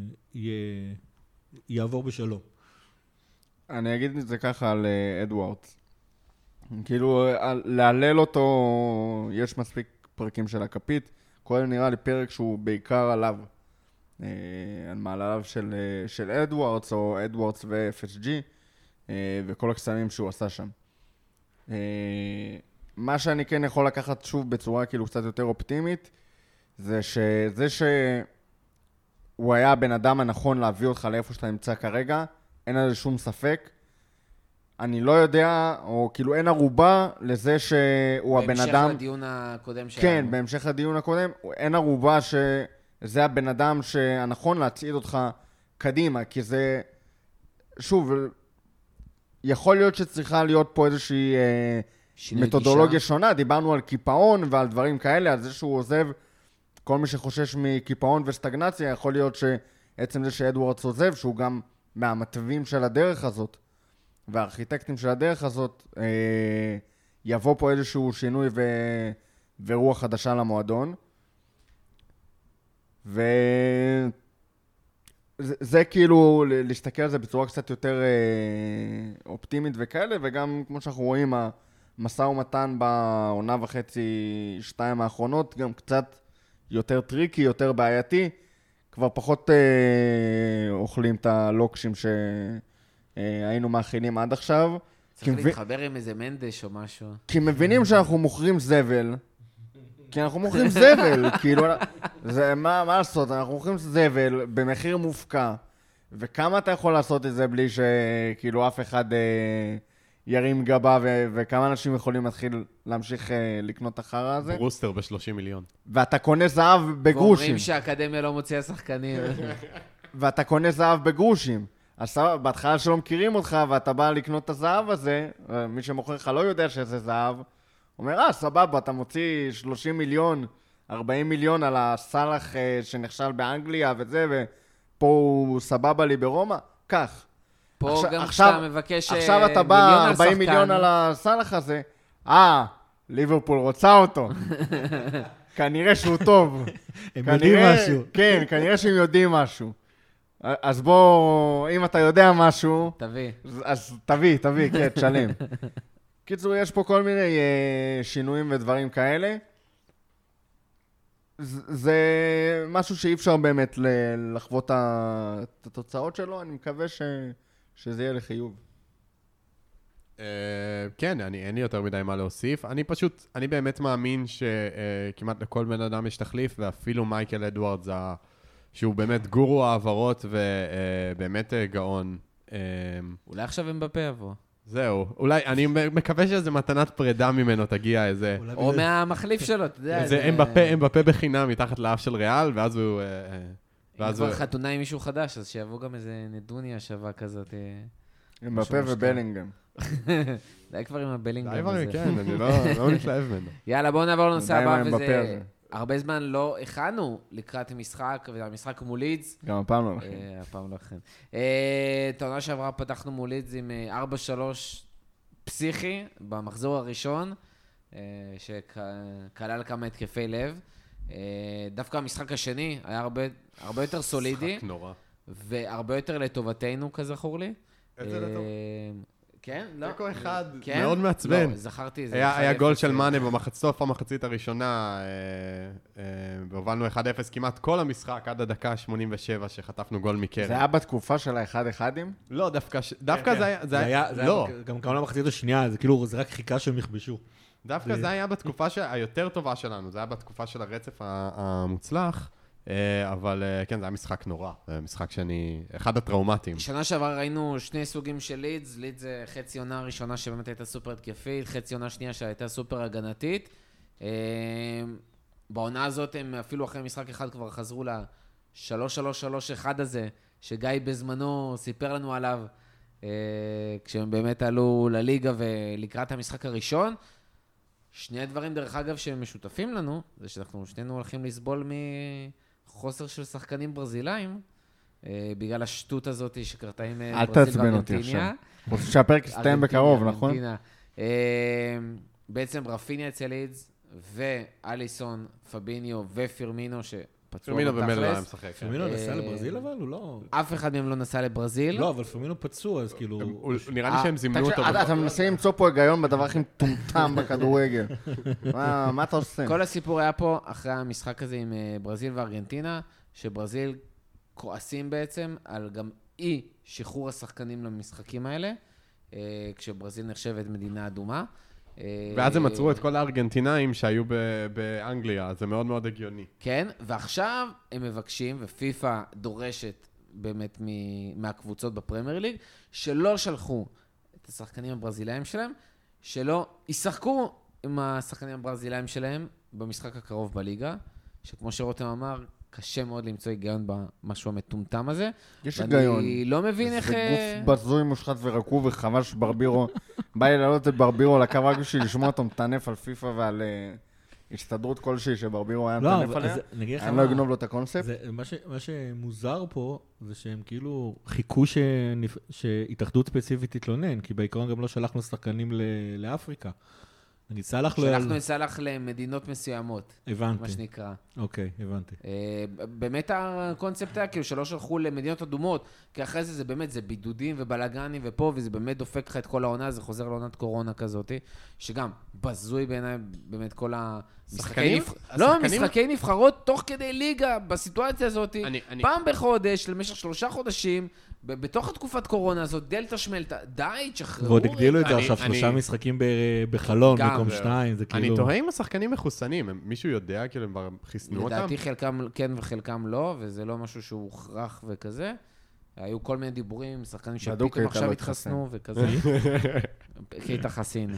יעבור בשלום. אני אגיד את זה ככה על אדוארדס. כאילו, להלל אותו, יש מספיק פרקים של הכפית, כולל נראה לי פרק שהוא בעיקר עליו, על מעליו של, של אדוארדס, או אדוארדס ו-אף אס ג'י, וכל הקסמים שהוא עשה שם. מה שאני כן יכול לקחת שוב בצורה כאילו קצת יותר אופטימית, זה שזה שהוא היה הבן אדם הנכון להביא אותך לאיפה שאתה נמצא כרגע, אין על זה שום ספק, אני לא יודע, או כאילו אין ערובה לזה שהוא הבן אדם... בהמשך לדיון הקודם שלנו. כן, בהמשך לדיון הקודם, אין ערובה שזה הבן אדם שהנכון להצעיד אותך קדימה, כי זה, שוב, יכול להיות שצריכה להיות פה איזושהי אה, מתודולוגיה גישה. שונה, דיברנו על קיפאון ועל דברים כאלה, על זה שהוא עוזב, כל מי שחושש מקיפאון וסטגנציה, יכול להיות שעצם זה שאדוארדס עוזב, שהוא גם מהמטבים של הדרך הזאת, והארכיטקטים של הדרך הזאת, אה, יבוא פה איזשהו שינוי ו... ורוח חדשה למועדון. וזה זה כאילו להסתכל על זה בצורה קצת יותר אה, אופטימית וכאלה, וגם כמו שאנחנו רואים, המשא ומתן בעונה וחצי, שתיים האחרונות, גם קצת יותר טריקי, יותר בעייתי, כבר פחות אה, אוכלים את הלוקשים שהיינו מאכילים עד עכשיו. צריך להתחבר עם איזה מנדש או משהו. כי מבינים שאנחנו מוכרים זבל, כי אנחנו מוכרים זבל, כאילו, זה, מה, מה לעשות, אנחנו מוכרים זבל במחיר מופקע, וכמה אתה יכול לעשות את זה בלי שכאילו אף אחד אה, ירים גבה, ו- וכמה אנשים יכולים להתחיל להמשיך אה, לקנות את החרא הזה? ברוסטר ב-שלושים מיליון. ואתה קונה זהב בגרושים. ואומרים שהאקדמיה לא מוציאה שחקנים. ואתה קונה זהב בגרושים. אז בהתחלה שלא מכירים אותך, ואתה בא לקנות את הזהב הזה, מי שמוכר לך לא יודע שזה זהב, אומר, אה, סבבה, אתה מוציא שלושים מיליון, ארבעים מיליון על הסלח שנכשל באנגליה וזה, ופה הוא סבבה לי ברומא, כך. פה עכשיו, גם עכשיו, כשאתה מבקש עכשיו אתה בא ארבעים מיליון על הסלח הזה, אה, ליברפול רוצה אותו. כנראה שהוא טוב. הם כנראה, יודעים משהו. כן, כנראה שהם יודעים משהו. אז בוא, אם אתה יודע משהו, תביא. אז תביא, תביא, כן, תשלם. קיצור, יש פה כל מיני uh, שינויים ודברים כאלה. זה, זה משהו שאי אפשר באמת לחוות את התוצאות שלו, אני מקווה ש, שזה יהיה לחיוב. Uh, כן, אני, אין לי יותר מדי מה להוסיף. אני פשוט, אני באמת מאמין שכמעט uh, לכל בן אדם יש תחליף, ואפילו מייקל אדוארדס, שהוא באמת גורו העברות ובאמת uh, גאון. Uh, אולי עכשיו אמבפה יבוא. זהו, אולי, אני מקווה שזה מתנת פרידה ממנו תגיע איזה... או מהמחליף שלו, אתה יודע. זה אמבפה, אמבפה בחינם מתחת לאף של ריאל, ואז הוא... אם כבר חתונה עם מישהו חדש, אז שיבוא גם איזה נדוניה שווה כזאת. אמבפה ובלינגהם. די כבר עם הבלינגהם הזה. די כבר, כן, אני לא נתלהב ממנו. יאללה, בואו נעבור לנושא הבא, וזה... הרבה זמן לא הכנו לקראת המשחק, והמשחק מול לידס. גם הפעם לא הכן. הפעם לא הכן. את העונה שעברה פתחנו מול לידס עם ארבע שלוש פסיכי במחזור הראשון, שכלל כמה התקפי לב. דווקא המשחק השני היה הרבה, הרבה יותר סולידי. משחק נורא. והרבה יותר לטובתנו, כזכור לי. איזה לטוב? כן? לא. תיקו אחד, כן? מאוד מעצבן. לא, זכרתי. היה, היה גול של מאנה במחצוף המחצית הראשונה, והובלנו אחד אפס כמעט כל המשחק עד הדקה שמונים ושבע שחטפנו גול מקרן. זה היה בתקופה של האחד אחדים? לא, דווקא, דווקא זה היה... זה היה, לא. גם כמה למחצית השנייה, זה כאילו, זה רק חיכה שהם יכבשו. דווקא זה היה בתקופה היותר טובה שלנו, זה היה בתקופה של הרצף המוצלח. אבל כן, זה היה משחק נורא, משחק שאני, אחד הטראומטיים. שנה שעבר ראינו שני סוגים של לידס, לידס זה חצי עונה הראשונה שבאמת הייתה סופר התקפית, חצי עונה שנייה שהייתה סופר הגנתית. בעונה הזאת הם אפילו אחרי משחק אחד כבר חזרו ל-שלוש שלוש שלוש אחד הזה, שגיא בזמנו סיפר לנו עליו, כשהם באמת עלו לליגה ולקראת המשחק הראשון. שני הדברים דרך אגב שהם משותפים לנו, זה שאנחנו שנינו הולכים לסבול מ... חוסר של שחקנים ברזילאים, בגלל השטות הזאת שקרתה עם ברזיל וארגנטיניה. רוצה שהפרק יסתיים בקרוב, נכון? בעצם רפיניה אצל לידס, ואליסון, פביניו ופירמינו, שפצוע בתכלס. פירמינו במילא לא היה משחק. פירמינו נסע לברזיל אבל? הוא לא... אף אחד מהם לא נסע לברזיל. לא, אבל פירמינו פצוע, אז כאילו... נראה לי שהם זימנו אותו. אתה מנסה למצוא פה היגיון בדבר הכי מטומטם בכדורגל. מה אתה עושה? כל הסיפור היה פה אחרי המשחק הזה עם ברזיל וארגנטינה, שברזיל כועסים בעצם על גם אי שחרור השחקנים למשחקים האלה, כשברזיל נחשבת מדינה אדומה. ואז הם עצרו את כל הארגנטינאים שהיו באנגליה, זה מאוד מאוד הגיוני. כן, ועכשיו הם מבקשים, ופיפה דורשת באמת מהקבוצות בפרמייר ליג, שלא שלחו את השחקנים הברזילאים שלהם, שלא ישחקו עם השחקנים הברזילאים שלהם במשחק הקרוב בליגה, שכמו שרותם אמר, קשה מאוד למצוא היגיון במשהו המטומטם הזה. יש היגיון. אני לא מבין איך... זה גוף בזוי מושחת ורקוב, וחבל שברבירו, בא לי לעלות את ברבירו לקו רק בשביל לשמוע אותו מטנף על פיפה ועל הסתדרות כלשהי שברבירו היה מטנף עליה. אני לא אגנוב לו את הקונספט. מה שמוזר פה, זה שהם כאילו חיכו שהתאחדות ספציפית תתלונן, כי בעיקרון גם לא שלחנו שחקנים לאפריקה. נגיד, סלח לא... שלחנו את סלח למדינות מסוימות. הבנתי. מה שנקרא. אוקיי, הבנתי. באמת הקונספט היה כאילו שלא שלחו למדינות אדומות, כי אחרי זה זה באמת, זה בידודים ובלגנים ופה, וזה באמת דופק לך את כל העונה, זה חוזר לעונת קורונה כזאת, שגם בזוי בעיניי באמת כל המשחקי נבחרות. לא, משחקי נבחרות תוך כדי ליגה בסיטואציה הזאת, פעם בחודש, למשך שלושה חודשים, בתוך התקופת קורונה הזאת, דלתה שמלטה, די, תשחררו. ועוד הגדילו את זה עכשיו, שלושה משחקים בחלון, במקום שתיים, זה כאילו... אני תוהה אם השחקנים מחוסנים, מישהו יודע, כאילו הם חיסנו אותם? לדעתי חלקם כן וחלקם לא, וזה לא משהו שהוא הוכרח וכזה. היו כל מיני דיבורים עם שחקנים שפתאום עכשיו התחסנו וכזה. קייטה חסין.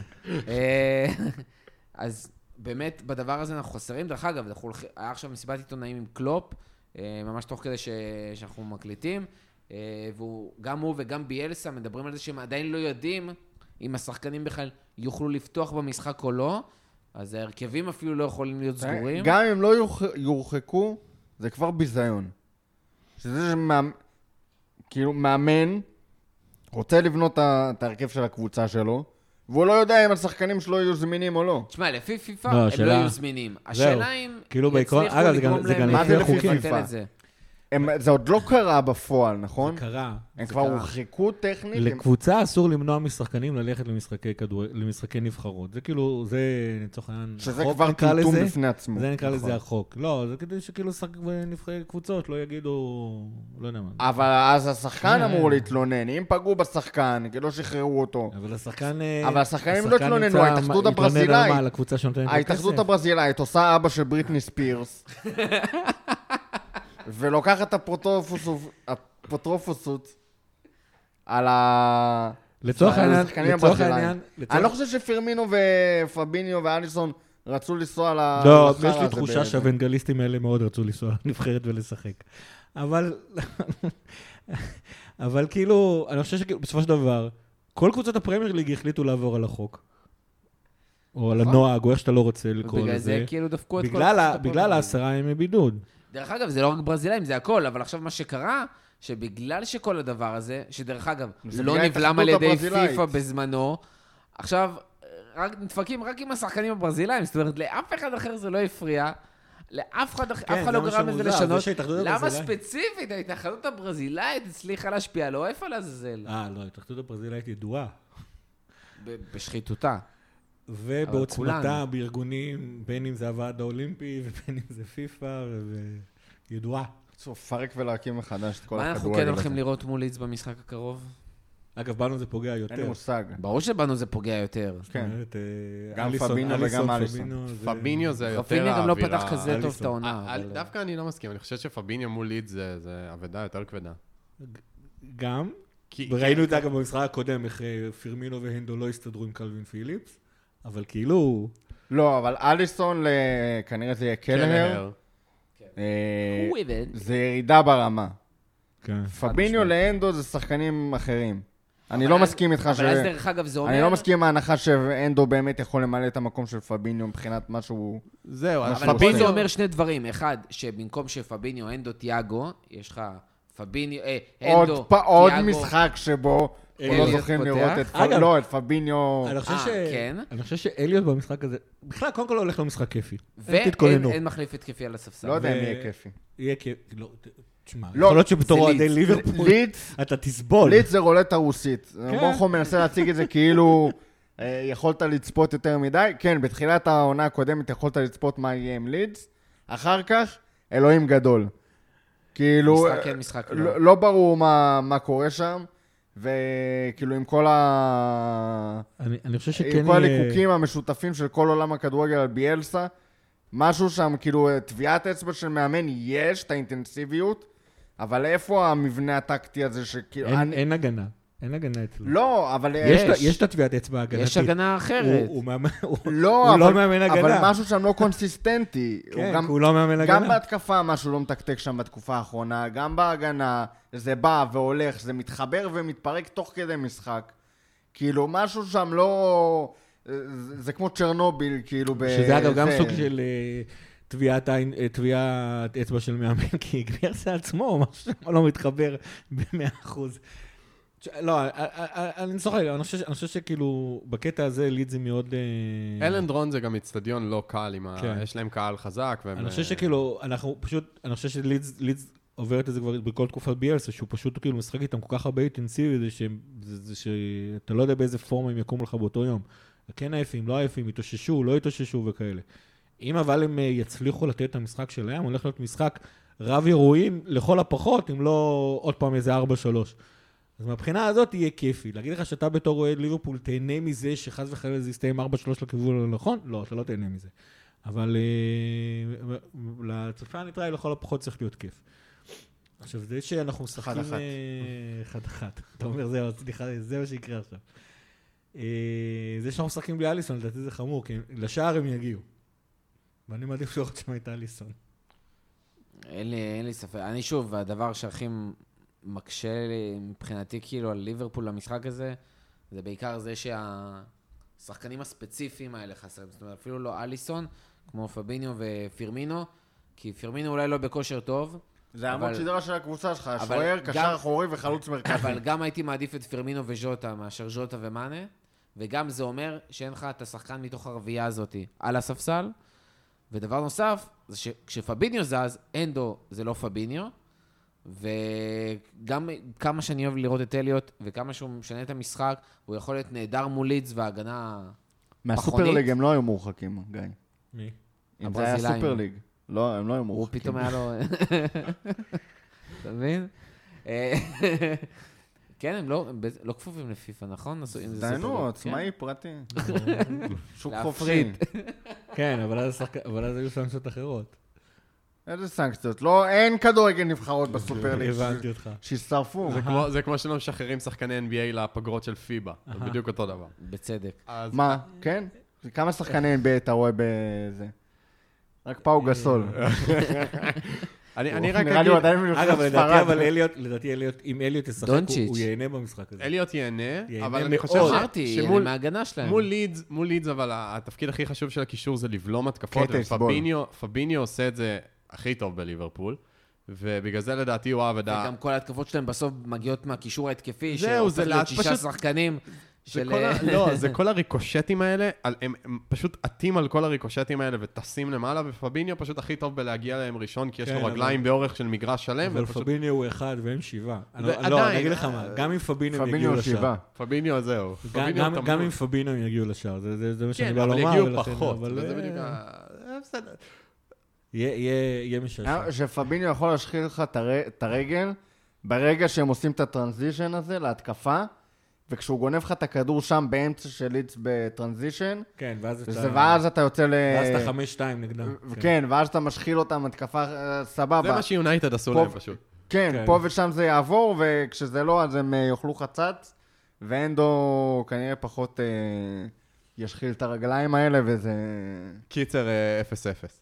אז באמת, בדבר הזה אנחנו חסרים. דרך אגב, היה עכשיו מסיבת עיתונאים עם קלופ, ממש תוך כדי שאנחנו מקליטים. וגם הוא וגם ביאלסה מדברים על זה שהם עדיין לא יודעים אם השחקנים בכלל יוכלו לפתוח במשחק או לא, אז ההרכבים אפילו לא יכולים להיות סגורים. גם אם לא יורחקו, זה כבר ביזיון. שזה כאילו מאמן רוצה לבנות את ההרכב של הקבוצה שלו, והוא לא יודע אם השחקנים שלו יהיו זמינים או לא. תשמע, לפי פיפה הם לא יהיו זמינים. השאלה אם יצליחו לגרום להם לבטל את זה. זה עוד לא קרה בפועל, נכון? זה קרה. הם כבר הורחקו טכנית. לקבוצה אסור למנוע משחקנים ללכת למשחקי נבחרות. זה כאילו, זה נצטרך העניין... שזה כבר טמטום בפני עצמו. זה נקרא לזה החוק. לא, זה כדי שכאילו נבחרי קבוצות לא יגידו... לא יודע מה. אבל אז השחקן אמור להתלונן. אם פגעו בשחקן, כי לא שחררו אותו. אבל השחקן... אבל השחקנים לא התלוננו. ההתאחדות הברזילאית. ההתאחדות הברזילאית עושה אבא של בריטני ספירס. ולוקחת אפוטרופוסות על השחקנים הברזילאים. אני לא חושב שפירמינו ופביניו ואליסון רצו לנסוע לחר הזה. לא, יש לי תחושה שהוונגליסטים האלה מאוד רצו לנסוע נבחרת ולשחק. אבל, אבל כאילו, אני חושב שבסופו של דבר, כל קבוצות הפרמייר ליג החליטו לעבור על החוק. או על הנוהג, או איך שאתה לא רוצה לקרוא לזה. ובגלל זה כאילו דפקו את כל... בגלל העשרה ימי בידוד. דרך אגב, זה לא רק ברזילאים, זה הכל, אבל עכשיו מה שקרה, שבגלל שכל הדבר הזה, שדרך אגב, לא נבלם על ידי פיפה בזמנו, עכשיו, רק, נדפקים רק עם השחקנים הברזילאים, זאת אומרת, לאף אחד אחר זה לא הפריע, לאף אחד, כן, אף אחד לא גרם לזה לשנות, למה ספציפית ההתאחדות הברזילאית הצליחה להשפיע, לא איפה לעזאזל. אה, לא, ההתאחדות הברזילאית ידועה. בשחיתותה. ובעוצמתה בארגונים, בין אם זה הוועד האולימפי, ובין אם זה פיפה, וידועה. צריך לפרק ולהקים מחדש את כל הכדורגל. מה אנחנו כן הולכים לראות מול ליץ במשחק הקרוב? אגב, בנו זה פוגע יותר. אין לי מושג. ברור שבנו זה פוגע יותר. כן. גם פביניו וגם אליסון. פביניו זה יותר פביניו גם לא פתח כזה טוב את העונה. דווקא אני לא מסכים, אני חושב שפביניו מול ליץ זה עבודה יותר כבדה. גם? וראינו את זה גם במשחק הקודם, איך פירמינו והנדו לא הסתדרו עם קלווין פיליפס. אבל כאילו... לא, אבל אליסון, כנראה זה יהיה קלהר. זה ירידה ברמה. פביניו לאנדו זה שחקנים אחרים. אני לא מסכים איתך ש... אבל אז דרך אגב זה אומר... אני לא מסכים עם ההנחה שאנדו באמת יכול למלא את המקום של פביניו מבחינת משהו... זהו, אבל פה זה אומר שני דברים. אחד, שבמקום שפביניו, אנדו, תיאגו, יש לך פביניו, אנדו, תיאגו... עוד משחק שבו... לא זוכרים לראות את פביניו, לא, את פביניו... אני חושב שאליוט במשחק הזה, בכלל, קודם כל הולך לו משחק כיפי. ואין מחליף התקפי על הספסל. לא יודע אם יהיה כיפי. יהיה כיפי, לא, תשמע, יכול להיות שבתור אוהדי ליברפול, אתה תסבול. ליץ זה רולטה רוסית. מורכו מנסה להציג את זה כאילו יכולת לצפות יותר מדי. כן, בתחילת העונה הקודמת יכולת לצפות מה יהיה עם ליץ. אחר כך, אלוהים גדול. כאילו, לא ברור מה קורה שם. וכאילו עם כל ה... אני חושב שכן... עם כל הליקוקים המשותפים של כל עולם הכדורגל על ביאלסה, משהו שם, כאילו, טביעת אצבע של מאמן, יש את האינטנסיביות, אבל איפה המבנה הטקטי הזה שכאילו... אין הגנה. אין הגנה אצלו. לא, אבל... יש. יש את התביעת אצבע הגנתית. יש הגנה אחרת. הוא מאמן, הוא לא, לא אבל- מאמן הגנה. אבל משהו שם לא קונסיסטנטי. הוא כן, גם- הוא לא מאמן הגנה. גם בהתקפה משהו לא מתקתק שם בתקופה האחרונה, גם בהגנה, זה בא והולך, זה מתחבר ומתפרק תוך כדי משחק. כאילו, משהו שם לא... זה, זה כמו צ'רנוביל, כאילו... שזה אגב גם בזה. סוג של אה, תביעת עין- אה, תביעת אצבע של מאמן, כי גבירסה עצמו, משהו שם לא מתחבר ב-מאה אחוז. לא, אה, אה, אה, אני צוחק, אני חושב ש- אני חושב שכאילו, בקטע הזה לידס היא מאוד... אה, אלנדרון זה גם אצטדיון לא קל, עם ה- כן. יש להם קהל חזק. והם- אני חושב שכאילו, אנחנו פשוט, אני חושב שלידס לידס עוברת את זה כבר בכל תקופת ביאלסה, שהוא פשוט כאילו משחק איתם כל כך הרבה אינטנסיבי, זה שהם- זה- זה שאתה לא יודע באיזה פורמה הם יקומו לך באותו יום. כן עייפים, לא עייפים, התאוששו, לא התאוששו וכאלה. אם אבל הם אה, יצליחו לתת את המשחק שלהם, הולך להיות משחק רב אירועים, לכל הפחות, אם לא עוד פעם איזה ארבע שלוש. אז מהבחינה הזאת יהיה כיפי. להגיד לך שאתה בתור אוהד ליברפול תהנה מזה שחס וחלילה זה יסתיים ארבע שלוש לכיוון הנכון? לא, אתה לא תהנה מזה. אבל אה, לצופה הניטראי לכל הפחות צריך להיות כיף. עכשיו, זה שאנחנו משחקים... אחד-אחת. אה, אחד-אחת. אתה אומר, זהו, סליחה, זה מה שיקרה עכשיו. אה, זה שאנחנו משחקים בלי אליסון, לדעתי זה חמור, כי לשער הם יגיעו. ואני מעדיף לראות שם את אליסון. אין לי, אין לי ספק. אני שוב, הדבר שהכי מקשה לי מבחינתי כאילו על ליברפול למשחק הזה, זה בעיקר זה שהשחקנים הספציפיים האלה חסרים. זאת אומרת, אפילו לא אליסון, כמו פביניו ופירמינו, כי פירמינו אולי לא בכושר טוב. זה עמוד אבל- שדרה של הקבוצה שלך, אבל שוער, גם- קשר אחורי וחלוץ מרכזי. אבל גם הייתי מעדיף את פירמינו וז'וטה מאשר ז'וטה ומאנה, וגם זה אומר שאין לך את השחקן מתוך הרביעייה הזאת על הספסל. ודבר נוסף, זה שכשפביניו זז, אנדו זה לא פביניו, וגם כמה שאני אוהב לראות את אליוט, וכמה שהוא משנה את המשחק, הוא יכול להיות נהדר מול לידס והגנה... מהסופרליג הם לא היו מורחקים, גיא. מי? אם זה היה הברזילאים. סופרליג. לא, הם לא היו הוא מורחקים. פתאום היה לו... אתה מבין? אה, כן, הם לא, הם בז- לא כפופים לפיפ"א, נכון? עשו- אם זה דיינו, סופרליג, עצמאי פרטי. שוק להפריט. חופשי. כן, אבל אז השחק- אבל אז היו סנקציות אחרות. איזה סנקציות? לא, אין כדורגל נבחרות בסופרליג. הבנתי אותך. שישרפו. זה כמו- זה כמו שלא משחררים שחקני אן בי איי לפגרות של פיבה. זה בדיוק אותו דבר. בצדק. אז- מה? כן? כמה שחקני אן בי איי אתה רואה בזה? רק פאו גסול. אני אני רק נראה לי הוא אגיד, עדיין מנבחרת אגב, לדעתי, ספרד. אבל אליוט, לדעתי אליוט, אם אליוט ישחק, הוא- דונצ'יץ'. הוא ייהנה במשחק הזה. אליוט ייהנה, ייהנה אבל אני מאוד. חושב ש- אמרתי, שמול אני מההגנה שלהם. מול לידס, מול לידס, אבל התפקיד הכי חשוב של הקישור זה לבלום התקפות, קטע יסבול. ופביניו פביניו עושה את זה הכי טוב בליברפול, ובגלל זה לדעתי הוא העבודה... וגם כל ההתקפות שלהם בסוף מגיעות מהקישור ההתקפי, זהו, שהופך זה להיות לאט, שישה פשוט- שחקנים זה של... כל ה... לא, זה כל הריקושטים האלה, על- הם, הם פשוט עטים על כל הריקושטים האלה וטסים למעלה, ופביניו פשוט הכי טוב בלהגיע להם ראשון, כי יש כן, לו אבל- רגליים באורך של מגרש שלם, אבל ופשוט... פביניו הוא אחד והם שבעה. אני- ועדיין, לא, אני אגיד לך מה, אה, גם אם פביניו הם יגיעו פביניו לשער. שבעה. פביניו זהו. גם- פביניו גם- תמות. גם אם פביניו הם יגיעו לשער, זה- זה זה מה שאני כן, בא אבל לומר. יגיעו ולכן- פחות, אבל, וזה אה, בדיוק ה... אה, בסדר. יהיה- יהיה יהיה משעשע. שפביניו יכול להשחיל לך את הר- את הרגל ברגע שהם עושים את הטרנזישן הזה להתקפה, וכשהוא גונב לך את הכדור שם באמצע של לידס בטרנזישן, כן, ואז אתה... וזה- ואז אתה יוצא ל... ואז אתה חמש שתיים נגדם. ו- כן, ואז אתה משחיל אותם התקפה אה, זה סבבה. מה שיונייטד עשו פה- להם פשוט. כן, כן. פה ושם זה יעבור, וכשזה לא, אז הם אה, יאכלו חצץ, ואנדו כנראה פחות אה, ישחיל את הרגליים האלה, וזה... קיצר אה, אפס אפס.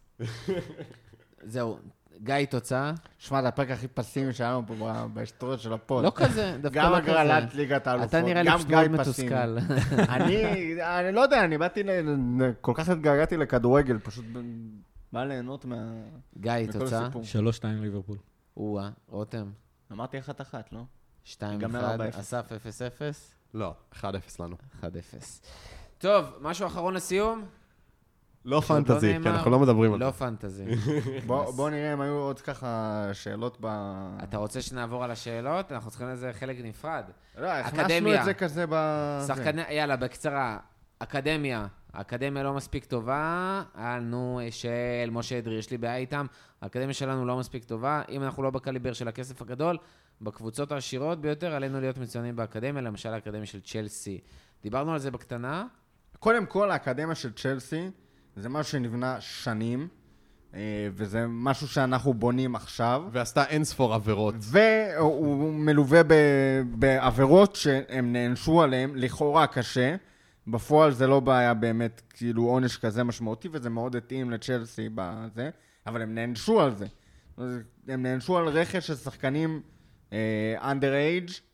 זהו, גיא תוצאה. שמע, זה הפרק הכי פסימי שהיה לנו פה ב- בהיסטוריה של הפוד. לא כזה, דווקא גם לא כזה. הגרלת ליגת האלופות, אתה נראה לי גם פשוט גיא מאוד פסימי. מתוסכל. אני, אני לא יודע, אני באתי, ל... כל כך התגעגעתי לכדורגל, פשוט ב- בא ליהנות מה... גיא מכל תוצאה. הסיפור. שלוש שתיים ליברפול. או-אה, רותם. אמרתי אחת-אחת, לא? שתיים ייגמר אחד, ארבע אפס. אסף אפס אפס. לא, אחד אפס לנו. אחד אפס. טוב, משהו אחרון לסיום? לא שעוד לא פנטזי, כי נאמר. אנחנו לא מדברים על לא זה. פנטזי. בוא, בוא נראה אם היו עוד ככה שאלות ב... אתה רוצה שנעבור על השאלות? אנחנו צריכים לזה חלק נפרד. לא, הכנסנו אקדמיה. את זה כזה ב... שחקני, יאללה, בקצרה. אקדמיה. האקדמיה לא מספיק טובה. היה לנו של משה אדרי, יש לי בעיה איתם. האקדמיה שלנו לא מספיק טובה. אם אנחנו לא בקליבר של הכסף הגדול, בקבוצות העשירות ביותר, עלינו להיות מצוינים באקדמיה, למשל האקדמיה של צ'לסי. דיברנו על זה בקטנה. קודם כל, האקדמיה של צ'לסי זה משהו שנבנה שנים, וזה משהו שאנחנו בונים עכשיו. ועשתה אין ספור עבירות. והוא מלווה בעבירות שהם נענשו עליהם, לכאורה קשה. בפועל זה לא בעיה באמת, כאילו עונש כזה משמעותי, וזה מאוד התאים לצ'לסי בזה, אבל הם נענשו על זה. הם נענשו על רכש של שחקנים under age,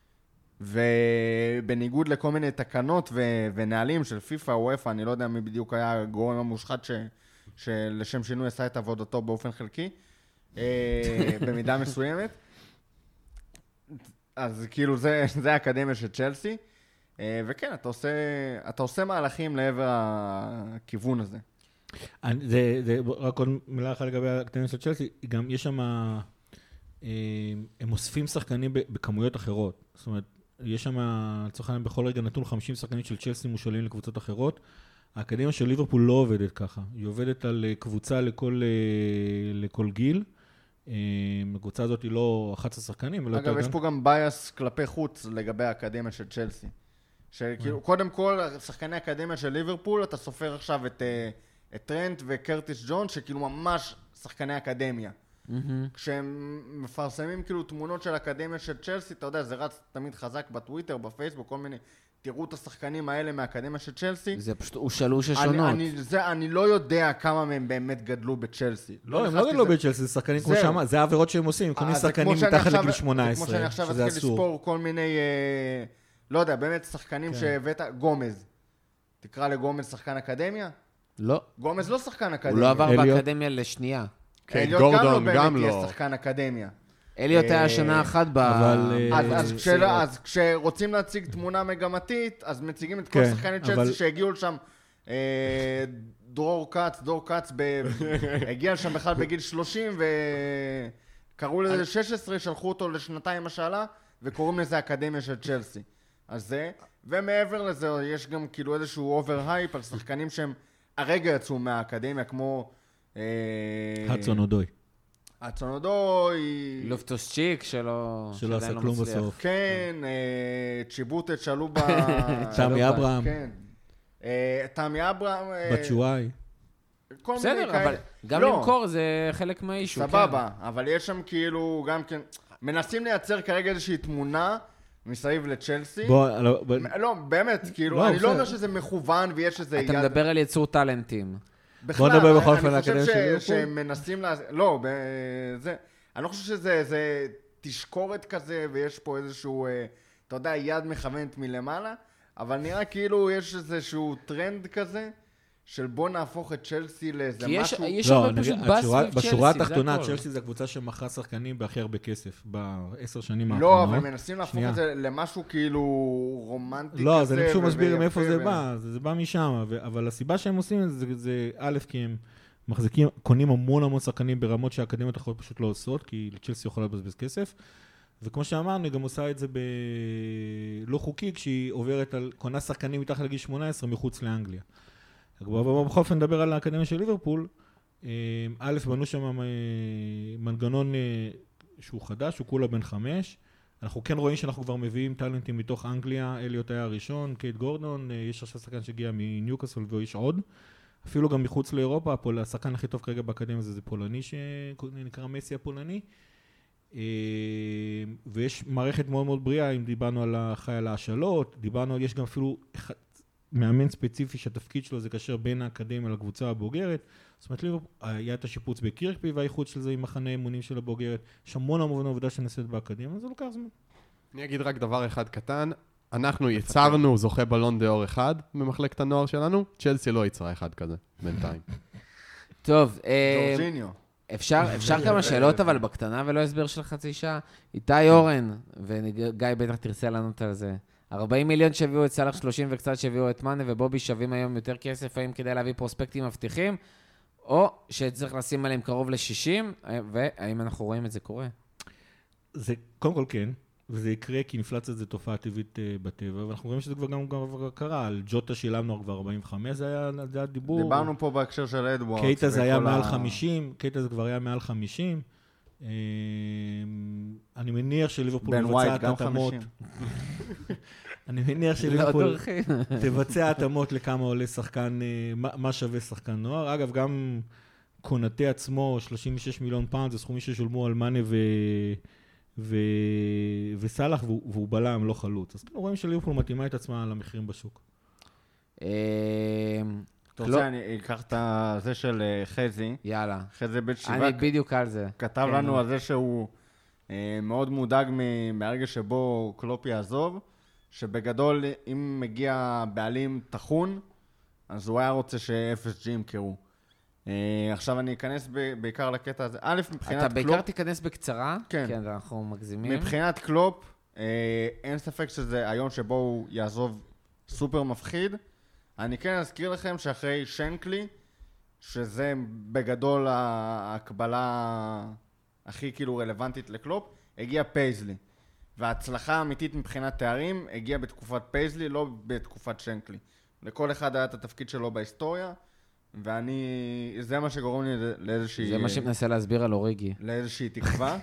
ובניגוד לכל מיני תקנות ו- ונהלים של פיפה או איפה, אני לא יודע מי בדיוק היה הגורם המושחת ש- שלשם שינוי עשה את עבודתו באופן חלקי, במידה מסוימת. אז כאילו זה, זה האקדמיה של צ'לסי, וכן, אתה עושה, אתה עושה מהלכים לעבר הכיוון הזה. אני, זה, זה, רק עוד מילה אחת לגבי האקדמיה של צ'לסי, גם יש שם, הם אוספים שחקנים בכמויות אחרות. זאת אומרת, יש שם, לצורך העניין, בכל רגע נתון חמישים שחקנים של צ'לסי מושאלים לקבוצות אחרות. האקדמיה של ליברפול לא עובדת ככה. היא עובדת על קבוצה לכל, לכל גיל. הקבוצה הזאת היא לא אחת עשרה שחקנים. אגב, יש פה גם בייס כלפי חוץ לגבי האקדמיה של צ'לסי. שכאילו, קודם כל, שחקני האקדמיה של ליברפול, אתה סופר עכשיו את, את טרנט וקרטיס ג'ון, שכאילו ממש שחקני אקדמיה. כשהם מפרסמים כאילו תמונות של אקדמיה של צ'לסי, אתה יודע, זה רץ תמיד חזק בטוויטר, בפייסבוק, כל מיני, תראו את השחקנים האלה מהאקדמיה של צ'לסי. זה פשוט, הוא שלוש השונות. אני, אני, זה, אני לא יודע כמה מהם באמת גדלו בצ'לסי. לא, הם לא גדלו בצ'לסי, זה שחקנים כמו שמה, זה העבירות שהם עושים, הם קונים שחקנים מתחת לגיל שמונה עשרה, כמו שאני עכשיו אתחיל לספור כל מיני, לא יודע, באמת שחקנים שהבאת, גומז. תקרא לגומז שחקן אקדמיה? לא. גומז לא שחקן אקדמיה. הוא לא עבר באקדמיה לשנייה. כן, גורדון גם לא באמת שחקן אקדמיה. אליוט היה שנה אחת ב... אז כשרוצים להציג תמונה מגמתית, אז מציגים את כל שחקני צ'לסי שהגיעו לשם, דרור קאץ, דרור קאץ הגיע לשם בכלל בגיל שלושים, וקראו לזה שש עשרה, שלחו אותו לשנתיים השאלה, וקוראים לזה אקדמיה של צ'לסי. אז זה, ומעבר לזה, יש גם כאילו איזשהו אובר-הייפ על שחקנים שהם הרגע יצאו מהאקדמיה, כמו... הצון אודוי. הצון אודוי... לופטוס צ'יק שלא... שלא עשה כלום בסוף. כן, צ'יבוטת שעלו ב... תמי אברהם. כן. תמי אברהם... בצ'וואי. בסדר, אבל גם למכור זה חלק מהאישו. סבבה, אבל יש שם כאילו גם כן... מנסים לייצר כרגע איזושהי תמונה... מסביב לצ'לסי. בוא, לא, באמת, כאילו, אני לא אומר שזה מכוון ויש איזה יד... אתה מדבר על יצור טלנטים. בכלל, אני חושב שהם מנסים לה... לא, זה... אני לא חושב שזה תשקורת כזה ויש פה איזשהו, אתה יודע, יד מכוונת מלמעלה, אבל נראה כאילו יש איזשהו טרנד כזה, של בוא נהפוך את צ'לסי לאיזה משהו... יש הרבה פשוט בס סביב צ'לסי, בשורה התחתונה, צ'לסי זה הקבוצה שמכרה שחקנים בהכי הרבה כסף, בעשר שנים האחרונות. לא, אבל מנסים להפוך את זה למשהו כאילו רומנטי כזה. לא, אז אני פשוט מסביר מאיפה זה בא, זה בא משם, אבל הסיבה שהם עושים את זה, זה א', כי הם מחזיקים, קונים המון המון שחקנים ברמות שהאקדמיות אחרות פשוט לא עושות, כי צ'לסי יכולה לבזבז כסף, וכמו שאמרנו, היא גם עושה את זה בלא חוקי, כשהיא עוברת על קונה שחקנים מתחת לגיל שמונה עשרה מחוץ לאנגליה. בכל אופן נדבר על האקדמיה של ליברפול. א', בנו שם מנגנון שהוא חדש, הוא כולה בן חמש. אנחנו כן רואים שאנחנו כבר מביאים טלנטים מתוך אנגליה, אליוט היה הראשון, קייט גורדון, יש עכשיו שחקן שהגיע מניוקאסל ויש עוד. אפילו גם מחוץ לאירופה, השחקן הכי טוב כרגע באקדמיה זה, זה פולני שנקרא מסי הפולני. ויש מערכת מאוד מאוד בריאה, אם דיברנו על החייל ההשאלות, דיברנו, יש גם אפילו מאמן ספציפי שהתפקיד שלו זה קשר בין האקדמיה לקבוצה הבוגרת. זאת אומרת, היה את השיפוץ בקירקבי והאיחוד של זה עם מחנה אמונים של הבוגרת. יש המון המון עבודה שנעשית באקדמיה, זה לוקח זמן. אני אגיד רק דבר אחד קטן. אנחנו יצרנו זוכה בלון דאור אחד במחלקת הנוער שלנו. צ'לסי לא יצרה אחד כזה, בינתיים. טוב, ג'ורג'יניו. אפשר, אפשר כמה שאלות, אבל בקטנה ולא הסבר של חצי שעה. איתי אורן, וגיא בטח תרצה לענות על זה. ארבעים מיליון שהביאו את סלח, שלושים וקצת שהביאו את מנה ובובי שווים היום יותר כסף, האם כדאי להביא פרוספקטים מבטיחים, או שצריך לשים עליהם קרוב ל-שישים, והאם אנחנו רואים את זה קורה? זה קודם כל כן, וזה יקרה כי אינפלציה זה תופעה טבעית בטבע, ואנחנו רואים שזה כבר גם קרה, על ג'וטה שילמנו כבר ארבעים וחמש, זה היה, זה היה דיבור. דיברנו פה בהקשר של אדוארדס. קייטה זה היה מעל חמישים, קייטה זה כבר היה מעל חמישים, אני מניח שליברפול מבצע התאמות. אני מניח שליברפול תבצע התאמות לכמה עולה שחקן, מה שווה שחקן נוער. אגב, גם קונטה עצמו, שלושים ושש מיליון פאונד, זה סכומים ששולמו על מאנה ו... ו... וסלח, והוא, והוא בלם, לא חלוץ. אז רואים שליברפול מתאימה את עצמה למחירים בשוק. אתה רוצה, אני אקח את זה של חזי. יאללה. חזי בית שיבה. אני בדיוק על זה. כתב לנו על זה שהוא מאוד מודאג מהרגע שבו קלופ יעזוב, שבגדול, אם מגיע בעלים תחון, אז הוא היה רוצה ש-אף אס ג'י ימכרו. עכשיו אני אכנס בעיקר לקטע הזה. א', מבחינת קלופ... אתה בעיקר תיכנס בקצרה? כן. כן, אנחנו מגזימים. מבחינת קלופ, אין ספק שזה היום שבו הוא יעזוב סופר מפחיד. אני כן אזכיר לכם שאחרי שנקלי, שזה בגדול ההקבלה הכי כאילו רלוונטית לקלופ, הגיע פייזלי. וההצלחה האמיתית מבחינת תארים הגיעה בתקופת פייזלי, לא בתקופת שנקלי. לכל אחד היה את התפקיד שלו בהיסטוריה, ואני, זה מה שגורם לי לאיזושהי... זה מה שמנסה להסביר על אוריגי. לאיזושהי תקווה.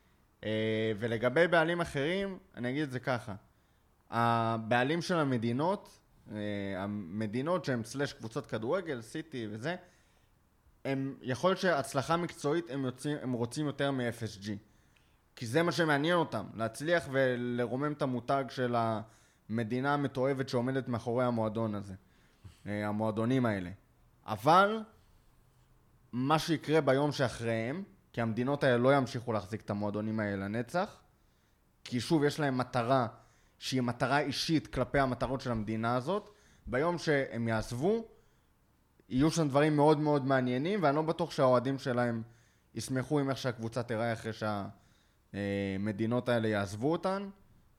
ולגבי בעלים אחרים, אני אגיד את זה ככה. הבעלים של המדינות, המדינות שהן סלש קבוצות כדורגל, סיטי וזה, הם, יכול להיות שהצלחה מקצועית הם, יוצאים, הם רוצים יותר מ-אף אס ג'י. כי זה מה שמעניין אותם, להצליח ולרומם את המותג של המדינה המתועבת שעומדת מאחורי המועדון הזה, המועדונים האלה. אבל מה שיקרה ביום שאחריהם, כי המדינות האלה לא ימשיכו להחזיק את המועדונים האלה לנצח, כי שוב יש להם מטרה שהיא מטרה אישית כלפי המטרות של המדינה הזאת, ביום שהם יעזבו, יהיו שם דברים מאוד מאוד מעניינים, ואני לא בטוח שהאוהדים שלהם ישמחו עם איך שהקבוצה תראה אחרי שהמדינות האלה יעזבו אותן.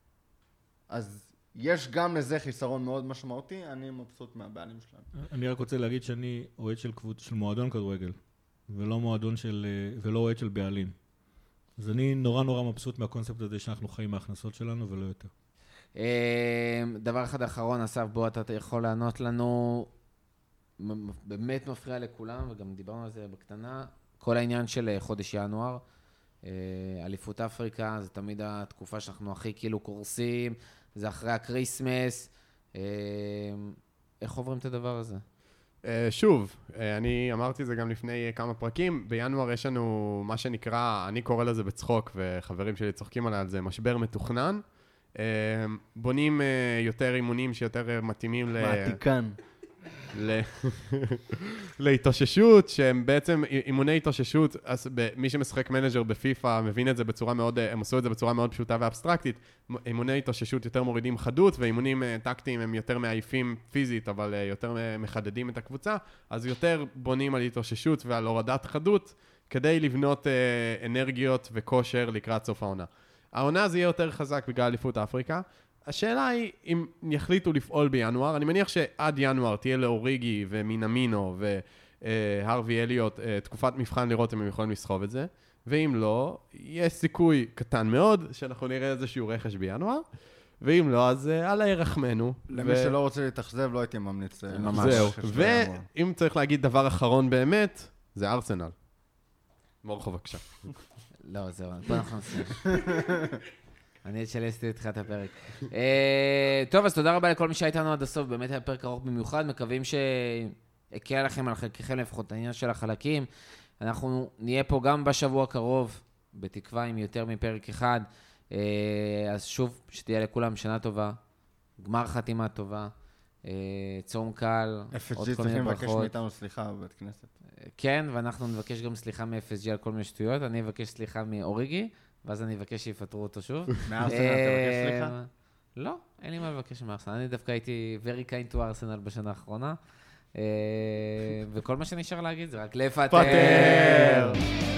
אז יש גם לזה חיסרון מאוד משמעותי, אני מבסוט מהבעלים שלהם. אני רק רוצה להגיד שאני אוהד של קבוצה, של מועדון כדורגל, ולא מועדון של, ולא אוהד של בעלים. אז אני נורא נורא מבסוט מהקונספט הזה שאנחנו חיים מההכנסות שלנו ולא יותר. דבר אחד אחרון, אסף, בוא אתה יכול לענות לנו, באמת מפריע לכולם, וגם דיברנו על זה בקטנה, כל העניין של חודש ינואר, אליפות אפריקה, זה תמיד התקופה שאנחנו הכי כאילו קורסים, זה אחרי הקריסמס, איך עוברים את הדבר הזה? שוב, אני אמרתי זה גם לפני כמה פרקים, בינואר יש לנו מה שנקרא, אני קורא לזה בצחוק, וחברים שלי צוחקים עליי על זה, משבר מתוכנן, בונים יותר אימונים שיותר מתאימים ל... מעתיקן. להתאוששות, שהם בעצם אימוני התאוששות, אז מי שמשחק מנג'ר בפיפה מבין את זה בצורה מאוד, הם עשו את זה בצורה מאוד פשוטה ואבסטרקטית, אימוני התאוששות יותר מורידים חדות, ואימונים טקטיים הם יותר מעייפים פיזית, אבל יותר מחדדים את הקבוצה, אז יותר בונים על התאוששות ועל הורדת חדות, כדי לבנות אנרגיות וכושר לקראת סוף העונה. העונה זה יהיה יותר חזק בגלל אליפות אפריקה, השאלה היא, אם יחליטו לפעול בינואר, אני מניח שעד ינואר תהיה לאוריגי ומינמינו והרווי אליוט תקופת מבחן לראות אם הם יכולים לסחוב את זה, ואם לא, יש סיכוי קטן מאוד שאנחנו נראה איזשהו רכש בינואר, ואם לא, אז אללה ירחמנו. למי שלא רוצה להתאכזב, לא הייתי ממליץ. זהו, ואם צריך להגיד דבר אחרון באמת, זה ארסנל. מורכו בבקשה. לא, זהו, בוא אנחנו נסיים. אני אצ'לסתי איתך את הפרק. טוב, אז תודה רבה לכל מי שהייתנו עד הסוף, באמת היה פרק ארוך במיוחד, מקווים שהקל לכם על חלקכם לפחות העניין של החלקים. אנחנו נהיה פה גם בשבוע הקרוב, בתקווה עם יותר מפרק אחד, אז שוב, שתהיה לכולם שנה טובה, גמר חתימה טובה, צום קל, עוד כל מיני ברכות. מבקש מאיתנו סליחה בבית כנסת. כן, ואנחנו נבקש גם סליחה מ-אף אס ג'י על כל מיני שטויות, אני אבקש סליחה מאוריגי, ואז אני אבקש שיפטרו אותו שוב. מארסנל אתה מבקש סליחה? לא, אין לי מה לבקש מארסנל. אני דווקא הייתי very kind to ארסנל בשנה האחרונה, וכל מה שנשאר להגיד זה רק לפטר.